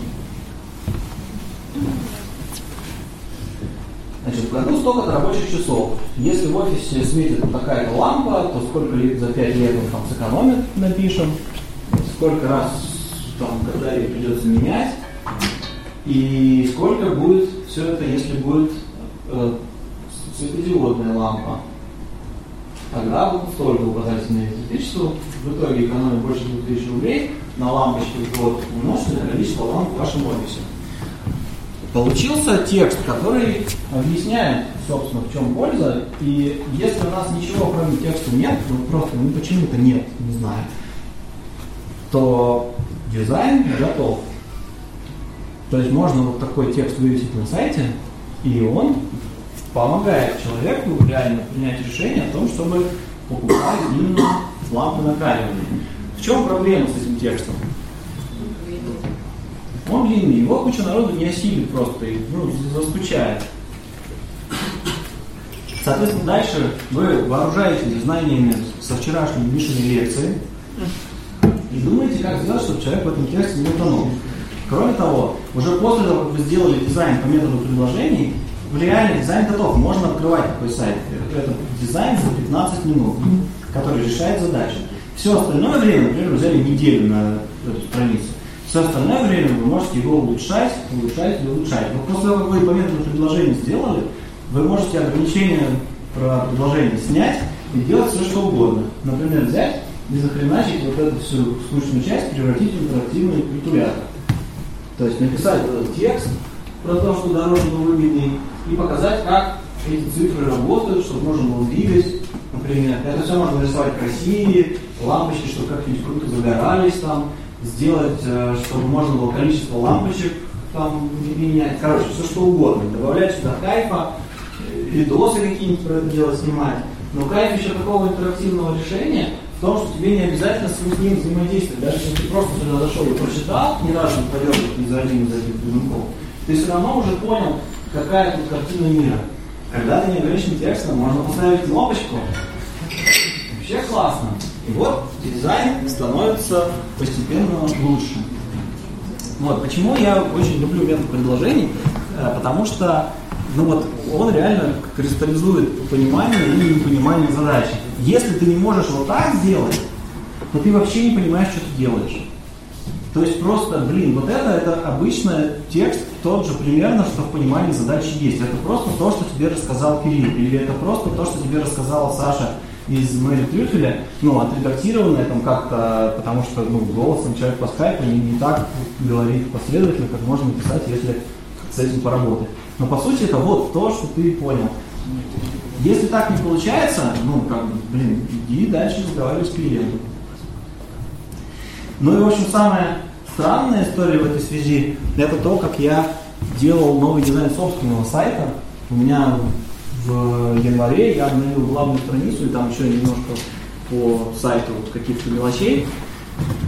Значит, в году столько-то рабочих часов. Если в офисе светит вот такая-то лампа, то сколько лет за пять лет он там сэкономит, напишем. Сколько раз там, когда ее придется менять. И сколько будет все это, если будет э, светодиодная лампа. Тогда будет столько указательное электричество. В итоге экономит больше двух тысяч рублей на лампочке в год, умножьте на количество ламп в вашем офисе. Получился текст, который объясняет, собственно, в чем польза. И если у нас ничего кроме текста нет, ну просто ну почему-то нет, не знаю, то дизайн готов. То есть можно вот такой текст вывесить на сайте, и он помогает человеку реально принять решение о том, чтобы покупать именно лампы накаливания. В чем проблема с этим текстом? Он длинный, его куча народу не осилит просто, и, ну, заскучает. Соответственно, дальше вы вооружаетесь знаниями со вчерашней Мишиной лекции и думаете, как сделать, чтобы человек в этом тексте не утонул. Кроме того, уже после того, как вы сделали дизайн по методу предложений, в реальный дизайн готов. Можно открывать такой сайт. Это дизайн за пятнадцать минут, который решает задачи. Все остальное время, например, взяли неделю на эту страницу. Все остальное время вы можете его улучшать, улучшать и улучшать. Но после того, как вы по методу предложений сделали, вы можете ограничения про предложение снять и делать все, что угодно. Например, взять и захреначить вот эту всю скучную часть, превратить в интерактивный калькулятор. То есть написать этот текст про то, что дороже, но выгоднее, и показать, как эти цифры работают, чтобы можно было двигать, например. Это все можно нарисовать красивее, лампочки, чтобы как-нибудь круто загорались там, сделать, чтобы можно было количество лампочек там менять, короче, все что угодно, добавлять сюда кайфа, видосы какие-нибудь про это дело снимать. Но кайф еще такого интерактивного решения в том, что тебе не обязательно с ним взаимодействовать. Даже если ты просто сюда зашел и прочитал, ни разу не подергал ни за один из этих движков, ты все равно уже понял, какая тут картина мира. Когда ты неограниченным текстом, можно поставить кнопочку. Вообще классно. И вот дизайн становится постепенно лучше. Вот. Почему я очень люблю метод предложений? Потому что ну вот, он реально кристаллизует понимание или непонимание задачи. Если ты не можешь вот так сделать, то ты вообще не понимаешь, что ты делаешь. То есть просто, блин, вот это, это обычно текст тот же примерно, что в понимании задачи есть. Это просто то, что тебе рассказал Кирилл. Или это просто то, что тебе рассказала Саша из Мэри Трюфеля, ну, отредактированное там как-то, потому что, ну, голосом человек по скайпу не, не так говорит последовательно, как можно написать, если с этим поработать. Но по сути это вот то, что ты понял. Если так не получается, ну, как бы, блин, иди дальше разговаривай с клиентом. Ну и, в общем, самая странная история в этой связи, это то, как я делал новый дизайн собственного сайта. У меня в январе я обновил главную страницу, и там еще немножко по сайту вот каких-то мелочей.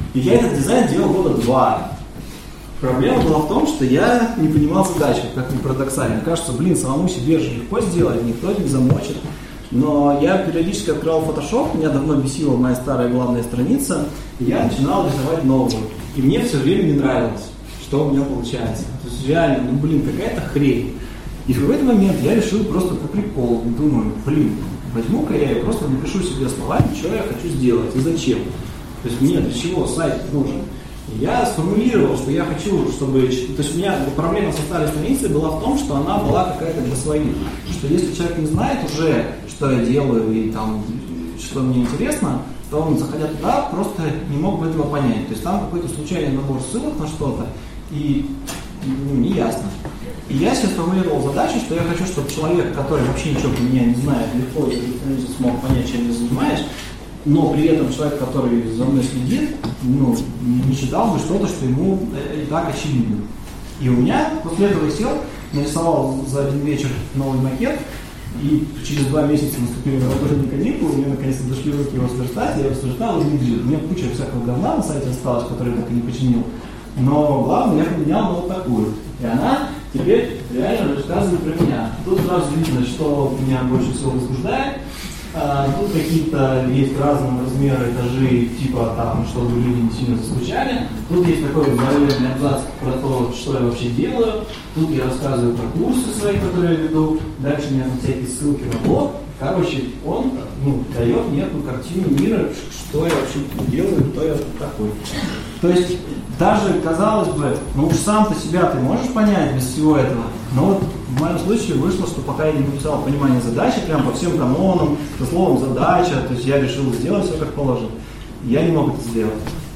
И я этот дизайн делал года два. Проблема была в том, что я не понимал задачу, как ни парадоксально. Кажется, блин, самому себе же легко сделать, никто не замочит. Но я периодически открывал Photoshop, меня давно бесила моя старая главная страница, и я начинал рисовать новую. И мне все время не нравилось, что у меня получается. То есть реально, ну блин, какая-то хрень. И в какой-то момент я решил просто по приколу, думаю, блин, возьму-ка я и просто напишу себе словами, что я хочу сделать и зачем. То есть мне для чего сайт нужен. И я сформулировал, что я хочу, чтобы... То есть у меня проблема со старой страницей была в том, что она была какая-то для своих. Что если человек не знает уже, что я делаю и там, что мне интересно, то он, заходя туда, просто не мог бы этого понять. То есть там какой-то случайный набор ссылок на что-то, и ну, не ясно. И я себе сформулировал задачу, что я хочу, чтобы человек, который вообще ничего про меня не знает, легко смог понять, чем я занимаюсь, но при этом человек, который за мной следит, ну, не читал бы что-то, что ему и так очевидно. И у меня после этого я сел, нарисовал за один вечер новый макет, и через два месяца наступили новогодние каникулы, мне наконец-то дошли руки его сверстать, я его сверстал и выделил. У меня куча всякого говна на сайте осталось, который я так и не починил. Но главное, я поменял на вот такую. И она теперь реально рассказывает про меня. Тут сразу видно, что меня больше всего возбуждает. А, тут какие-то есть разные размеры этажей, типа там, чтобы люди не сильно заскучали. Тут есть такой заветный абзац про то, что я вообще делаю. Тут я рассказываю про курсы свои, которые я веду. Дальше у меня там всякие ссылки на блог. Короче, он ну, дает некую картину мира, что я вообще делаю, кто я такой. То есть, даже, казалось бы, ну уж сам-то себя ты можешь понять без всего этого, но вот в моем случае вышло, что пока я не написал понимание задачи, прям по всем канонам, со словом задача, то есть я решил сделать все как положено. Я не мог это сделать.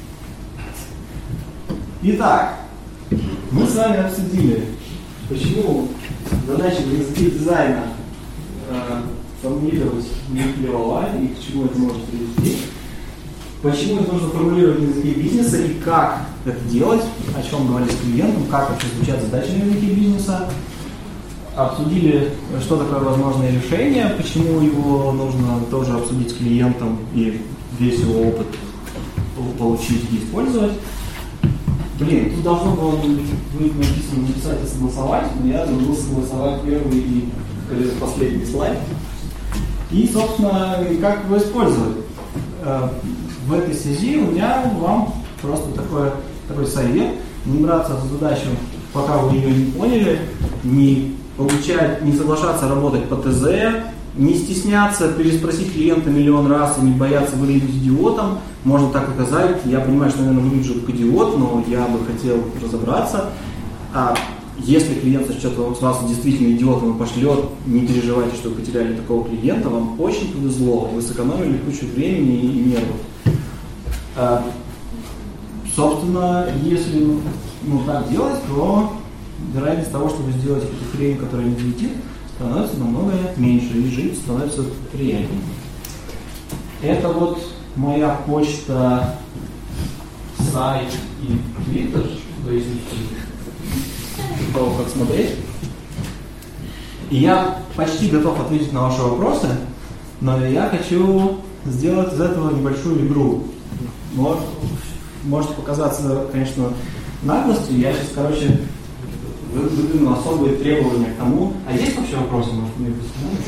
Итак, мы с вами обсудили, почему задача в языке дизайна э, формулировать неклево и к чему это может привести. Почему это нужно формулировать на языке бизнеса и как это делать, о чем говорить с клиентом, как вообще звучат задачи на языке бизнеса. Обсудили, что такое возможное решение, почему его нужно тоже обсудить с клиентом и весь его опыт получить и использовать. Блин, тут должно было быть написано написать и согласовать, но я забыл согласовать первый и последний слайд. И, собственно, как его использовать. В этой связи у меня вам просто такой, такой совет: не браться за задачу, пока вы ее не поняли, не получать, не соглашаться работать по ТЗ, не стесняться переспросить клиента миллион раз и не бояться выглядеть идиотом. Можно так сказать, я понимаю, что, наверное, выгляжу как идиот, но я бы хотел разобраться. А если клиент сочтет вас действительно идиотом и пошлет, не переживайте, что вы потеряли такого клиента, вам очень повезло, вы сэкономили кучу времени и нервов. А, собственно, если ну, так делать, то вероятность того, что вы сделаете какую-то хрень, которая не взлетит, становится намного меньше, и жить становится приятнее. Это вот моя почта, сайт и твиттер, то есть как смотреть. И я почти готов ответить на ваши вопросы, но я хочу сделать из этого небольшую игру. Может, может показаться, конечно, наглостью. Я сейчас, короче, выдвину особые требования к тому. А есть вообще вопросы? Может, мне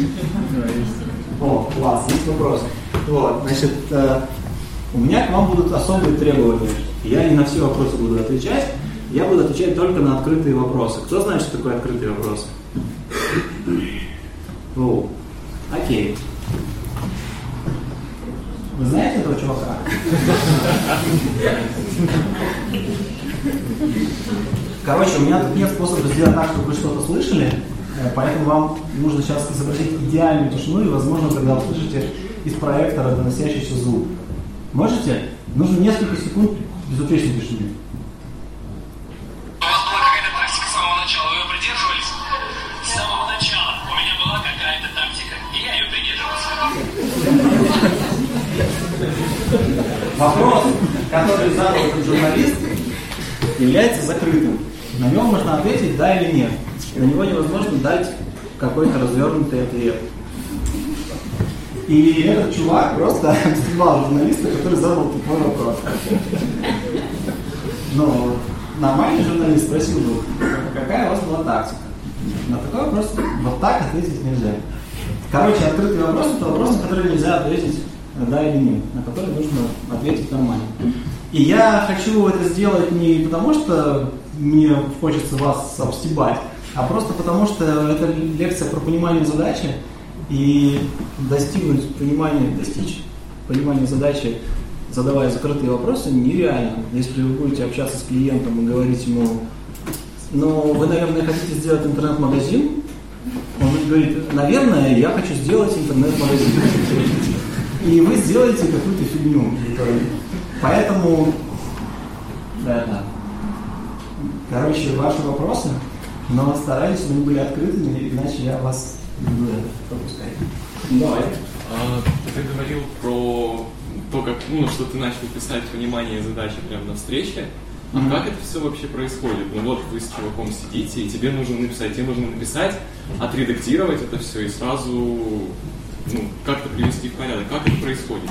О, класс, есть вопросы. Вот, значит, э, у меня к вам будут особые требования. Я не на все вопросы буду отвечать. Я буду отвечать только на открытые вопросы. Кто знает, что такое открытые вопросы? О, окей. Вы знаете этого чувака? Короче, у меня тут нет способа сделать так, чтобы вы что-то слышали, поэтому вам нужно сейчас изобразить идеальную тишину и, возможно, тогда услышите из проектора доносящийся звук. Можете? Нужно несколько секунд безупречной тишины. Вопрос, который задал этот журналист, является закрытым. На него можно ответить да или нет. На него невозможно дать какой-то развернутый ответ. И этот чувак просто обстебал журналиста, который задал такой вопрос. Но нормальный журналист спросил бы, какая у вас была тактика? На такой вопрос вот так ответить нельзя. Короче, открытый вопрос – это вопрос, на который нельзя ответить да или нет, на который нужно ответить нормально. И я хочу это сделать не потому, что мне хочется вас обстебать, а просто потому, что это лекция про понимание задачи, и достигнуть понимания, достичь понимания задачи, задавая закрытые вопросы, нереально. Если вы будете общаться с клиентом и говорить ему, ну, вы, наверное, хотите сделать интернет-магазин, он говорит, наверное, я хочу сделать интернет-магазин. И вы сделаете какую-то фигню. Поэтому, да, да. Короче, ваши вопросы, но старались, чтобы они были открытыми, иначе я вас не буду пропускать. Давай. А, ты говорил про то, как, ну, что ты начал писать понимание задачи прямо на встрече. А mm-hmm. как это все вообще происходит? Ну вот вы с чуваком сидите, и тебе нужно написать, тебе нужно написать, отредактировать это все и сразу ну, как-то привести в порядок. Как это происходит?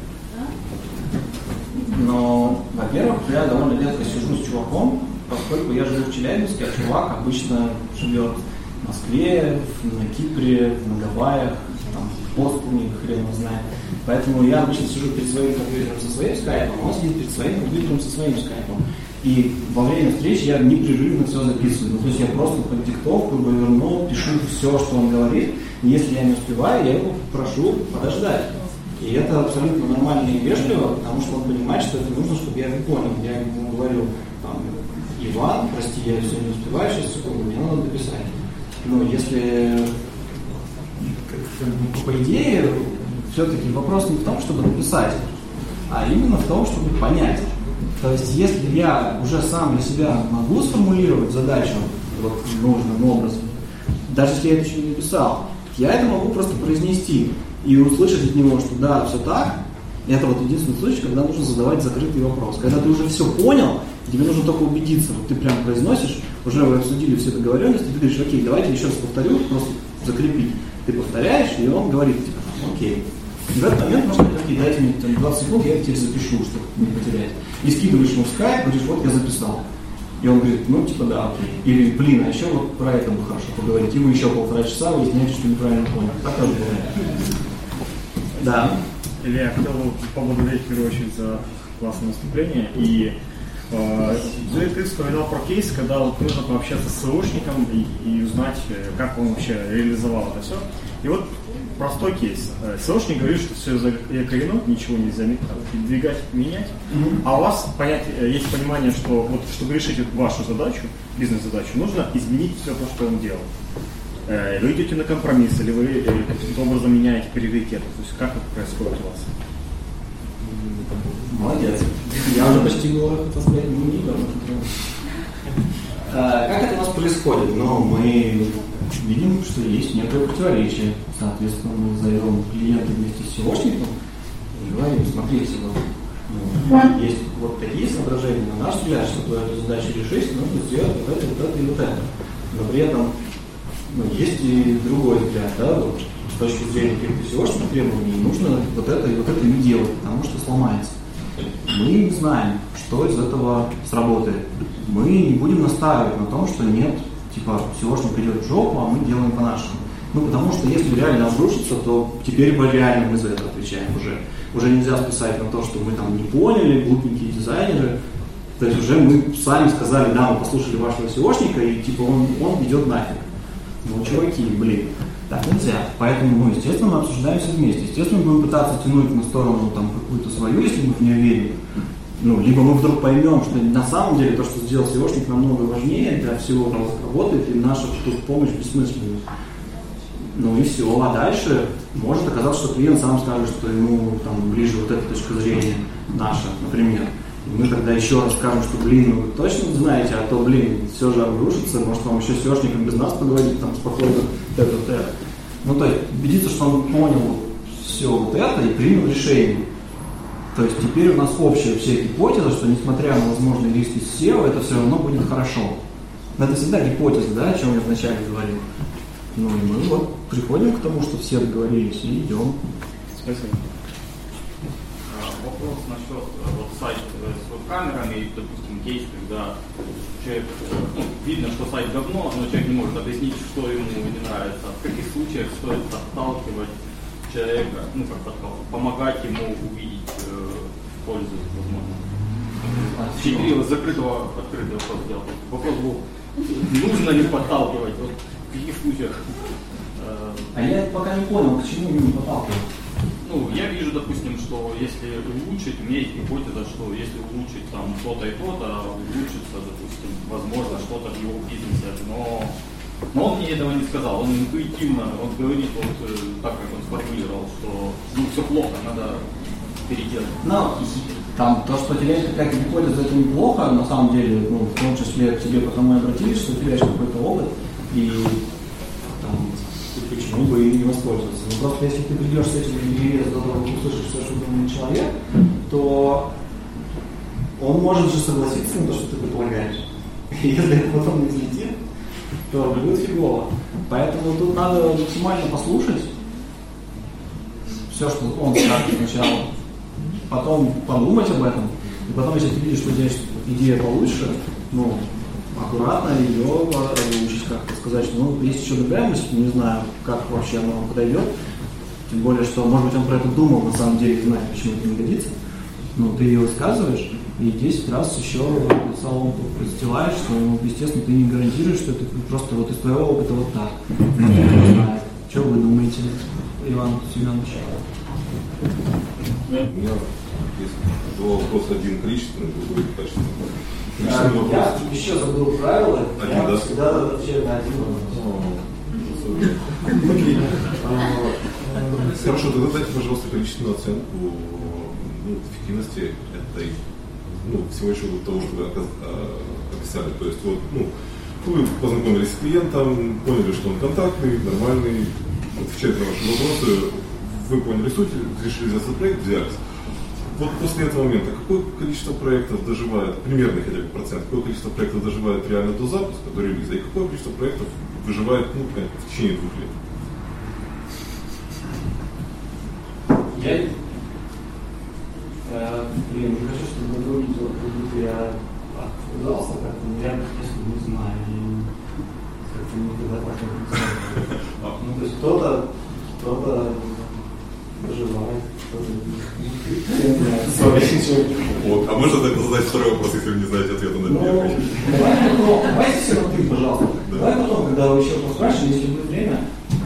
Ну, во-первых, я довольно редко сижу с чуваком, поскольку я живу в Челябинске, а чувак обычно живет в Москве, на Кипре, на Гавайях, там, в Бостоне, хрен его знает. Поэтому я обычно сижу перед своим компьютером со своим скайпом, а он сидит перед своим компьютером со своим скайпом. И во время встречи я непрерывно все записываю. Ну, то есть я просто под диктовку повернул, пишу все, что он говорит. И если я не успеваю, я его прошу подождать. И это абсолютно нормально и вежливо, потому что он понимает, что это нужно, чтобы я это понял. Я ему говорю, там, Иван, прости, я все не успеваю, сейчас секунду, мне надо дописать. Но если, по идее, все-таки вопрос не в том, чтобы написать, а именно в том, чтобы понять. То есть, если я уже сам для себя могу сформулировать задачу вот, нужным образом, даже если я это еще не написал, я это могу просто произнести и услышать от него, что да, все так. Это вот единственный случай, когда нужно задавать закрытый вопрос. Когда ты уже все понял, тебе нужно только убедиться. Вот ты прям произносишь, уже вы обсудили все договоренности, ты говоришь, окей, давайте еще раз повторю, просто закрепить. Ты повторяешь, и он говорит тебе, окей. И в этот момент можно сказать, окей, дайте мне там, двадцать секунд, я это теперь запишу, чтобы не потерять. И скидываешь ему в скайп, говоришь, вот я записал. И он говорит, ну типа да, окей. Или, блин, а еще вот про это бы хорошо поговорить. И вы еще полтора часа выясняете, что неправильно понял. Так тоже бывает. Да. Илья, я хотел бы поблагодарить в первую очередь за классное выступление. И э, ты вспоминал про кейс, когда вот нужно пообщаться с СОшником и, и узнать, как он вообще реализовал это все. И вот простой кейс. СОшник говорит, что все закорено, ничего нельзя двигать, менять. Mm-hmm. А у вас понятие, есть понимание, что вот, чтобы решить вашу задачу, бизнес-задачу, нужно изменить все то, что он делал. Вы идете на компромисс, или вы каким-то образом меняете приоритеты? То есть как это происходит у вас? Молодец. Я уже почти говорю, хотел сказать, ну не говорю. Как это у нас происходит? Ну, мы видим, что есть некое противоречие. Соответственно, мы зовем клиента вместе с СОшником и говорим, смотрите, вот, есть вот такие соображения, на наш взгляд, чтобы эту задачу решить, нужно сделать вот это, вот это и вот это. Но при этом ну, есть и другой взгляд, да, вот, с точки зрения каких-то сеошных требований, нужно вот это и вот это не делать, потому что сломается. Мы не знаем, что из этого сработает. Мы не будем настаивать на том, что нет, типа, сеошник идет в жопу, а мы делаем по-нашему. Ну, потому что если реально обрушится, то теперь реально мы за это отвечаем уже. Уже нельзя списать на то, что мы там не поняли, глупенькие дизайнеры. То есть уже мы сами сказали, да, мы послушали вашего сеошника, и типа он, он идет нафиг. Ну, чуваки, блин, так нельзя. Поэтому, ну, естественно, мы обсуждаем все вместе. Естественно, мы будем пытаться тянуть на сторону там какую-то свою, если мы в нее верим. Ну, либо мы вдруг поймем, что на самом деле то, что сделал сеошник, намного важнее для всего, что работает, и наша тут помощь бессмысленна. Ну и все. А дальше может оказаться, что клиент сам скажет, что ему там ближе вот эта точка зрения наша, например. И мы тогда еще раз скажем, что, блин, ну вы точно знаете, а то, блин, все же обрушится, может вам еще с сеошником без нас поговорить, там спокойно, это, это. Ну, то есть, убедиться, что он понял все вот это и принял решение. То есть, теперь у нас общая вся гипотеза, что несмотря на возможные риски с сео, это все равно будет хорошо. Но это всегда гипотеза, да, о чем я вначале говорил. Ну, и мы вот приходим к тому, что все договорились и идем. Спасибо. вопрос насчет вот сайта с веб-камерами, допустим, кейс, когда человек, ну, видно, что сайт говно, но человек не может объяснить, что ему не нравится. В каких случаях стоит подталкивать человека, ну, как подталкивать, помогать ему увидеть э, пользу, возможно. В четыре закрытого, открытого вопрос сделать. Вопрос был, нужно ли подталкивать, вот в каких случаях? Э, а я пока не понял, к чему не подталкивать. Ну, я вижу, допустим, что если улучшить, у меня есть гипотеза, что если улучшить там то-то и то-то, улучшится, допустим, возможно, что-то в его бизнесе, но, но он мне этого не сказал, он интуитивно, он говорит вот так, как он сформулировал, что ну, все плохо, надо переделать. Ну, там, то, что теряешь какая-то гипотеза, это неплохо, на самом деле, ну, в том числе к тебе потому и обратились, что теряешь какой-то опыт, и там, почему бы и не воспользоваться. Но просто если ты придешь с этим перевесом, до того, как услышишь все, что думает человек, то он может же согласиться на то, что ты предлагаешь. И если это потом не взлетит, то будет фигово. Поэтому тут надо максимально послушать все, что он скажет сначала, потом подумать об этом, и потом, если ты видишь, что здесь идея получше, ну, аккуратно ее улучшить, как-то сказать, что ну, есть еще другая мысль, не знаю, как вообще она вам подойдет, тем более, что, может быть, он про это думал, на самом деле, знает, почему это не годится, но ты ее высказываешь, и десять раз еще салон застилаешь, что, ну, естественно, ты не гарантируешь, что это просто вот из твоего опыта вот так. Ну, не знаю. Что вы думаете, Иван Семенович? У меня есть два вопроса, один количественный, другой качественный. А, я еще забыл правила, один, я да? всегда отвечаю на один вопрос. Хорошо, тогда дайте, пожалуйста, количественную оценку ну, эффективности этой, ну, всего еще того, что вы описали. То есть, вот, ну, вы познакомились с клиентом, поняли, что он контактный, нормальный, отвечает на ваши вопросы, вы поняли суть, решили взяться проект, взялись. Вот после этого момента какое количество проектов доживает, примерно хотя бы процент, какое количество проектов доживает реально до запуска, до релиза, и какое количество проектов выживает ну, в течение двух лет? Я, э, блин, не хочу, чтобы вы думали, как будто я отказался как-то, но я просто не знаю, и как-то никогда так не знаю. Ну, то есть кто-то, кто-то доживает, кто-то не. Вот. А можно тогда задать второй вопрос, если вы не знаете ответа на первый? Ну, давай потом, давайте все равно ты, пожалуйста. Да. Давай потом, когда вы еще поспрашиваете, если будет время.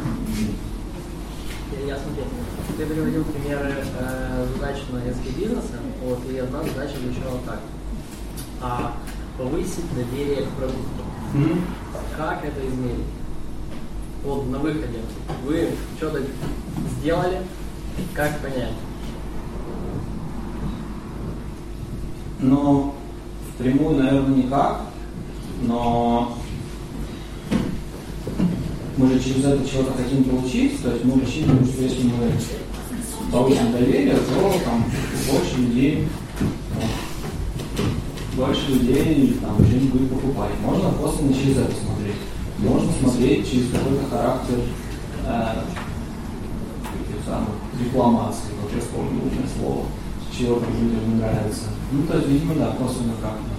Я смотрел. Ты приводил примеры э, задач на эс кей бизнеса, вот, и одна задача звучала так. А, повысить доверие к продукту. Mm-hmm. Как это измерить? Вот на выходе вы что-то сделали, как понять? Ну, впрямую, наверное, никак, но мы же через это чего-то хотим получить, то есть мы рассчитываем, что если мы получим доверие, то там больше людей, больше людей там что-нибудь будет покупать. Можно просто не через это смотреть. Можно смотреть через какой-то характер э, самых рекламаций, вот я вспомнил умное слово, чего там людям не нравится. Ну, то есть, видимо, да, просто как-то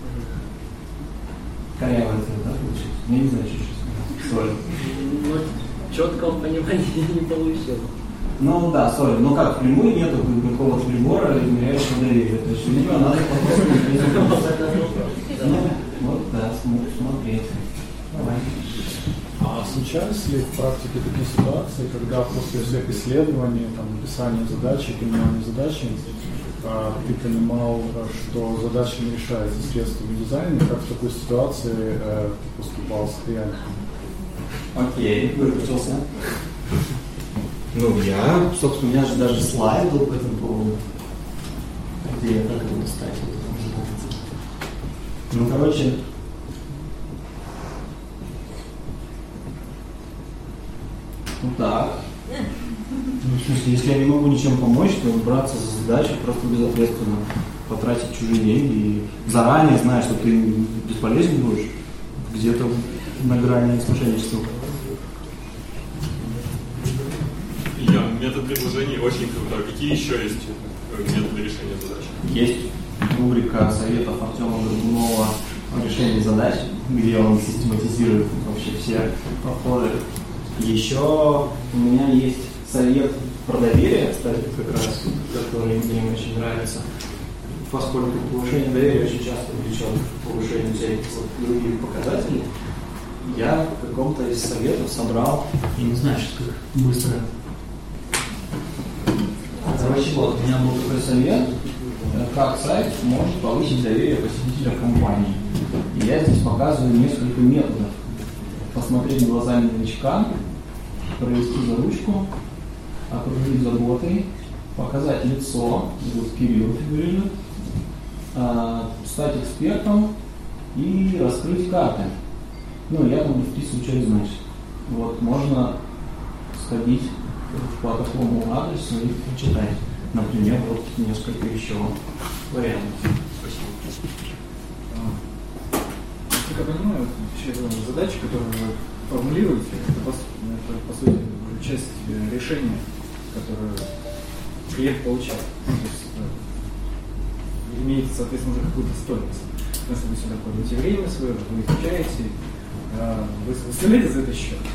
коряво это, да, получилось? Я не знаю, что сейчас. Соль. Ну, четкого понимания не получил. Ну да, сори, но как, впрямую нету какого-то прибора, измеряющего доверие. То есть, видимо, надо попробовать. Вот, да, смотреть. Давай. А случались ли в практике такие ситуации, когда после всех исследований, там, написания задачи, понимания задачи, ты понимал, что задача не решается средствами дизайна, как в такой ситуации э, ты поступал с клиентом? Окей, выключился. Ну, я, собственно, у меня же даже слайд был по этому поводу. Где я как это достать? Ну, короче, ну так. Ну, в смысле, если я не могу ничем помочь, то браться за задачу просто безответственно, потратить чужие деньги и заранее зная, что ты бесполезен будешь, где-то на грани мошенничества. Я, метод предложений очень крутой. Какие еще есть методы решения задач? Есть рубрика советов Артема Горбунова о решении задач, где он систематизирует вообще все подходы. Еще у меня есть совет про доверие, кстати, как раз, который мне очень нравится, поскольку повышение доверия очень часто влечет к повышению всяких вот других показателей. Я в каком-то из советов собрал, и не знаю, что как быстро. Короче, вот, у меня был такой совет, как сайт может повысить доверие посетителя компании. И я здесь показываю несколько методов. Посмотреть глазами новичка, провести за ручку, окружить заботой, показать лицо, вот Кирилл фигурирует, стать экспертом и раскрыть карты. Ну, я буду вписывать, что это значит. Вот, можно сходить по такому адресу и почитать. Например, вот несколько еще вариантов. Как я понимаю, задачи, которые вы формулируете, это по, это, по сути, уже часть решения, которое клиент получает. То есть, имеет, соответственно, уже какую-то стоимость. Потому что вы сюда вкладываете время свое, вы изучаете, вы выставляете за это счет.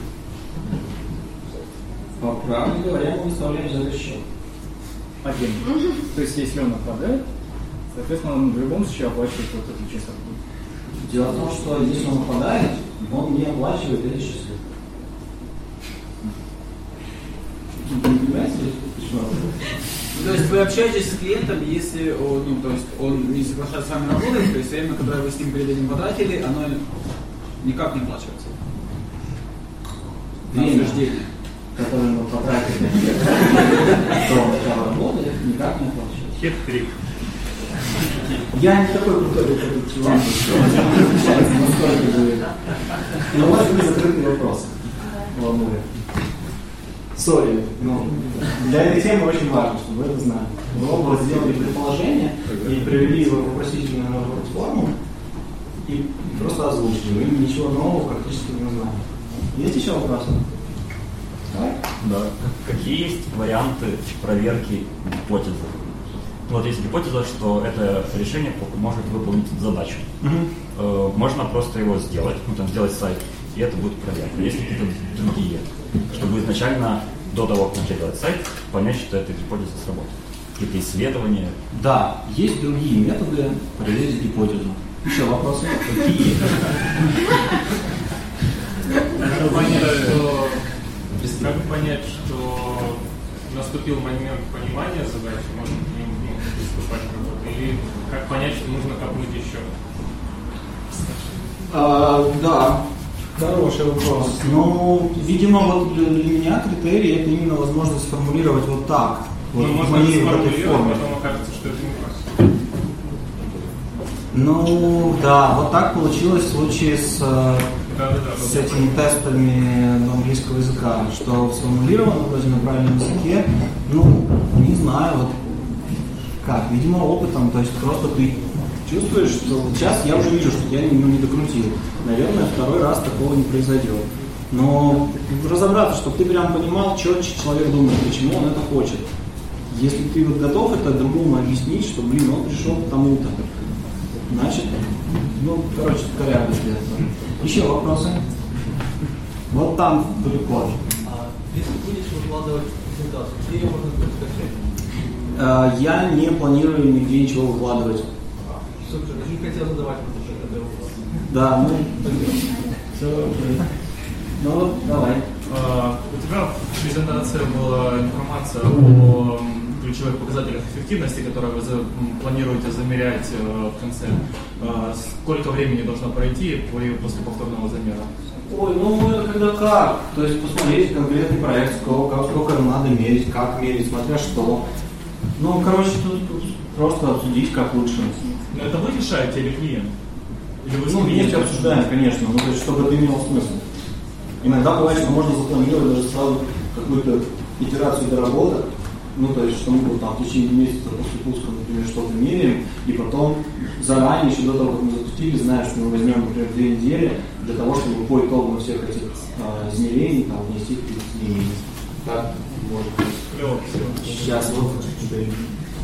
По правде говоря, мы выставляем за это счет. Один. То есть, если он отпадает, соответственно, он в любом случае оплачивает вот эту часть. Дело в том, что если он попадает, он не оплачивает эти часы. Вы не понимаете, почему? То есть вы общаетесь с клиентом, если он, ну, то есть он не соглашается с вами работать, то есть время, которое вы с ним перед этим потратили, оно никак не оплачивается. Время, которое мы потратили до начала работы, никак не оплачивается. Хет-трик. Я не такой крутой, как этот чувак, но у вас были закрытые вопросы. Волнует. Сори, но для этой темы очень важно, чтобы вы это знали. Вы оба сделали предположение и привели его в вопросительную форму и просто озвучили. Мы ничего нового практически не узнаем. Есть еще вопросы? Давай. Да. Какие есть варианты проверки гипотезы? Вот есть гипотеза, что это решение может выполнить задачу. Uh-huh. Можно просто его сделать, ну там сделать сайт, и это будет проверка. Есть какие-то другие, чтобы изначально, до того, как начать делать сайт, понять, что эта гипотеза сработает. Какие-то исследования. Да, есть другие методы проверить гипотезу. Еще вопросы? Какие? Как понять, что, как понять, что наступил момент понимания задачи, можно к ним приступать к работе? Или как понять, что нужно копнуть еще? А, да, хороший вопрос. Ну, видимо, вот для, для меня критерий это именно возможность сформулировать вот так. Вот ну, в можно моей вот этой форме. Потом окажется, что это не так. Ну, да, вот так получилось в случае с, да, да, да, с этими тестами английского языка, что сформулировано вроде на правильном языке, ну, не знаю, вот как, видимо, опытом, то есть просто ты чувствуешь, что сейчас я уже вижу, что я ну, не докрутил. Наверное, второй раз такого не произойдет. Но разобраться, чтобы ты прям понимал, что человек думает, почему он это хочет. Если ты вот готов это другому объяснить, что, блин, он пришел к тому-то, значит, ну, короче, коряга для этого. Еще вопросы? Вот там далеко. А если будешь выкладывать презентацию, где ее можно будет скачать? Я не планирую нигде ничего выкладывать. Супер, я не хотел задавать этот вопрос. Да, ну, все. Ну вот, давай. Uh, у тебя в презентации была информация о ключевых показателях эффективности, которые вы за, планируете замерять uh, в конце. Uh, сколько времени должно пройти после повторного замера? Ой, ну это когда как. То есть посмотреть конкретный проект, сколько, сколько надо мерить, как мерить, смотря что. Ну, короче, тут, тут просто обсудить, как лучше. Но это вы решаете или клиент? Или вы ну, вместе обсуждаем, конечно, ну, то есть, чтобы это имело смысл. Иногда бывает, что можно запланировать даже сразу какую-то итерацию доработок, ну, то есть, что мы вот, там, в течение месяца после пуска, например, что-то меряем, и потом заранее, еще до того, как мы запустили, знаем, что мы возьмем, например, две недели для того, чтобы по итогам всех этих э, измерений там, внести какие-то изменения. Так, может быть. Сейчас вот.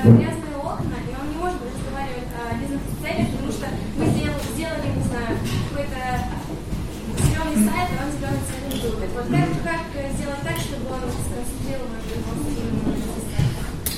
грязные окна, и он не может разговаривать о бизнес-целях, потому что мы сделали, сделали, не знаю, какой-то зеленый сайт, а он зеленый цвет не любит. Вот как, как сделать так, чтобы он сконцентрировал его сайт?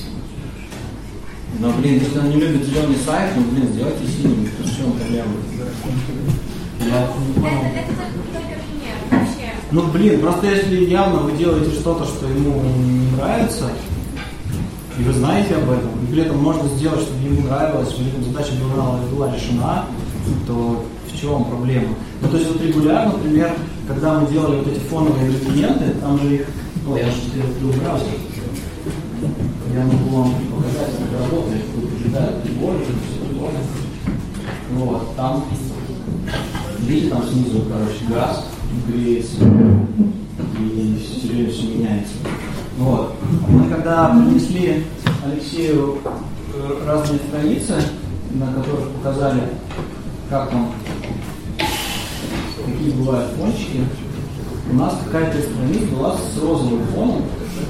Но, блин, если он не любит зеленый сайт, ну, блин, сделайте синий, в чем проблема? Я не понял. Это, это только пример, вообще. Ну, блин, просто если явно вы делаете что-то, что ему не нравится, и вы знаете об этом, и при этом можно сделать, чтобы ему нравилось, при этом задача была, была решена, то в чем проблема? Ну, то есть вот регулярно, например, когда мы делали вот эти фоновые ингредиенты, там же их, о, я же теперь открыл браузер, я могу вам показать, как работает, да, приборы, все приборы. Вот, там, видите, там снизу, короче, газ греется, и все время все меняется. Вот. Мы когда принесли Алексею разные страницы, на которых показали, как там, какие бывают фончики, у нас какая-то страница была с розовым фоном,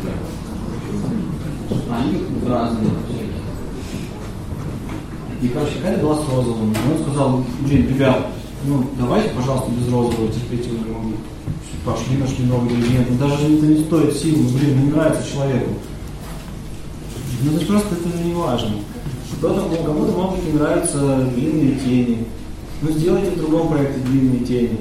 они разные. И, короче, какая-то была с розовым. И он сказал, блин, ребят, ну давайте, пожалуйста, без розового, терпеть его не могу. Пошли, нашли новый ингредиент. Даже это не стоит сил, ну, блин, не нравится человеку. Ну, это просто это не важно. Кто-то, кому-то могут не нравятся длинные тени. Ну, сделайте в другом проекте длинные тени.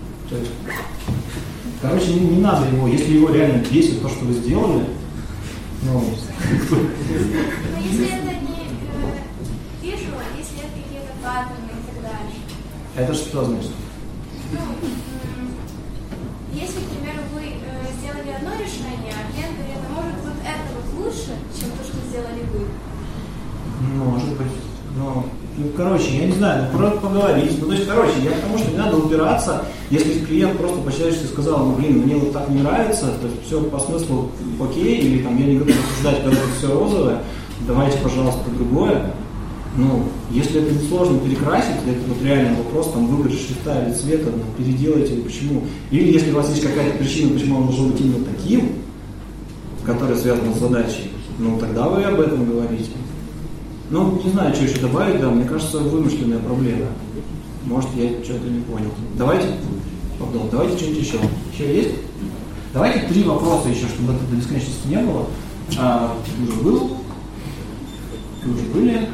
Короче, не, не надо его, если его реально бесит то, что вы сделали, ну... Но если это не visual, если это какие-то паттерны и так дальше. Это что значит? Ну, если, к примеру, вы э, сделали одно решение, а клиент говорит, а может вот это вот лучше, чем то, что сделали вы? Может быть. Ну, ну, короче, я не знаю, ну просто поговорить. Ну, то есть, короче, я к тому, что не надо упираться, если клиент просто по-человечески сказал, ну, блин, мне вот так не нравится, то есть все по смыслу окей, или там я не готов обсуждать, когда это все розовое, давайте, пожалуйста, другое. Ну, если это несложно перекрасить, это вот реально вопрос там выбора шрифта или цвета, ну, переделайте, почему. Или если у вас есть какая-то причина, почему он должен быть именно таким, которая связана с задачей, ну, тогда вы об этом говорите. Ну, не знаю, что еще добавить, да, мне кажется, вымышленная проблема. Может, я что-то не понял. Давайте, Абдул, давайте что-нибудь еще. Еще есть? Давайте три вопроса еще, чтобы это до бесконечности не было. А, ты уже был? Вы уже были?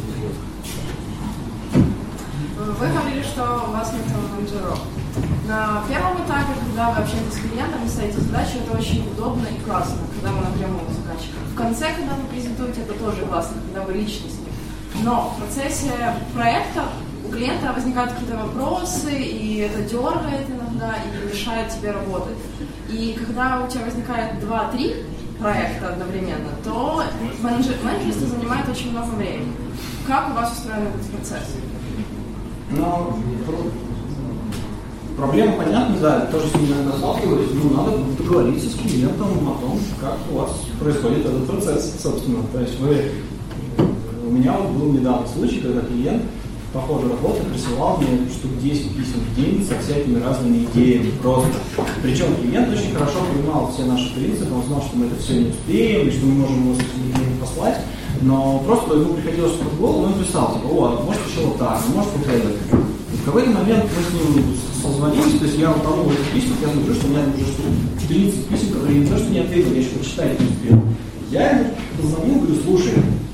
Вы говорили, что у вас нет менеджеров. На первом этапе, когда вы общаетесь с клиентом и ставите задачи, это очень удобно и классно, когда вы напрямую у заказчика. В конце, когда вы презентуете, это тоже классно, когда вы лично с ним. Но в процессе проекта у клиента возникают какие-то вопросы, и это дергает иногда и мешает тебе работать. И когда у тебя возникает два-три проекта одновременно, то менеджер, менеджерство занимает очень много времени. Как у вас устроен этот процесс? Ну, проблема понятна, да, тоже с ней иногда сталкиваюсь. Ну, надо договориться с клиентом о том, как у вас происходит этот процесс, собственно. То есть вы... У меня вот был недавний случай, когда клиент по ходу работы присылал мне штук десять писем в день со всякими разными идеями просто. Причем клиент очень хорошо понимал все наши принципы, он знал, что мы это все не успеем, и что мы можем его с этими идеями послать. Но просто ему приходилось что-то в голову, и он писал, типа, о, может еще вот так, может вот это. И в какой-то момент мы с ним созвонились, то есть я вот тому в этих письмах, я смотрю, что у меня уже тридцать писем, которые не то, что не ответил, я еще почитать не успел. Я ему позвонил, говорю, слушай,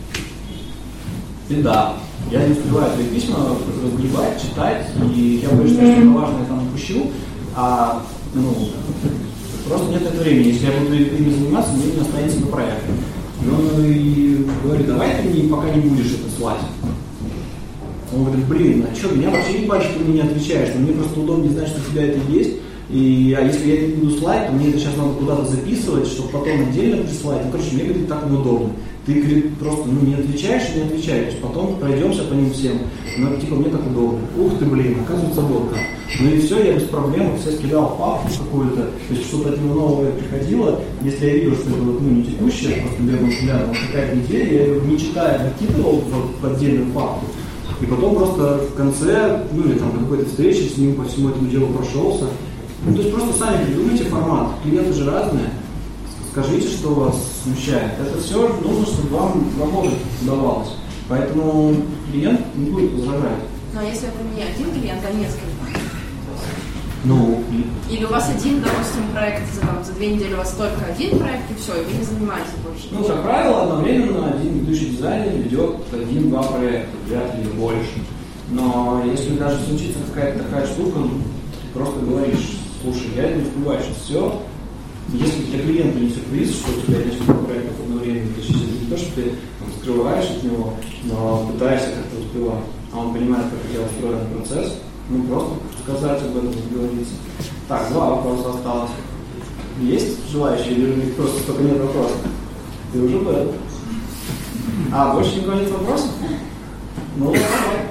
беда, я не успеваю твои письма разгребать, читать, и я боюсь, что я что-то важное там упущу, а, ну, просто нет этого времени, если я буду ими заниматься, мне не останется на проекте. И он и говорит, давай ты мне пока не будешь это слать. Он говорит, блин, а что, меня вообще не бачит, что ты мне не отвечаешь, что мне просто удобнее знать, что у тебя это есть, и, а если я это не буду слать, то мне это сейчас надо куда-то записывать, чтобы потом отдельно прислать. Ну, короче, мне, говорит, так неудобно. Ты, говорит, просто ну, не отвечаешь, не отвечаешь, потом пройдемся по ним всем. Ну, типа, мне так удобно. Ух ты, блин, оказывается, вот как. Ну и все, я без проблем все скидал папку какую-то, то есть что-то от него новое приходило. Если я видел, что это вот, ну, не текущее, просто бегал взглядом, вот какая-то идея, я ее не читая накидывал в, в отдельную папку. И потом просто в конце, ну или там какой-то встречи с ним по всему этому делу прошелся. Ну, то есть просто сами придумайте формат. Клиенты же разные. скажите, что вас смущает. Это все нужно, чтобы вам работать удавалось. Поэтому клиент не будет возражать. Но если это не один клиент, а несколько? Ну, или у вас один, допустим, проект, за, там, за две недели у вас только один проект, и все, и вы не занимаетесь больше. Ну, как правило, одновременно один ведущий дизайнер ведет один-два проекта, вряд ли больше. Но если даже случится какая-то такая штука, ты просто говоришь, слушай, я не успеваю сейчас все. Если для клиента не сюрприз, что у тебя несколько проектов одновременно, то есть не то, что ты там, скрываешь от него, но пытаешься как-то успевать, а он понимает, как у тебя устроен процесс, ну просто сказать об этом, договориться. Так, два вопроса осталось. Есть желающие или у них просто столько нет вопросов? Ты уже был. А, больше никого нет вопросов? Ну, давай.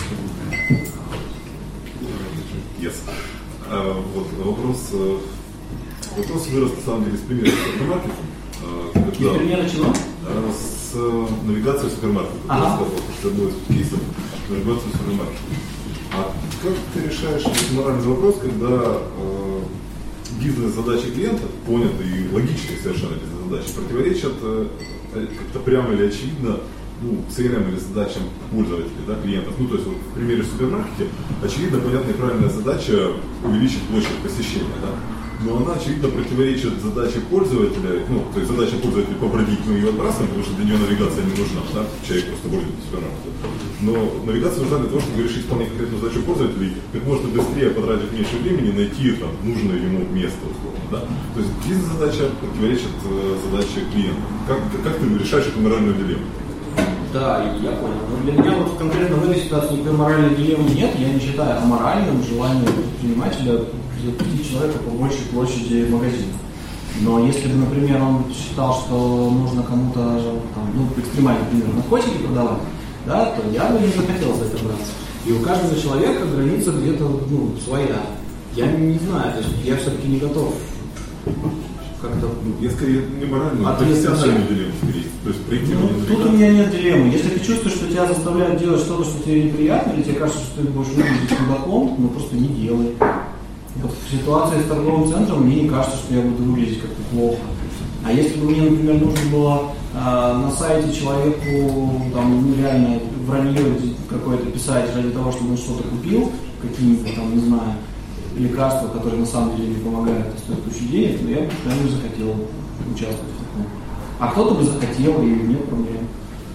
Yes. А, вот вопрос. Вопрос вырос на самом деле с примера супермаркета. Из примера чего? С навигацией супермаркета. Ага. Это одно из кейсов навигации супермаркета. А как ты решаешь моральный вопрос, когда э, бизнес-задачи клиента, понятые и логичные совершенно бизнес-задачи, противоречат э, как-то прямо или очевидно ну, целям или задачам пользователей, да, клиентов? Ну, то есть, вот, в примере в супермаркете, очевидно, понятная и правильная задача увеличить площадь посещения, да? Но она, очевидно, противоречит задаче пользователя, ну, то есть задача пользователя побродить, мы ее отбрасываем, потому что для нее навигация не нужна, да? Человек просто бродит по супермаркету. Но навигация нужна для того, чтобы решить вполне конкретную задачу пользователей, как можно быстрее потратить меньше времени, найти там нужное ему место, условно, да? То есть бизнес-задача противоречит э, задаче клиента. Как, как ты решаешь эту моральную дилемму? Да, я понял. Но для меня вот конкретно в этой ситуации никакой моральной дилеммы нет. Я не считаю аморальным желание предпринимать себя запустить человека по большей площади магазина. Но если бы, например, он считал, что нужно кому-то, там, ну, экстремально, например, наркотики продавать, да, то я бы не захотел за это браться. И у каждого человека граница где-то ну, своя. Я не знаю, то есть я все-таки не готов как-то... Я скорее не моральную, а профессиональную дилемму скорее. То есть прийти ну, тут у меня нет дилеммы. Если ты чувствуешь, что тебя заставляют делать что-то, что тебе неприятно, или тебе кажется, что ты будешь выглядеть мудаком, ну просто не делай. Вот в ситуации с торговым центром мне не кажется, что я буду выглядеть как-то плохо. А если бы мне, например, нужно было э, на сайте человеку там, ну, реально вранье какое-то писать ради того, чтобы он что-то купил, какие-нибудь там, не знаю, лекарства, которые на самом деле не помогают, а стоят кучу денег, то я бы прям не захотел участвовать в таком. А кто-то бы захотел, и нет проблем.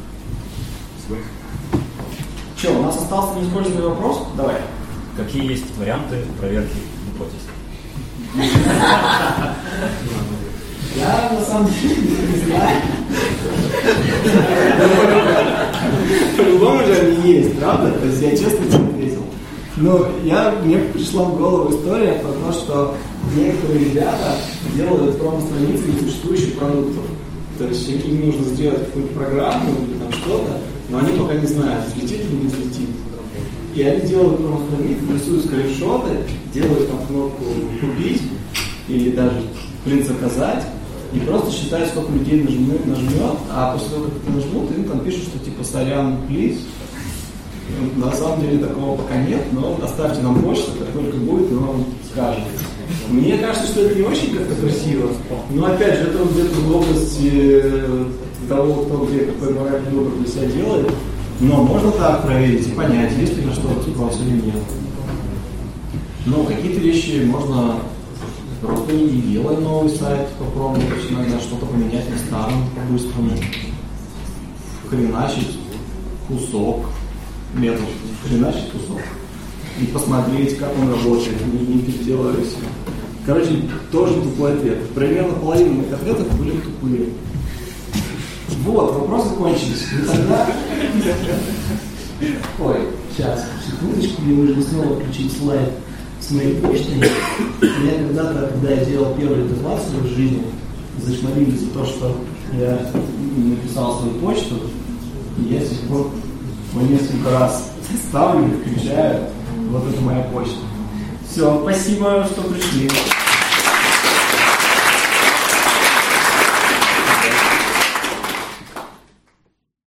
Че, у нас остался неиспользованный вопрос? Давай. Какие есть варианты проверки гипотез? Я на самом деле не знаю. По-любому же они есть, правда? То есть я честно тебе ответил. Но я, мне пришла в голову история про то, что некоторые ребята делают промо-страницы несуществующих продуктов. То есть им нужно сделать какую-то программу или там что-то, но они пока не знают, взлетит или не взлетит. И они делают промо-страницы, рисуют скриншоты, делают там кнопку «Купить» или даже «Блин, заказать», и просто считают, сколько людей нажмет, нажмет, а после того, как это нажмут, им там пишут, что типа «Сорян, плиз». На самом деле такого пока нет, но оставьте нам почту, как только будет, мы вам скажем. Мне кажется, что это не очень как-то красиво, но опять же, это где-то в области того, кто где какой моральный выбор для себя делает, но можно так проверить и понять, есть ли на что-то вопрос или нет. Но какие-то вещи можно просто не делая новый сайт, попробовать иногда что-то поменять на старом по-быстрому, хреначить кусок, метод, хреначить кусок и посмотреть, как он работает, не, не переделывая все. Короче, тоже тупой ответ. Примерно половина моих ответов были тупые. Вот, вопросы закончились. И тогда... Ой, сейчас, секундочку, мне нужно снова включить слайд с моей почтой. Меня когда-то, когда я делал первые декларации в жизни, зашмарили за то, что я написал свою почту, и я с тех пор по несколько раз ставлю и включаю. Вот это моя почта. Все, спасибо, что пришли.